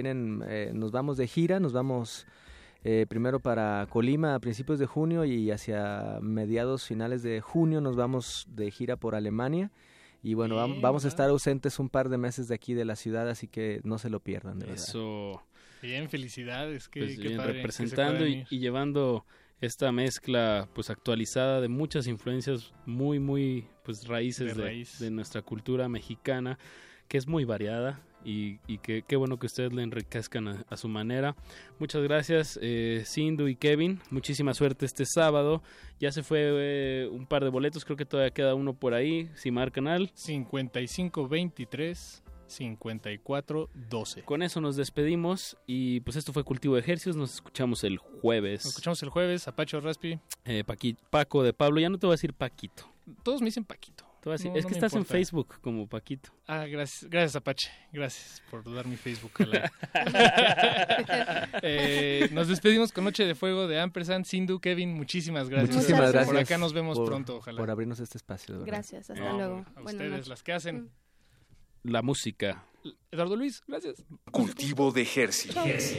nos vamos de gira, nos vamos primero para Colima a principios de junio, y hacia finales de junio nos vamos de gira por Alemania. Y bueno, vamos a estar ausentes un par de meses de aquí de la ciudad, así que no se lo pierdan, de verdad. Eso. Bien, felicidades. Qué bien, padre, representando y llevando esta mezcla pues actualizada de muchas influencias muy, muy pues raíces de nuestra cultura mexicana, que es muy variada. Y qué bueno que ustedes le enriquezcan a su manera. Muchas gracias, Sindu y Kevin. Muchísima suerte este sábado. Ya se fue un par de boletos, creo que todavía queda uno por ahí. Si marcan al 5523 5412. Con eso nos despedimos y pues esto fue Cultivo de Ejercicios. Nos escuchamos el jueves. Apache Raspi. Paco de Pablo. Ya no te voy a decir Paquito. Todos me dicen Paquito. Es que estás en Facebook como Paquito. Gracias Apache, gracias por dar mi Facebook. Nos despedimos con Noche de Fuego de Ampersand. Sindu, Kevin, muchísimas gracias. Muchísimas gracias. Por acá nos vemos pronto, ojalá. Por abrirnos este espacio, de verdad. Gracias, hasta luego. A ustedes, las que hacen la música. Eduardo Luis, gracias. Cultivo de Ejercicios.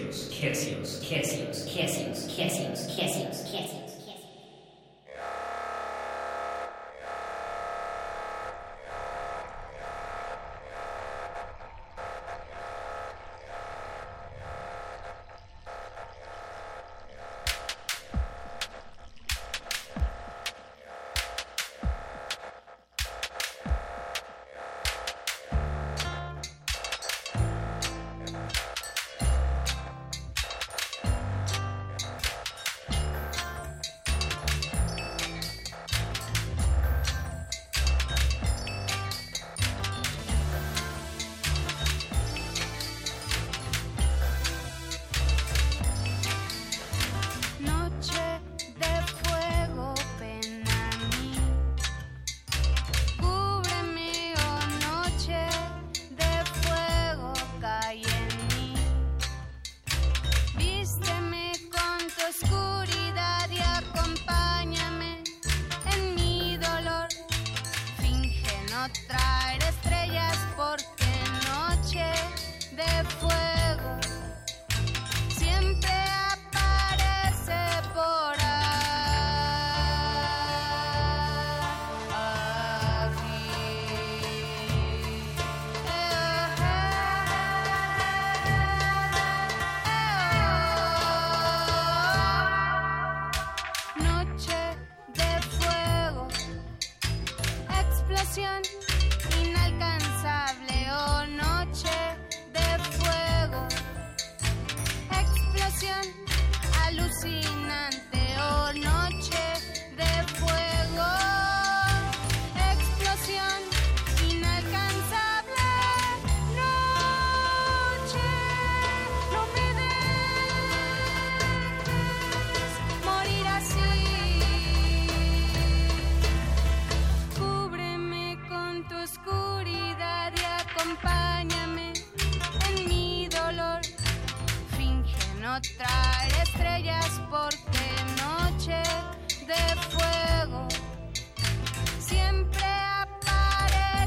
traer estrellas porque Noche de Fuego siempre aparece.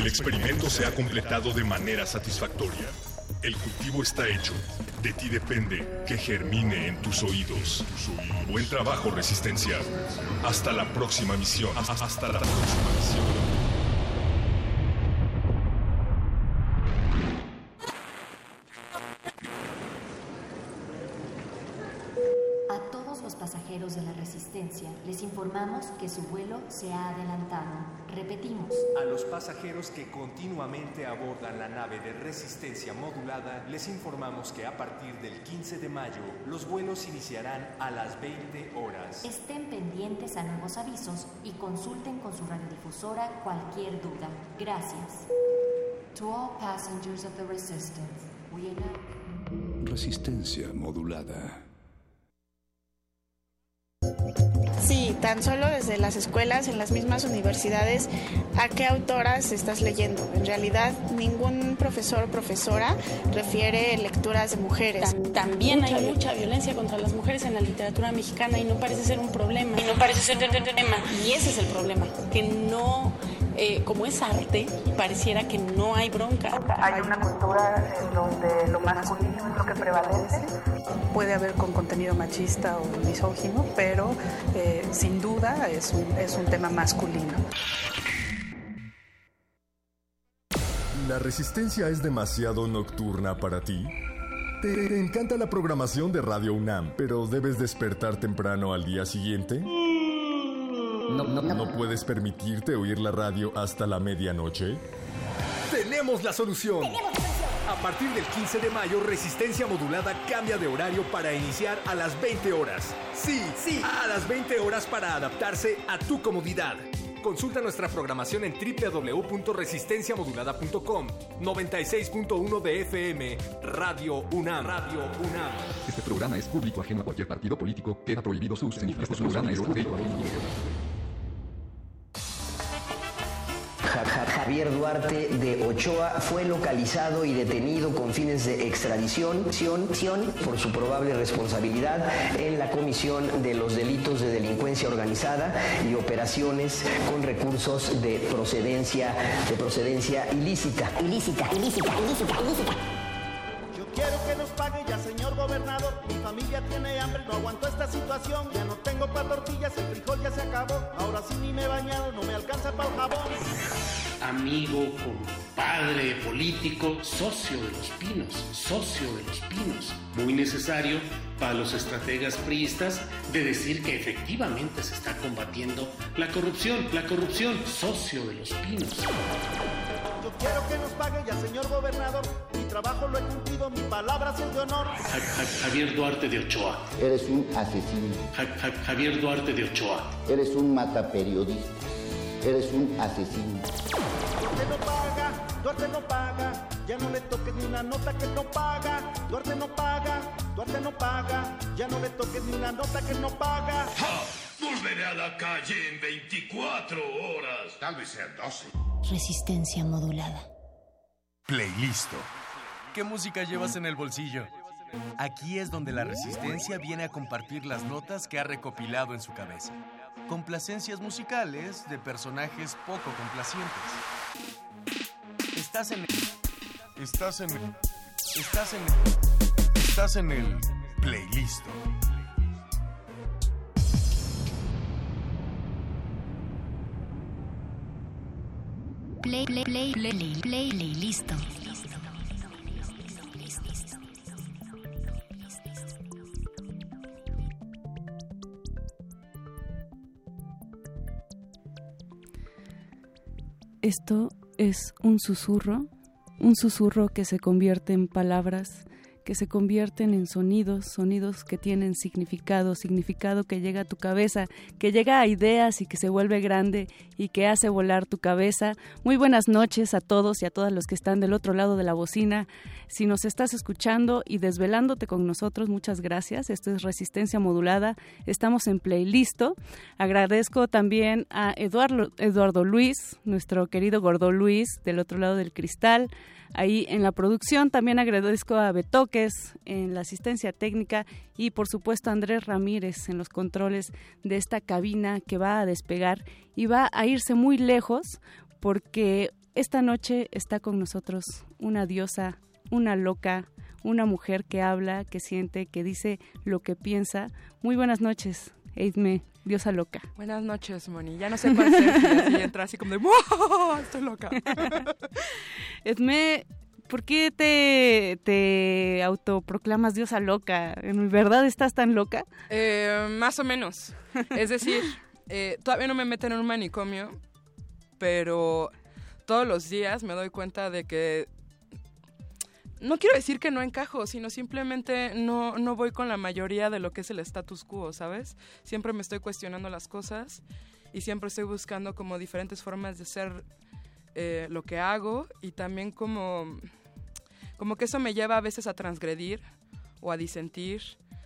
El experimento se ha completado de manera satisfactoria. El cultivo está hecho. De ti depende que germine en tus oídos. Buen trabajo, Resistencia. Hasta la próxima misión. Hasta la próxima misión. Pasajeros de la Resistencia, les informamos que su vuelo se ha adelantado. Repetimos. A los pasajeros que continuamente abordan la nave de Resistencia Modulada, les informamos que a partir del 15 de mayo, los vuelos iniciarán a las 20 horas. Estén pendientes a nuevos avisos y consulten con su radiodifusora cualquier duda. Gracias. To all passengers of the Resistance, we announce... Resistencia Modulada. Sí, tan solo desde las escuelas, en las mismas universidades, ¿a qué autoras estás leyendo? En realidad, ningún profesor o profesora refiere lecturas de mujeres. También hay mucha violencia contra las mujeres en la literatura mexicana y no parece ser un problema. Y ese es el problema, que no... como es arte, pareciera que no hay bronca. Hay una cultura en donde lo masculino es lo que prevalece. Puede haber con contenido machista o misógino, pero sin duda es un tema masculino. ¿La Resistencia es demasiado nocturna para ti? ¿Te encanta la programación de Radio UNAM, pero debes despertar temprano al día siguiente? ¿No puedes permitirte oír la radio hasta la medianoche? ¡Tenemos la solución! A partir del 15 de mayo, Resistencia Modulada cambia de horario para iniciar a las 20 horas. Sí, a las 20 horas para adaptarse a tu comodidad. Consulta nuestra programación en www.resistenciamodulada.com. 96.1 de FM, Radio UNAM. Este programa es público ajeno a cualquier partido político. Queda prohibido su uso. Este programa es Javier Duarte de Ochoa fue localizado y detenido con fines de extradición por su probable responsabilidad en la comisión de los delitos de delincuencia organizada y operaciones con recursos de procedencia ilícita. Quiero que nos pague ya, señor gobernador. Mi familia tiene hambre, no aguanto esta situación. Ya no tengo pa' tortillas, el frijol ya se acabó. Ahora sí ni me he bañado, no me alcanza para el jabón. Amigo, compadre, político, socio de los Pinos. Muy necesario para los estrategas priistas de decir que efectivamente se está combatiendo la corrupción, socio de los Pinos. Yo quiero que nos pague ya, señor gobernador. Mi trabajo lo he cumplido, mi palabra es de honor. Javier Duarte de Ochoa. Eres un asesino. Javier Duarte de Ochoa. Eres un mataperiodista. Eres un asesino. Duarte no paga. Ya no le toques ni una nota que no paga. Duarte no paga. Ya no le toques ni una nota que no paga. ¡Ja! Volveré a la calle en 24 horas. Tal vez sean 12. Resistencia Modulada. Playlisto. ¿Qué música llevas en el bolsillo? Aquí es donde la Resistencia viene a compartir las notas que ha recopilado en su cabeza. Complacencias musicales de personajes poco complacientes. Estás en el Playlisto. Playlisto. Esto es un susurro que se convierte en palabras, que se convierten en sonidos que tienen significado que llega a tu cabeza, que llega a ideas y que se vuelve grande y que hace volar tu cabeza. Muy buenas noches a todos y a todas los que están del otro lado de la bocina. Si nos estás escuchando y desvelándote con nosotros, muchas gracias. Esto es Resistencia Modulada. Estamos en Playlisto. Agradezco también a Eduardo Luis, nuestro querido Gordo Luis, del otro lado del cristal. Ahí en la producción también agradezco a Betoques en la asistencia técnica y por supuesto a Andrés Ramírez en los controles de esta cabina que va a despegar y va a irse muy lejos porque esta noche está con nosotros una diosa, una loca, una mujer que habla, que siente, que dice lo que piensa. Muy buenas noches, Edme, diosa loca. Buenas noches, Moni. Ya no sé cuál ser, si así entra así como de ¡wow! Estoy loca. Edme, ¿por qué te autoproclamas diosa loca? ¿En verdad estás tan loca? Más o menos. Es decir, todavía no me meten en un manicomio, pero todos los días me doy cuenta de que no quiero decir que no encajo, sino simplemente no voy con la mayoría de lo que es el status quo, ¿sabes? Siempre me estoy cuestionando las cosas y siempre estoy buscando como diferentes formas de ser lo que hago, y también como que eso me lleva a veces a transgredir o a disentir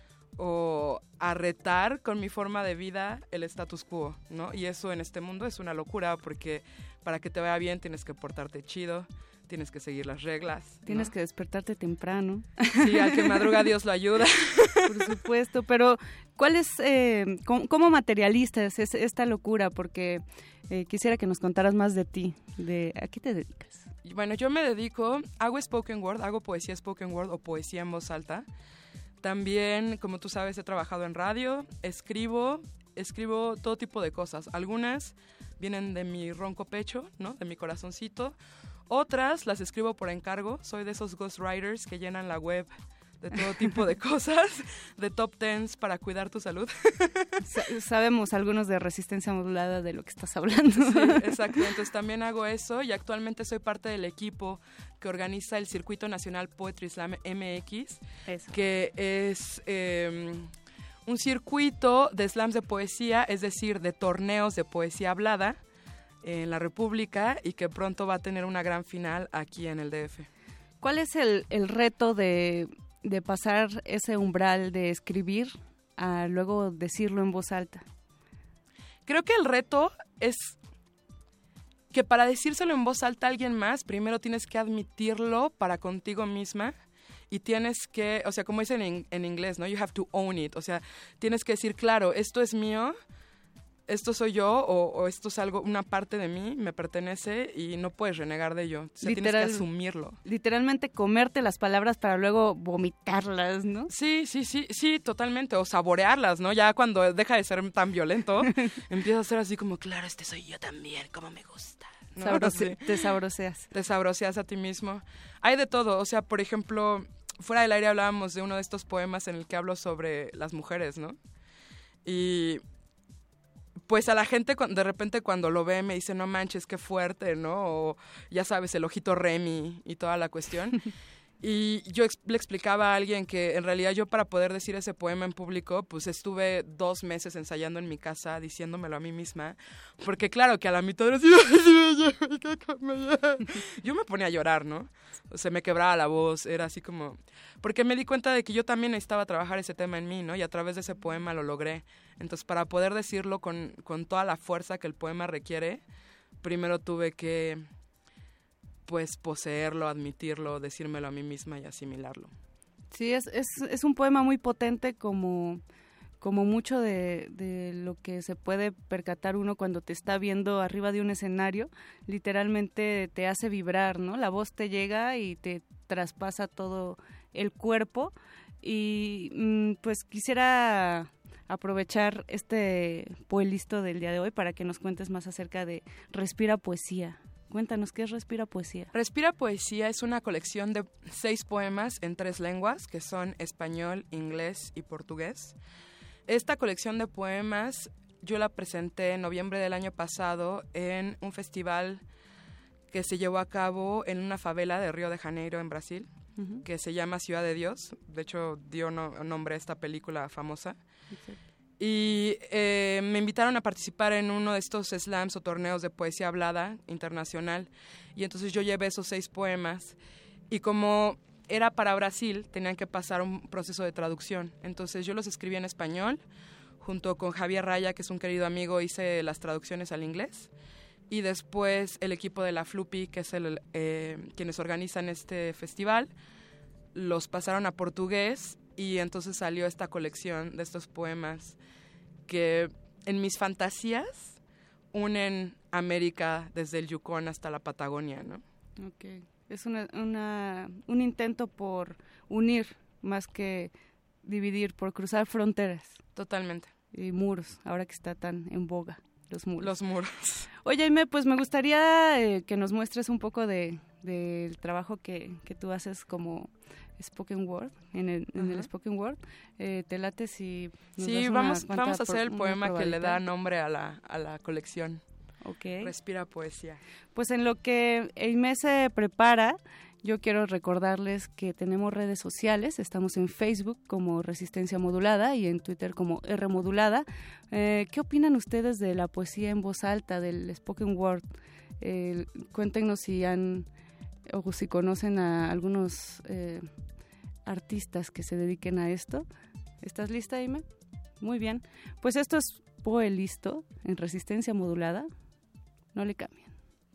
o a retar con mi forma de vida el status quo, ¿no? Y eso en este mundo es una locura, porque para que te vaya bien tienes que portarte chido, tienes que seguir las reglas, ¿no? Tienes que despertarte temprano. Sí, al que madruga Dios lo ayuda. Por supuesto, pero ¿cuál es, cómo materializas esta locura? Porque quisiera que nos contaras más de ti, ¿a qué te dedicas? Bueno, yo me dedico, hago spoken word, hago poesía spoken word o poesía en voz alta. También, como tú sabes, he trabajado en radio, escribo todo tipo de cosas. Algunas vienen de mi ronco pecho, ¿no? De mi corazoncito. Otras las escribo por encargo. Soy de esos ghostwriters que llenan la web de todo tipo de cosas, de top 10 para cuidar tu salud. Sabemos algunos de Resistencia Modulada de lo que estás hablando. Sí, exacto. Entonces también hago eso, y actualmente soy parte del equipo que organiza el Circuito Nacional Poetry Slam MX, eso, que es un circuito de slams de poesía, es decir, de torneos de poesía hablada en la República, y que pronto va a tener una gran final aquí en el DF. ¿Cuál es el reto de pasar ese umbral de escribir a luego decirlo en voz alta? Creo que el reto es que para decírselo en voz alta a alguien más, primero tienes que admitirlo para contigo misma, y tienes que, o sea, como dicen en inglés, ¿no? You have to own it. O sea, tienes que decir, claro, esto es mío, esto soy yo, o esto es algo, una parte de mí, me pertenece, y no puedes renegar de ello. O sea, tienes que asumirlo. Literalmente comerte las palabras para luego vomitarlas, ¿no? Sí, totalmente. O saborearlas, ¿no? Ya cuando deja de ser tan violento, empieza a ser así como, claro, este soy yo también, como me gusta, ¿no? Te sabroseas. Te sabroseas a ti mismo. Hay de todo. O sea, por ejemplo, fuera del aire hablábamos de uno de estos poemas en el que hablo sobre las mujeres, ¿no? Y pues a la gente de repente cuando lo ve me dice, no manches, qué fuerte, ¿no? O ya sabes, el ojito Remy y toda la cuestión. Y yo le explicaba a alguien que en realidad yo, para poder decir ese poema en público, pues estuve 2 meses ensayando en mi casa, diciéndomelo a mí misma, porque claro que a la mitad era así, yo me ponía a llorar, ¿no? O sea, me quebraba la voz, era así como, porque me di cuenta de que yo también necesitaba trabajar ese tema en mí, ¿no? Y a través de ese poema lo logré. Entonces, para poder decirlo con toda la fuerza que el poema requiere, primero tuve que, pues, poseerlo, admitirlo, decírmelo a mí misma y asimilarlo. Sí, es un poema muy potente, como mucho de lo que se puede percatar uno cuando te está viendo arriba de un escenario. Literalmente te hace vibrar, ¿no? La voz te llega y te traspasa todo el cuerpo. Y pues quisiera aprovechar este poelisto del día de hoy para que nos cuentes más acerca de Respira Poesía. Cuéntanos, ¿qué es Respira Poesía? Respira Poesía es una colección de 6 poemas en 3 lenguas, que son español, inglés y portugués. Esta colección de poemas yo la presenté en noviembre del año pasado en un festival que se llevó a cabo en una favela de Río de Janeiro, en Brasil, que se llama Ciudad de Dios. De hecho, dio nombre a esta película famosa. Okay. Y me invitaron a participar en uno de estos slams o torneos de poesía hablada internacional. Y entonces yo llevé esos 6 poemas. Y como era para Brasil, tenían que pasar un proceso de traducción. Entonces yo los escribí en español. Junto con Javier Raya, que es un querido amigo, hice las traducciones al inglés. Y después el equipo de la Flupi, que es quienes organizan este festival, los pasaron a portugués. Y entonces salió esta colección de estos poemas que en mis fantasías unen América desde el Yukon hasta la Patagonia, ¿no? Okay. Es un intento por unir más que dividir, por cruzar fronteras. Totalmente. Y muros, ahora que está tan en boga los muros. Los muros. Oye, Aimee, pues me gustaría que nos muestres un poco del trabajo que tú haces como spoken word, en el spoken word. ¿Te late si nos sí, das vamos a hacer el poema que le da nombre a la colección. Okay. Respira poesía. Pues en lo que Aimee se prepara, yo quiero recordarles que tenemos redes sociales. Estamos en Facebook como Resistencia Modulada y en Twitter como R Modulada. ¿Qué opinan ustedes de la poesía en voz alta, del spoken word? Cuéntenos si conocen a algunos artistas que se dediquen a esto. ¿Estás lista, Aimee? Muy bien. Pues esto es Poe Listo en Resistencia Modulada. No le cambien.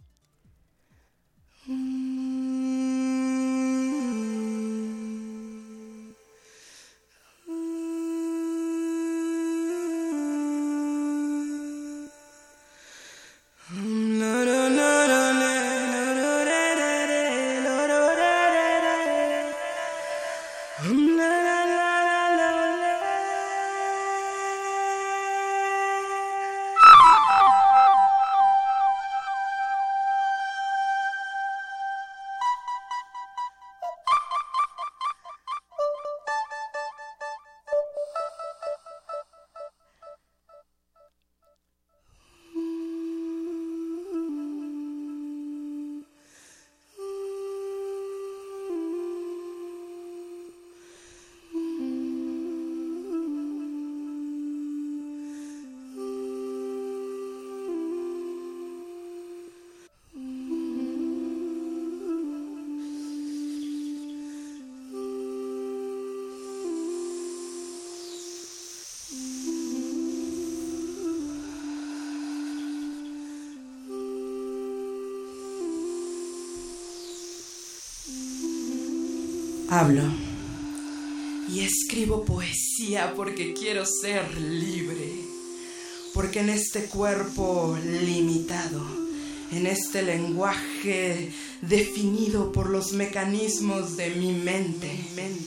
Hablo y escribo poesía porque quiero ser libre, porque en este cuerpo limitado, en este lenguaje definido por los mecanismos de mi mente,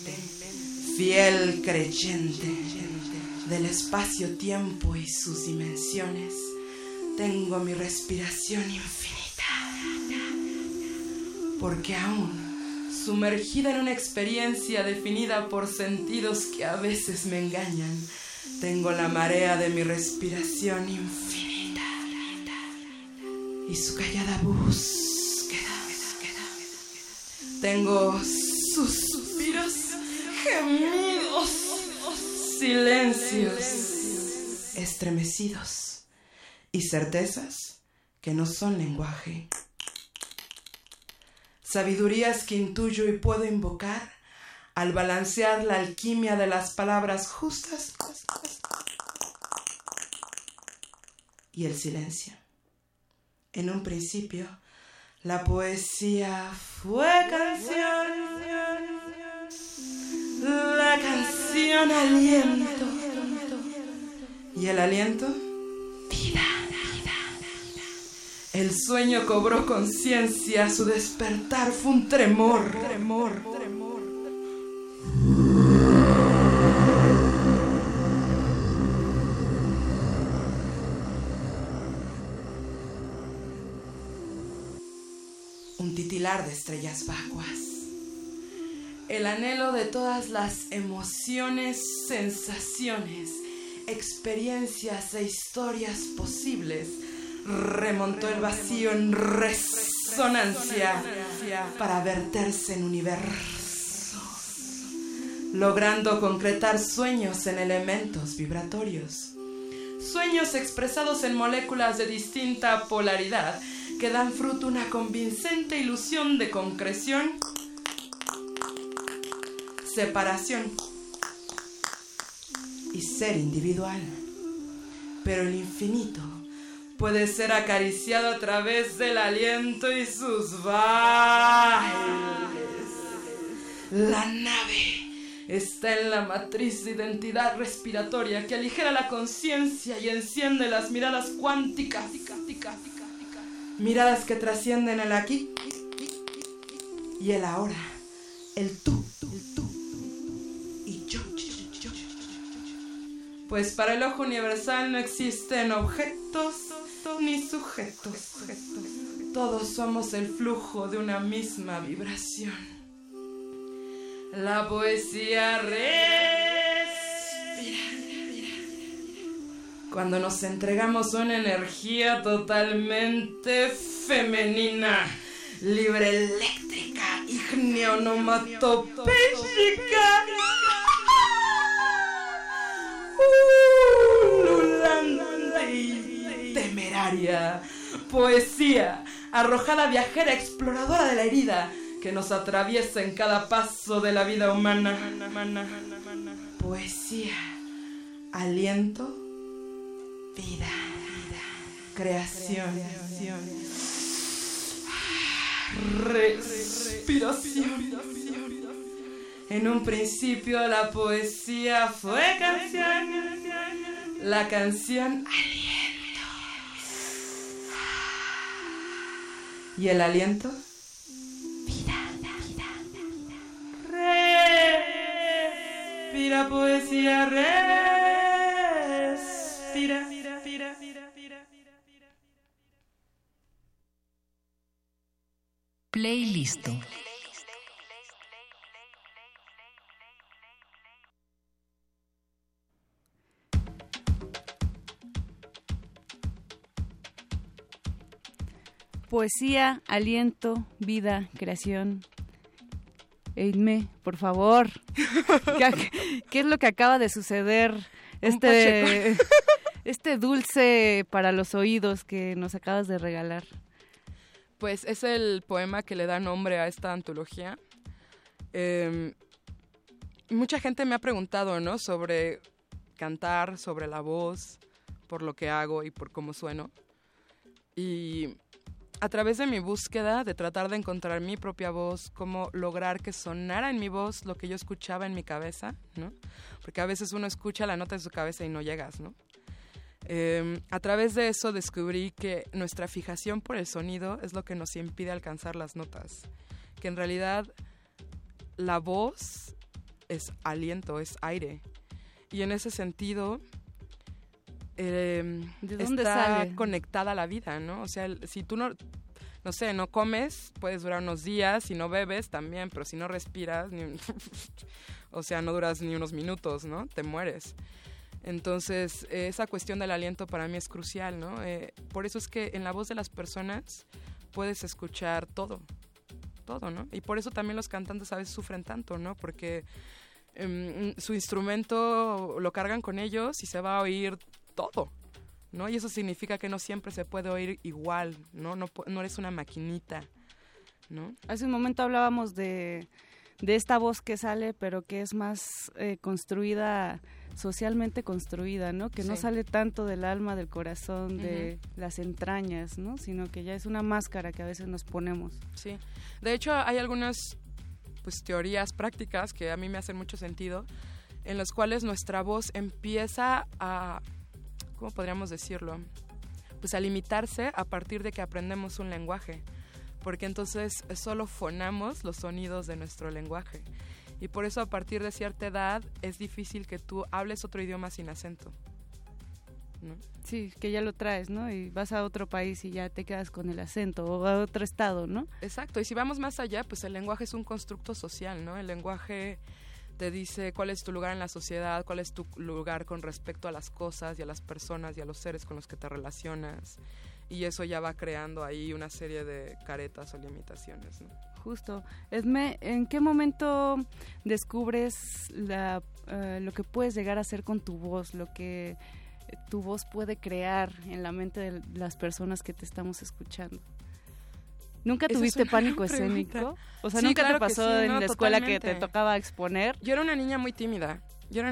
fiel creyente del espacio-tiempo y sus dimensiones, tengo mi respiración infinita, porque aún sumergida en una experiencia definida por sentidos que a veces me engañan, tengo la marea de mi respiración infinita y su callada búsqueda. Tengo sus suspiros, gemidos, silencios estremecidos y certezas que no son lenguaje. Sabidurías que intuyo y puedo invocar al balancear la alquimia de las palabras justas y el silencio. En un principio, la poesía fue canción, la canción aliento, y el aliento, vida. El sueño cobró conciencia, su despertar fue un tremor. Un titilar de estrellas vacuas. El anhelo de todas las emociones, sensaciones, experiencias e historias posibles remontó el vacío en resonancia para verterse en universos, logrando concretar sueños en elementos vibratorios, sueños expresados en moléculas de distinta polaridad que dan fruto a una convincente ilusión de concreción, separación y ser individual. Pero el infinito puede ser acariciado a través del aliento y sus bailes. La nave está en la matriz de identidad respiratoria que aligera la conciencia y enciende las miradas cuánticas. Miradas que trascienden el aquí y el ahora, el tú y yo. Pues para el ojo universal no existen objetos ni sujetos. Todos somos el flujo de una misma vibración. La poesía respira. Cuando nos entregamos una energía totalmente femenina, libre, eléctrica, ígnea, onomatopéyica, ululante y temeraria. Poesía, arrojada viajera, exploradora de la herida que nos atraviesa en cada paso de la vida humana. Poesía, aliento, vida, creación, respiración. En un principio la poesía fue canción, la canción aliento. ¿Y el aliento? Respira, poesía, respira. Playlist. Poesía, aliento, vida, creación. Eidme, por favor. ¿Qué es lo que acaba de suceder? Este dulce para los oídos que nos acabas de regalar. Pues es el poema que le da nombre a esta antología. Mucha gente me ha preguntado, ¿no?, sobre cantar, sobre la voz, por lo que hago y por cómo sueno. Y a través de mi búsqueda de tratar de encontrar mi propia voz, cómo lograr que sonara en mi voz lo que yo escuchaba en mi cabeza, ¿no? Porque a veces uno escucha la nota en su cabeza y no llegas, ¿no? A través de eso descubrí que nuestra fijación por el sonido es lo que nos impide alcanzar las notas. Que en realidad la voz es aliento, es aire. Y en ese sentido ¿de dónde está sale? Conectada a la vida, ¿no? O sea, si tú no comes, puedes durar unos días, si no bebes también, pero si no respiras, o sea, no duras ni unos minutos, ¿no? Te mueres. Entonces, esa cuestión del aliento para mí es crucial, ¿no? Por eso es que en la voz de las personas puedes escuchar todo, ¿no? Y por eso también los cantantes a veces sufren tanto, ¿no? Porque su instrumento lo cargan con ellos y se va a oír todo, ¿no? Y eso significa que no siempre se puede oír igual, ¿no? No eres una maquinita, ¿no? Hace un momento hablábamos de esta voz que sale, pero que es más construida, socialmente construida, ¿no? Que no sale tanto del alma, del corazón, de las entrañas, ¿no? Sino que ya es una máscara que a veces nos ponemos. Sí. De hecho, hay algunas teorías prácticas que a mí me hacen mucho sentido, en las cuales nuestra voz empieza a, ¿cómo podríamos decirlo? Pues a limitarse a partir de que aprendemos un lenguaje, porque entonces solo fonamos los sonidos de nuestro lenguaje. Y por eso a partir de cierta edad es difícil que tú hables otro idioma sin acento, ¿no? Sí, que ya lo traes, ¿no? Y vas a otro país y ya te quedas con el acento, o a otro estado, ¿no? Exacto, y si vamos más allá, pues el lenguaje es un constructo social, ¿no? El lenguaje te dice cuál es tu lugar en la sociedad, cuál es tu lugar con respecto a las cosas y a las personas y a los seres con los que te relacionas. Y eso ya va creando ahí una serie de caretas o limitaciones, ¿no? Justo. Edme, ¿en qué momento descubres lo que puedes llegar a hacer con tu voz, lo que tu voz puede crear en la mente de las personas que te estamos escuchando? ¿Nunca tuviste pánico escénico? O sea, sí, ¿nunca claro te pasó en la escuela totalmente. que te tocaba exponer? Yo era una niña muy tímida.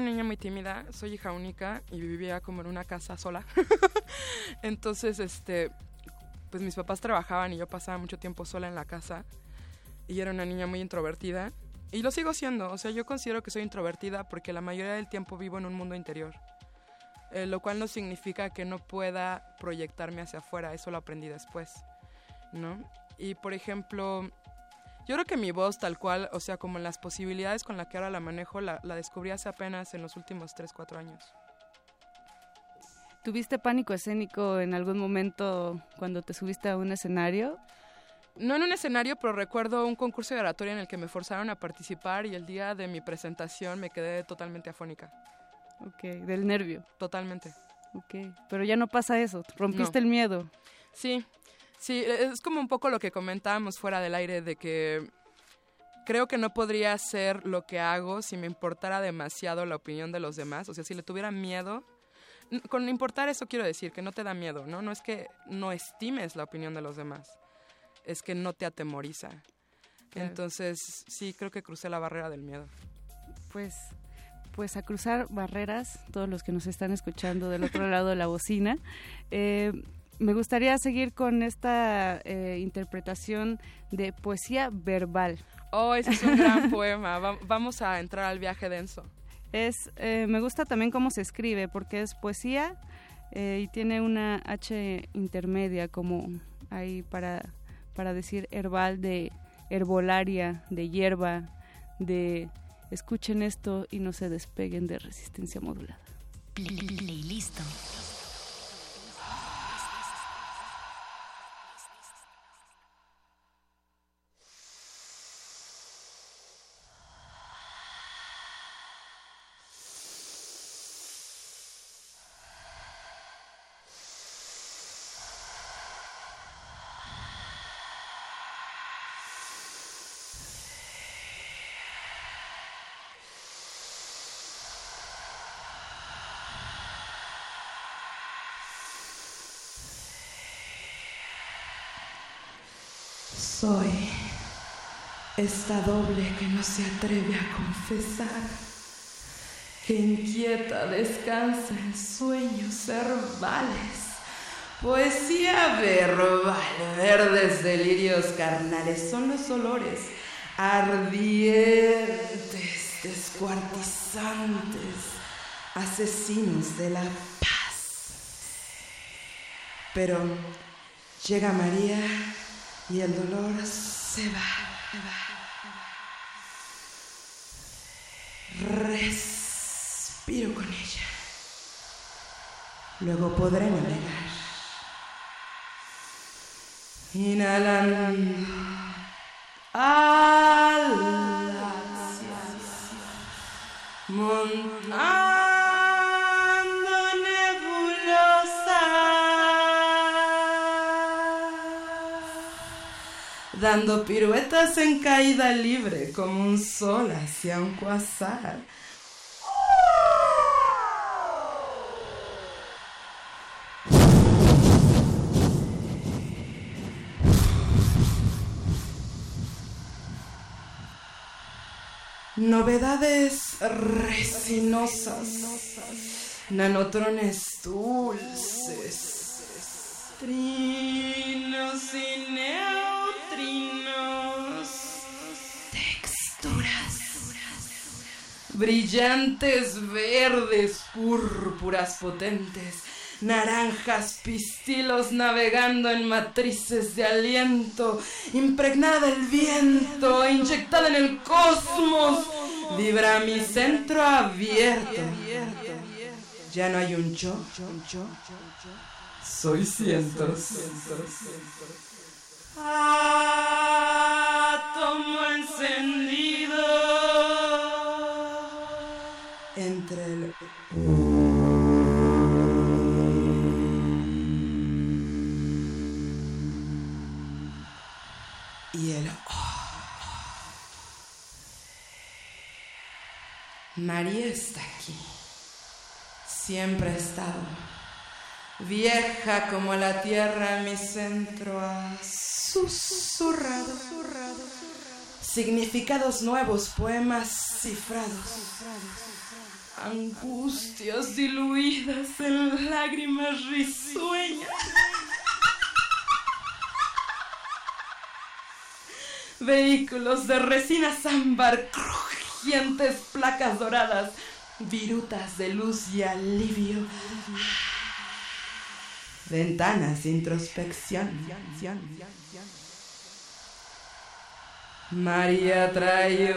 Soy hija única y vivía como en una casa sola. Entonces, pues mis papás trabajaban y yo pasaba mucho tiempo sola en la casa. Y era una niña muy introvertida Y lo sigo siendo, o sea, yo considero que soy introvertida porque la mayoría del tiempo vivo en un mundo interior, lo cual no significa que no pueda proyectarme hacia afuera, eso lo aprendí después, ¿no? Y, por ejemplo, yo creo que mi voz tal cual, o sea, como en las posibilidades con las que ahora la manejo, la descubrí hace apenas en los últimos 3-4 años. ¿Tuviste pánico escénico en algún momento cuando te subiste a un escenario? No en un escenario, pero recuerdo un concurso de oratoria en el que me forzaron a participar y el día de mi presentación me quedé totalmente afónica. Ok, del nervio. Totalmente. Ok, pero ya no pasa eso, rompiste el miedo. Sí, es como un poco lo que comentábamos fuera del aire, de que creo que no podría hacer lo que hago si me importara demasiado la opinión de los demás, o sea, si le tuviera miedo. Con importar eso quiero decir que no te da miedo, ¿no? No es que no estimes la opinión de los demás, es que no te atemoriza. Claro. Entonces, sí, creo que crucé la barrera del miedo. Pues a cruzar barreras, todos los que nos están escuchando del otro lado de la bocina. Me gustaría seguir con esta interpretación de poesía verbal. Oh, ese es un gran poema. Vamos a entrar al viaje denso. Me gusta también cómo se escribe, porque es poesía y tiene una H intermedia, como ahí para decir herbal, de herbolaria, de hierba, de escuchen esto y no se despeguen de Resistencia Modulada. Listo. Soy esta doble que no se atreve a confesar, que inquieta descansa en sueños herbales, poesía verbal, verdes delirios carnales, son los olores ardientes, descuartizantes, asesinos de la paz. Pero llega María y el dolor se va. Respiro con ella. Luego podré navegar. Inhalando alas, montando nebulosa, dando piruetas en caída libre como un sol hacia un cuasar. Novedades resinosas, nanotrones dulces, trinos y neutrinos, texturas, brillantes verdes, púrpuras potentes, naranjas, pistilos navegando en matrices de aliento, impregnada del viento, inyectada en el cosmos, vibra mi centro abierto. Ya no hay un yo, soy cientos. Átomo encendido entre el y el María está aquí. Siempre ha estado. Vieja como la tierra en mi centro ha susurrado. Significados nuevos, poemas cifrados. Angustias diluidas en lágrimas risueñas. vehículos de resinas ámbar, crujientes placas doradas, virutas de luz y alivio, ventanas de introspección. María trae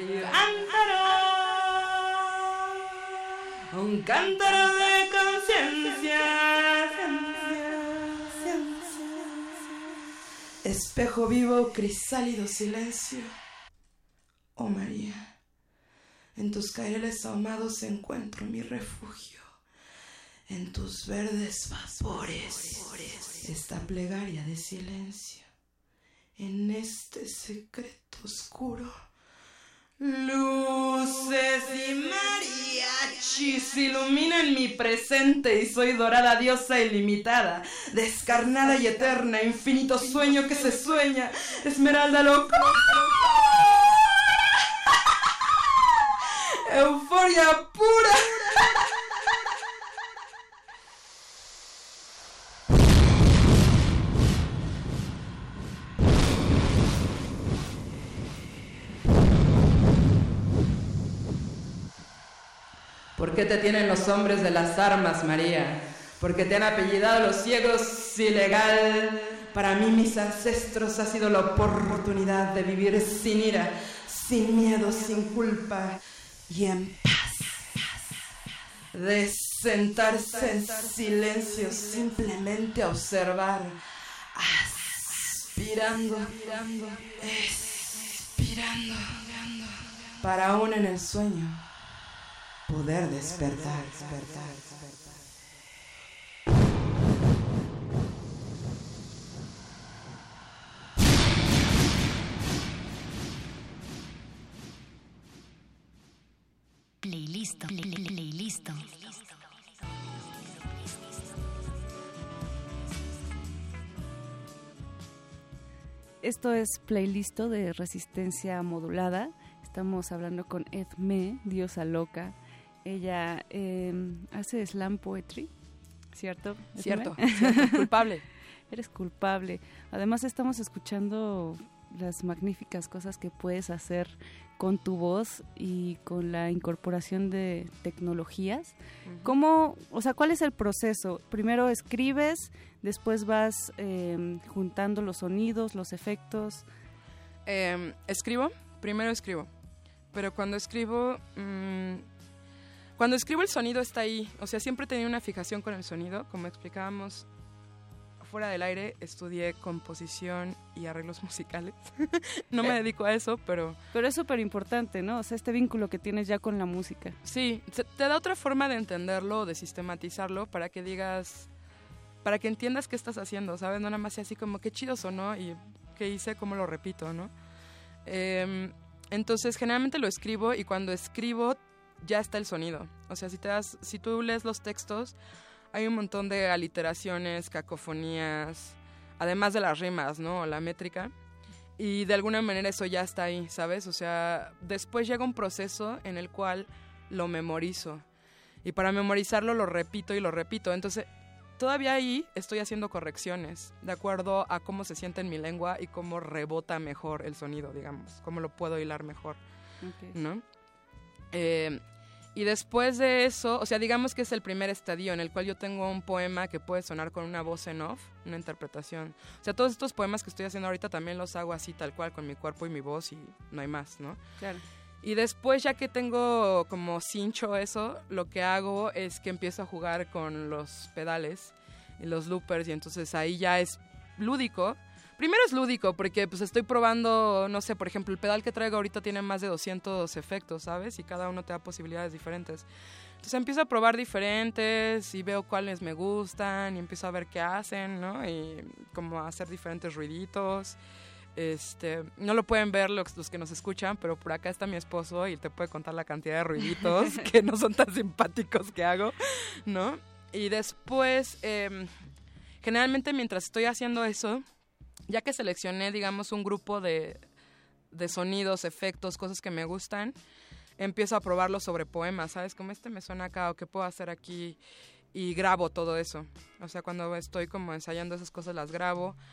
un cántaro de conciencia, espejo vivo, crisálido silencio. Oh María, en tus caireles ahumados encuentro mi refugio, en tus verdes vapores esta plegaria de silencio, en este secreto oscuro. Luces y mariachis iluminan mi presente y soy dorada diosa ilimitada, descarnada y eterna, infinito sueño que se sueña, esmeralda loca, euforia pura. ¿Por qué te tienen los hombres de las armas, María? ¿Por qué te han apellidado los ciegos ilegal? Para mí, mis ancestros, ha sido la oportunidad de vivir sin ira, sin miedo, sin culpa y en paz. De sentarse en silencio, simplemente a observar, aspirando, expirando, para aún en el sueño poder despertar. Playlist. Esto es Playlist de Resistencia Modulada. Estamos hablando con Edme, diosa loca. Ella hace slam poetry, ¿cierto? Cierto, culpable. Eres culpable. Además estamos escuchando las magníficas cosas que puedes hacer con tu voz y con la incorporación de tecnologías. ¿Cómo, cuál es el proceso? Primero escribes, después vas juntando los sonidos, los efectos. Primero escribo, pero cuando escribo el sonido está ahí, o sea, siempre he tenido una fijación con el sonido, como explicábamos fuera del aire, estudié composición y arreglos musicales. No me dedico a eso, pero es súper importante, ¿no? O sea, este vínculo que tienes ya con la música. Sí, te da otra forma de entenderlo, de sistematizarlo, para que entiendas qué estás haciendo, ¿sabes? No nada más sea así como qué chido sonó y qué hice, cómo lo repito, ¿no? Entonces, generalmente lo escribo y cuando escribo ya está el sonido. O sea, si tú lees los textos, hay un montón de aliteraciones, cacofonías, además de las rimas, ¿no? La métrica. Y de alguna manera eso ya está ahí, ¿sabes? O sea, después llega un proceso en el cual lo memorizo. Y para memorizarlo lo repito y lo repito. Entonces, todavía ahí estoy haciendo correcciones de acuerdo a cómo se siente en mi lengua y cómo rebota mejor el sonido, digamos. Cómo lo puedo hilar mejor, ¿no? Y después de eso, o sea, digamos que es el primer estadio en el cual yo tengo un poema que puede sonar con una voz en off, una interpretación. O sea, todos estos poemas que estoy haciendo ahorita también los hago así, tal cual, con mi cuerpo y mi voz y no hay más, ¿no? Claro. Y después, ya que tengo como cincho eso, lo que hago es que empiezo a jugar con los pedales y los loopers y entonces ahí ya es lúdico. Primero es lúdico porque pues estoy probando, no sé, por ejemplo, el pedal que traigo ahorita tiene más de 200 efectos, ¿sabes? Y cada uno te da posibilidades diferentes. Entonces empiezo a probar diferentes y veo cuáles me gustan y empiezo a ver qué hacen, ¿no? Y como hacer diferentes ruiditos. No lo pueden ver los que nos escuchan, pero por acá está mi esposo y te puede contar la cantidad de ruiditos que no son tan simpáticos que hago, ¿no? Y después, generalmente mientras estoy haciendo eso, ya que seleccioné, digamos, un grupo de sonidos, efectos, cosas que me gustan, empiezo a probarlo sobre poemas, ¿sabes? Como me suena acá o qué puedo hacer aquí y grabo todo eso. O sea, cuando estoy como ensayando esas cosas las grabo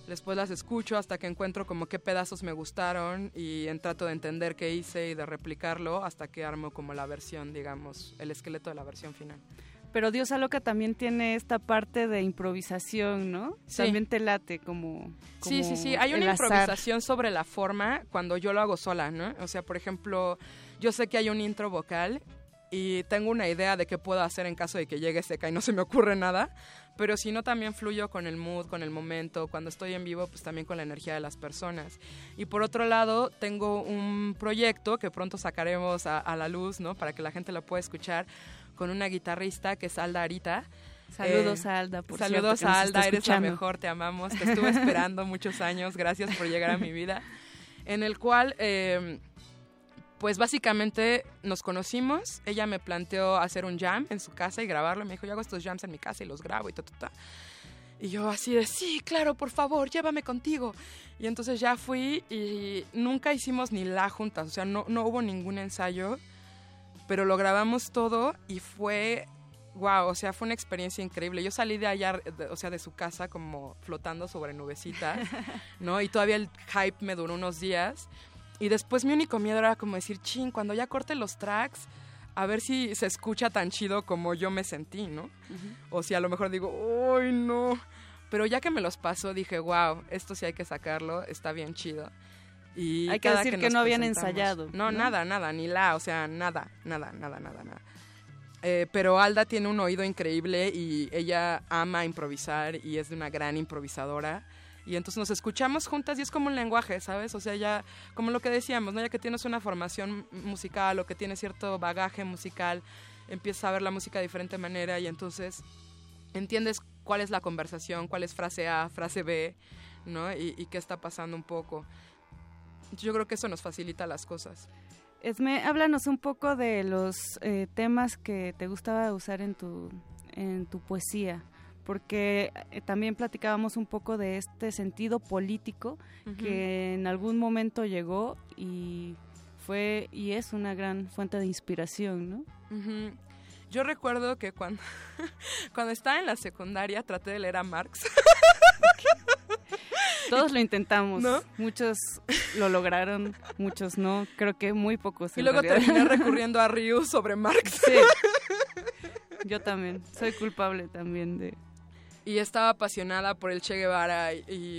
Después las escucho hasta que encuentro como qué pedazos me gustaron y trato de entender qué hice y de replicarlo hasta que armo como la versión, digamos, el esqueleto de la versión final. Pero Diosa Loca también tiene esta parte de improvisación, ¿no? Sí. También te late como Sí. Hay una improvisación sobre la forma cuando yo lo hago sola, ¿no? O sea, por ejemplo, yo sé que hay un intro vocal y tengo una idea de qué puedo hacer en caso de que llegue seca y no se me ocurre nada, pero si no también fluyo con el mood, con el momento, cuando estoy en vivo pues también con la energía de las personas. Y por otro lado tengo un proyecto que pronto sacaremos a la luz, ¿no? Para que la gente lo pueda escuchar, con una guitarrista que es Alda Arita. Saludos a Alda, por cierto. Saludos a Alda, eres la mejor, te amamos, te estuve esperando muchos años, gracias por llegar a mi vida. En el cual... pues básicamente nos conocimos, ella me planteó hacer un jam en su casa y grabarlo, me dijo, yo hago estos jams en mi casa y los grabo y ta. Y yo así de, sí, claro, por favor, llévame contigo. Y entonces ya fui y nunca hicimos ni la juntas, o sea, no hubo ningún ensayo, pero lo grabamos todo y fue, wow, o sea, fue una experiencia increíble. Yo salí de allá, o sea, de su casa como flotando sobre nubecitas, ¿no? Y todavía el hype me duró unos días. Y después mi único miedo era como decir, cuando ya corte los tracks, a ver si se escucha tan chido como yo me sentí, ¿no? O si a lo mejor digo, ¡ay, no! Pero ya que me los pasó, dije, wow, esto sí hay que sacarlo, está bien chido. Y hay que decir que no habían ensayado. No, nada, ni o sea, nada. Pero Alda tiene un oído increíble y ella ama improvisar y es una gran improvisadora. Y entonces nos escuchamos juntas y es como un lenguaje, ¿sabes? O sea, ya, como lo que decíamos, ¿no? Ya que tienes una formación musical o que tienes cierto bagaje musical, empiezas a ver la música de diferente manera y entonces entiendes cuál es la conversación, cuál es frase A, frase B, ¿no? Y qué está pasando un poco. Yo creo que eso nos facilita las cosas. Esme, háblanos un poco de los temas que te gustaba usar en tu poesía, porque también platicábamos un poco de este sentido político que en algún momento llegó y fue y es una gran fuente de inspiración, ¿no? Yo recuerdo que cuando estaba en la secundaria traté de leer a Marx. Todos lo intentamos, ¿no? Muchos lo lograron, muchos no, creo que muy pocos. Y luego terminé recurriendo a Ryu sobre Marx. Sí. Yo también, soy culpable también de... Y estaba apasionada por el Che Guevara y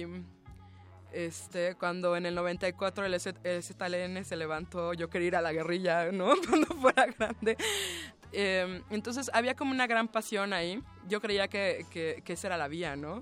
cuando en el 94 el ZLN se levantó, yo quería ir a la guerrilla, ¿no? Cuando fuera grande. Entonces había como una gran pasión ahí. Yo creía que esa era la vía, ¿no?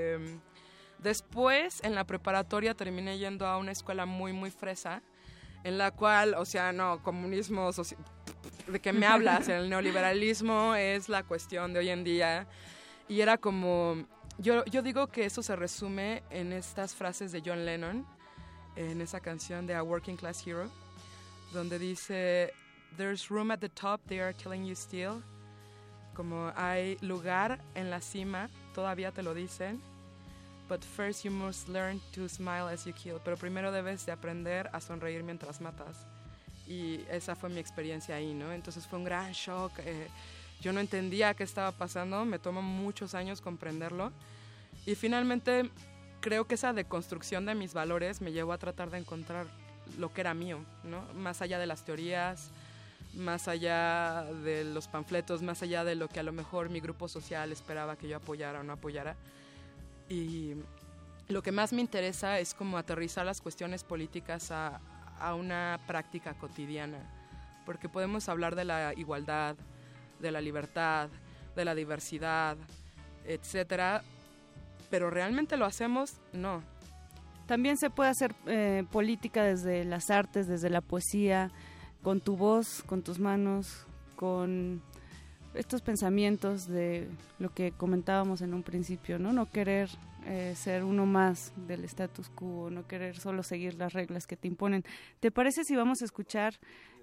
Después, en la preparatoria, terminé yendo a una escuela muy, muy fresa, en la cual, o sea, no, comunismo, ¿de qué me hablas? El neoliberalismo es la cuestión de hoy en día. Y era como, yo digo que eso se resume en estas frases de John Lennon, en esa canción de A Working Class Hero, donde dice, there's room at the top, they are telling you still, como hay lugar en la cima, todavía te lo dicen, but first you must learn to smile as you kill, pero primero debes de aprender a sonreír mientras matas. Y esa fue mi experiencia ahí, ¿no? Entonces fue un gran shock. Yo no entendía qué estaba pasando, me tomó muchos años comprenderlo. Y finalmente creo que esa deconstrucción de mis valores me llevó a tratar de encontrar lo que era mío, ¿no? Más allá de las teorías, más allá de los panfletos, más allá de lo que a lo mejor mi grupo social esperaba que yo apoyara o no apoyara. Y lo que más me interesa es como aterrizar las cuestiones políticas a una práctica cotidiana, porque podemos hablar de la igualdad, de la libertad, de la diversidad, etcétera, pero ¿realmente lo hacemos? No. También se puede hacer política desde las artes, desde la poesía, con tu voz, con tus manos, con estos pensamientos de lo que comentábamos en un principio, ¿no? No querer ser uno más del status quo, no querer solo seguir las reglas que te imponen. ¿Te parece si vamos a escuchar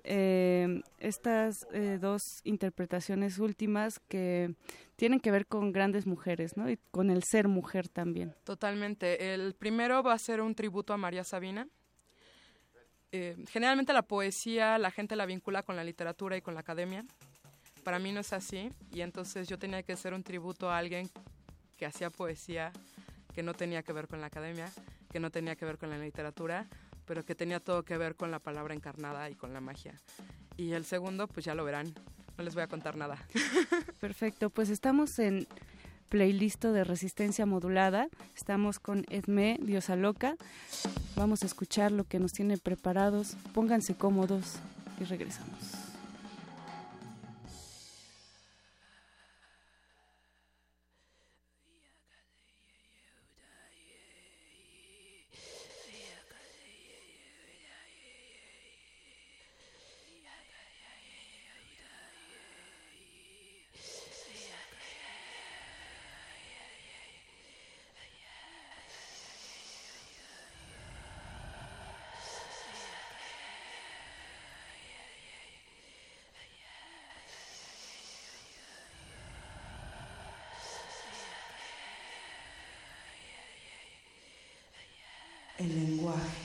estas dos interpretaciones últimas que tienen que ver con grandes mujeres, ¿no? Y con el ser mujer también. Totalmente. El primero va a ser un tributo a María Sabina. Generalmente la poesía la gente la vincula con la literatura y con la academia. Para mí no es así, y entonces yo tenía que hacer un tributo a alguien que hacía poesía que no tenía que ver con la academia, que no tenía que ver con la literatura, pero que tenía todo que ver con la palabra encarnada y con la magia. Y el segundo, pues ya lo verán, no les voy a contar nada. Perfecto, pues estamos en playlist de Resistencia Modulada, estamos con Edmé, Diosa Loca, vamos a escuchar lo que nos tiene preparados, pónganse cómodos y regresamos. El lenguaje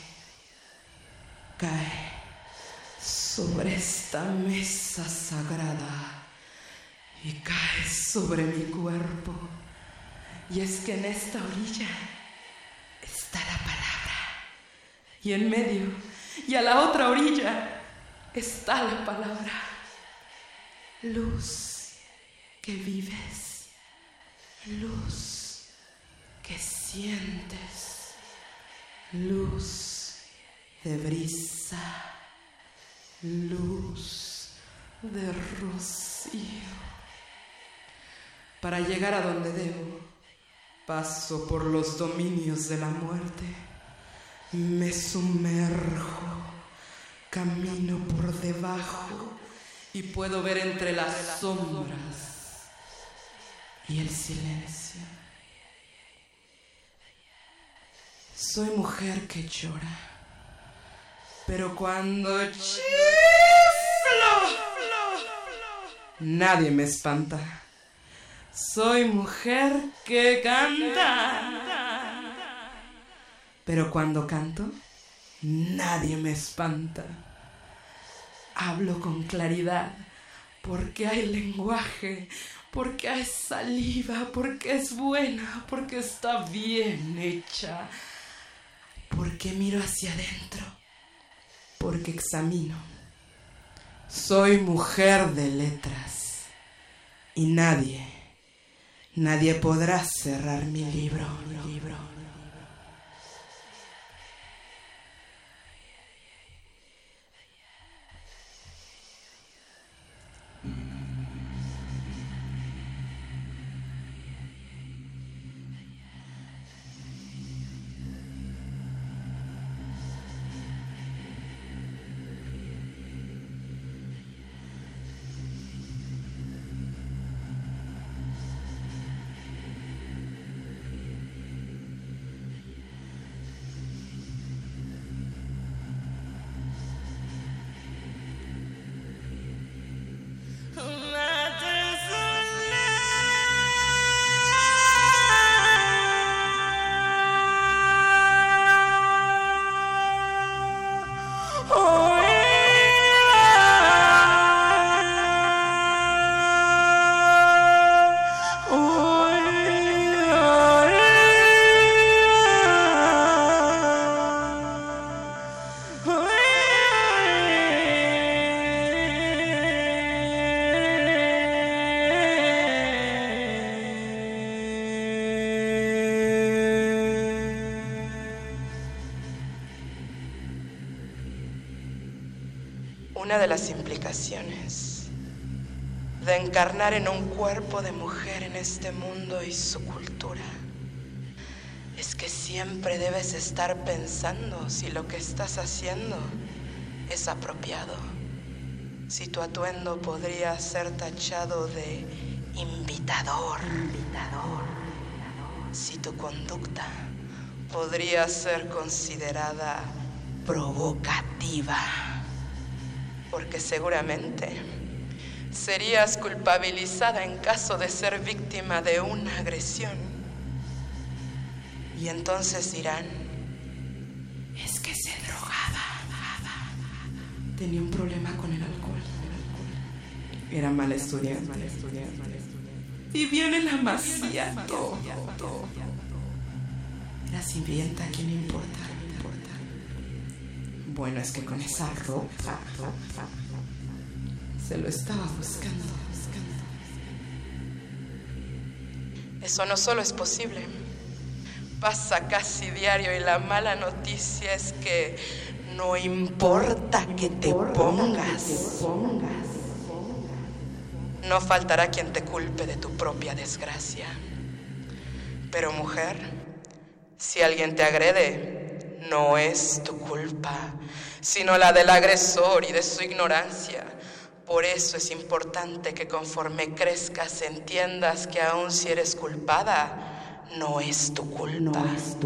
cae sobre esta mesa sagrada y cae sobre mi cuerpo. Y es que en esta orilla está la palabra, y en medio y a la otra orilla está la palabra. Luz que vives, luz que sientes, luz de brisa, luz de rocío. Para llegar a donde debo, paso por los dominios de la muerte, me sumerjo, camino por debajo y puedo ver entre las sombras y el silencio. Soy mujer que llora, pero cuando chiflo, nadie me espanta. Soy mujer que canta, pero cuando canto, nadie me espanta. Hablo con claridad porque hay lenguaje, porque hay saliva, porque es buena, porque está bien hecha. Porque miro hacia adentro, porque examino. Soy mujer de letras y nadie podrá cerrar mi libro. Una de las implicaciones de encarnar en un cuerpo de mujer en este mundo y su cultura es que siempre debes estar pensando si lo que estás haciendo es apropiado, si tu atuendo podría ser tachado de invitador, si tu conducta podría ser considerada provocativa, porque seguramente serías culpabilizada en caso de ser víctima de una agresión. Y entonces dirán, es que se drogaba, tenía un problema con el alcohol, era mal estudiante, vivía en el amaciato, Mira sirvienta, ¿qué me importa? Bueno, es que con esa ropa se lo estaba buscando. Eso no solo es posible, pasa casi diario y la mala noticia es que no importa que te pongas. No faltará quien te culpe de tu propia desgracia. Pero mujer, si alguien te agrede, no es tu culpa, sino la del agresor y de su ignorancia. Por eso es importante que conforme crezcas entiendas que aun si eres culpada, no es tu culpa.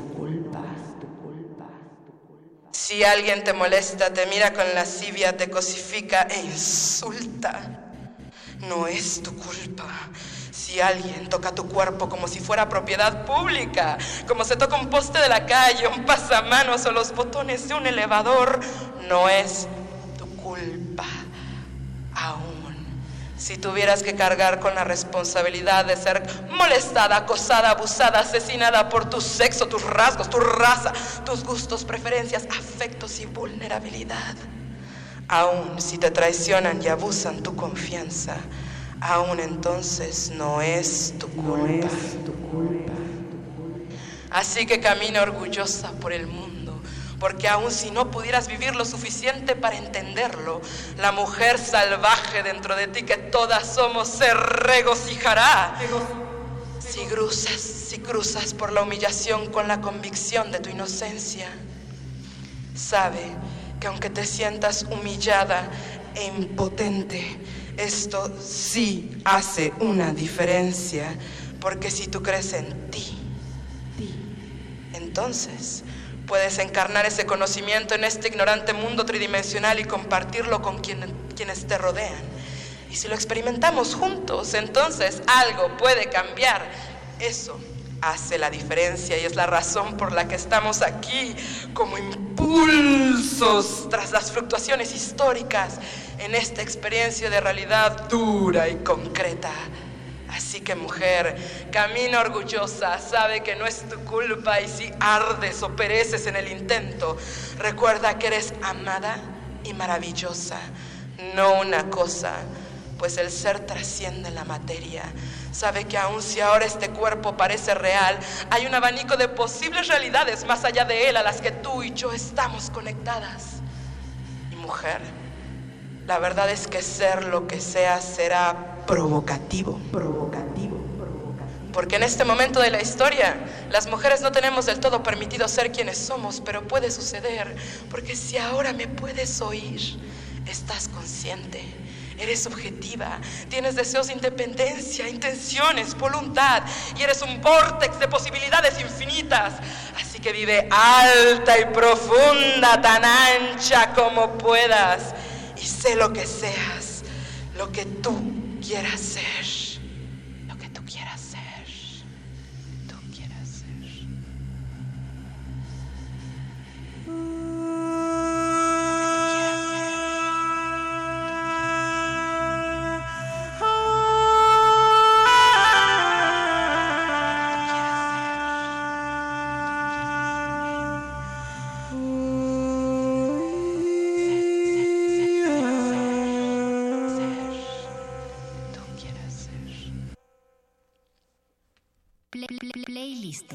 Si alguien te molesta, te mira con lascivia, te cosifica e insulta, no es tu culpa. Si alguien toca tu cuerpo como si fuera propiedad pública, como se toca un poste de la calle, un pasamanos o los botones de un elevador, no es tu culpa. Aún si tuvieras que cargar con la responsabilidad de ser molestada, acosada, abusada, asesinada por tu sexo, tus rasgos, tu raza, tus gustos, preferencias, afectos y vulnerabilidad. Aún si te traicionan y abusan tu confianza, aún entonces no es tu culpa. Así que camina orgullosa por el mundo, porque aun si no pudieras vivir lo suficiente para entenderlo, la mujer salvaje dentro de ti que todas somos se regocijará. Si cruzas por la humillación con la convicción de tu inocencia, sabe que aunque te sientas humillada e impotente, esto sí hace una diferencia, porque si tú crees en ti, entonces puedes encarnar ese conocimiento en este ignorante mundo tridimensional y compartirlo con quienes te rodean. Y si lo experimentamos juntos, entonces algo puede cambiar. Eso hace la diferencia y es la razón por la que estamos aquí como impulsos tras las fluctuaciones históricas en esta experiencia de realidad dura y concreta. Así que mujer, camina orgullosa, sabe que no es tu culpa y si ardes o pereces en el intento, recuerda que eres amada y maravillosa, no una cosa, pues el ser trasciende la materia. Sabe que aun si ahora este cuerpo parece real, hay un abanico de posibles realidades más allá de él a las que tú y yo estamos conectadas. Y mujer, la verdad es que ser lo que seas será provocativo. Porque en este momento de la historia, las mujeres no tenemos del todo permitido ser quienes somos, pero puede suceder, porque si ahora me puedes oír, estás consciente, eres objetiva, tienes deseos de independencia, intenciones, voluntad, y eres un vórtex de posibilidades infinitas. Así que vive alta y profunda, tan ancha como puedas, y sé lo que seas, lo que tú quieras ser, lo que tú quieras ser, tú quieras ser. Playlist.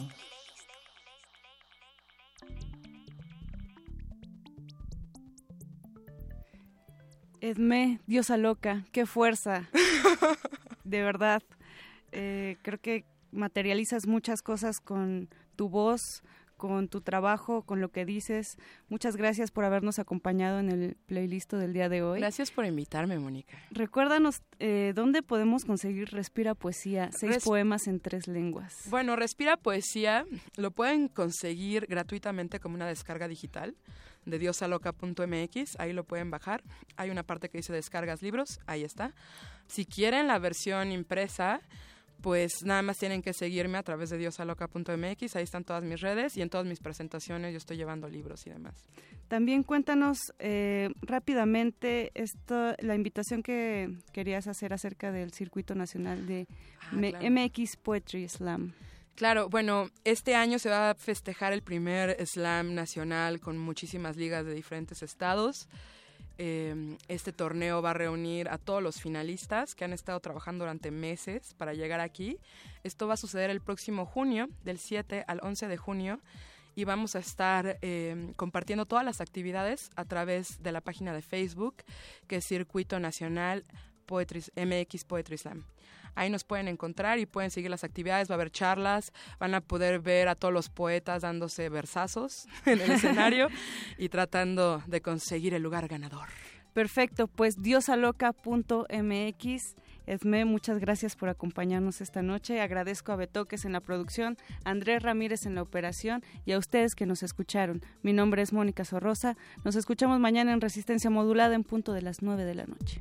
Edmé, diosa loca, qué fuerza. De verdad, creo que materializas muchas cosas con tu voz, con tu trabajo, con lo que dices. Muchas gracias por habernos acompañado en el playlist del día de hoy. Gracias por invitarme, Mónica. Recuérdanos dónde podemos conseguir Respira Poesía, 6 poemas en 3 lenguas. Bueno, Respira Poesía lo pueden conseguir gratuitamente como una descarga digital de diosaloca.mx, ahí lo pueden bajar. Hay una parte que dice descargas libros, ahí está. Si quieren la versión impresa, pues nada más tienen que seguirme a través de diosaloca.mx, ahí están todas mis redes y en todas mis presentaciones yo estoy llevando libros y demás. También cuéntanos rápidamente la invitación que querías hacer acerca del circuito nacional de claro. MX Poetry Slam. Claro, bueno, este año se va a festejar el primer slam nacional con muchísimas ligas de diferentes estados. Este torneo va a reunir a todos los finalistas que han estado trabajando durante meses para llegar aquí. Esto va a suceder el próximo junio, del 7 al 11 de junio, y vamos a estar compartiendo todas las actividades a través de la página de Facebook, que es Circuito Nacional MX Poetry Slam. Ahí nos pueden encontrar y pueden seguir las actividades, va a haber charlas, van a poder ver a todos los poetas dándose versazos en el escenario y tratando de conseguir el lugar ganador. Perfecto, pues diosaloca.mx. Esme, muchas gracias por acompañarnos esta noche. Agradezco a Betoques en la producción, a Andrés Ramírez en la operación y a ustedes que nos escucharon. Mi nombre es Mónica Sorrosa. Nos escuchamos mañana en Resistencia Modulada en punto de las 9 de la noche.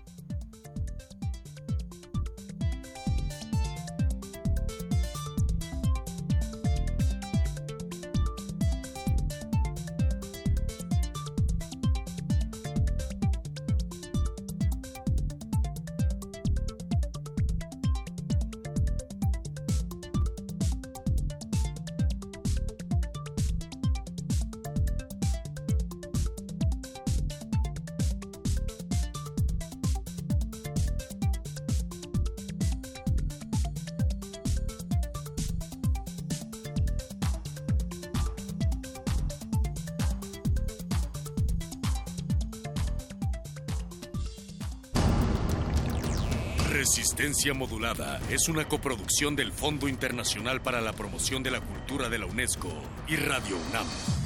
Resistencia Modulada es una coproducción del Fondo Internacional para la Promoción de la Cultura de la UNESCO y Radio UNAM.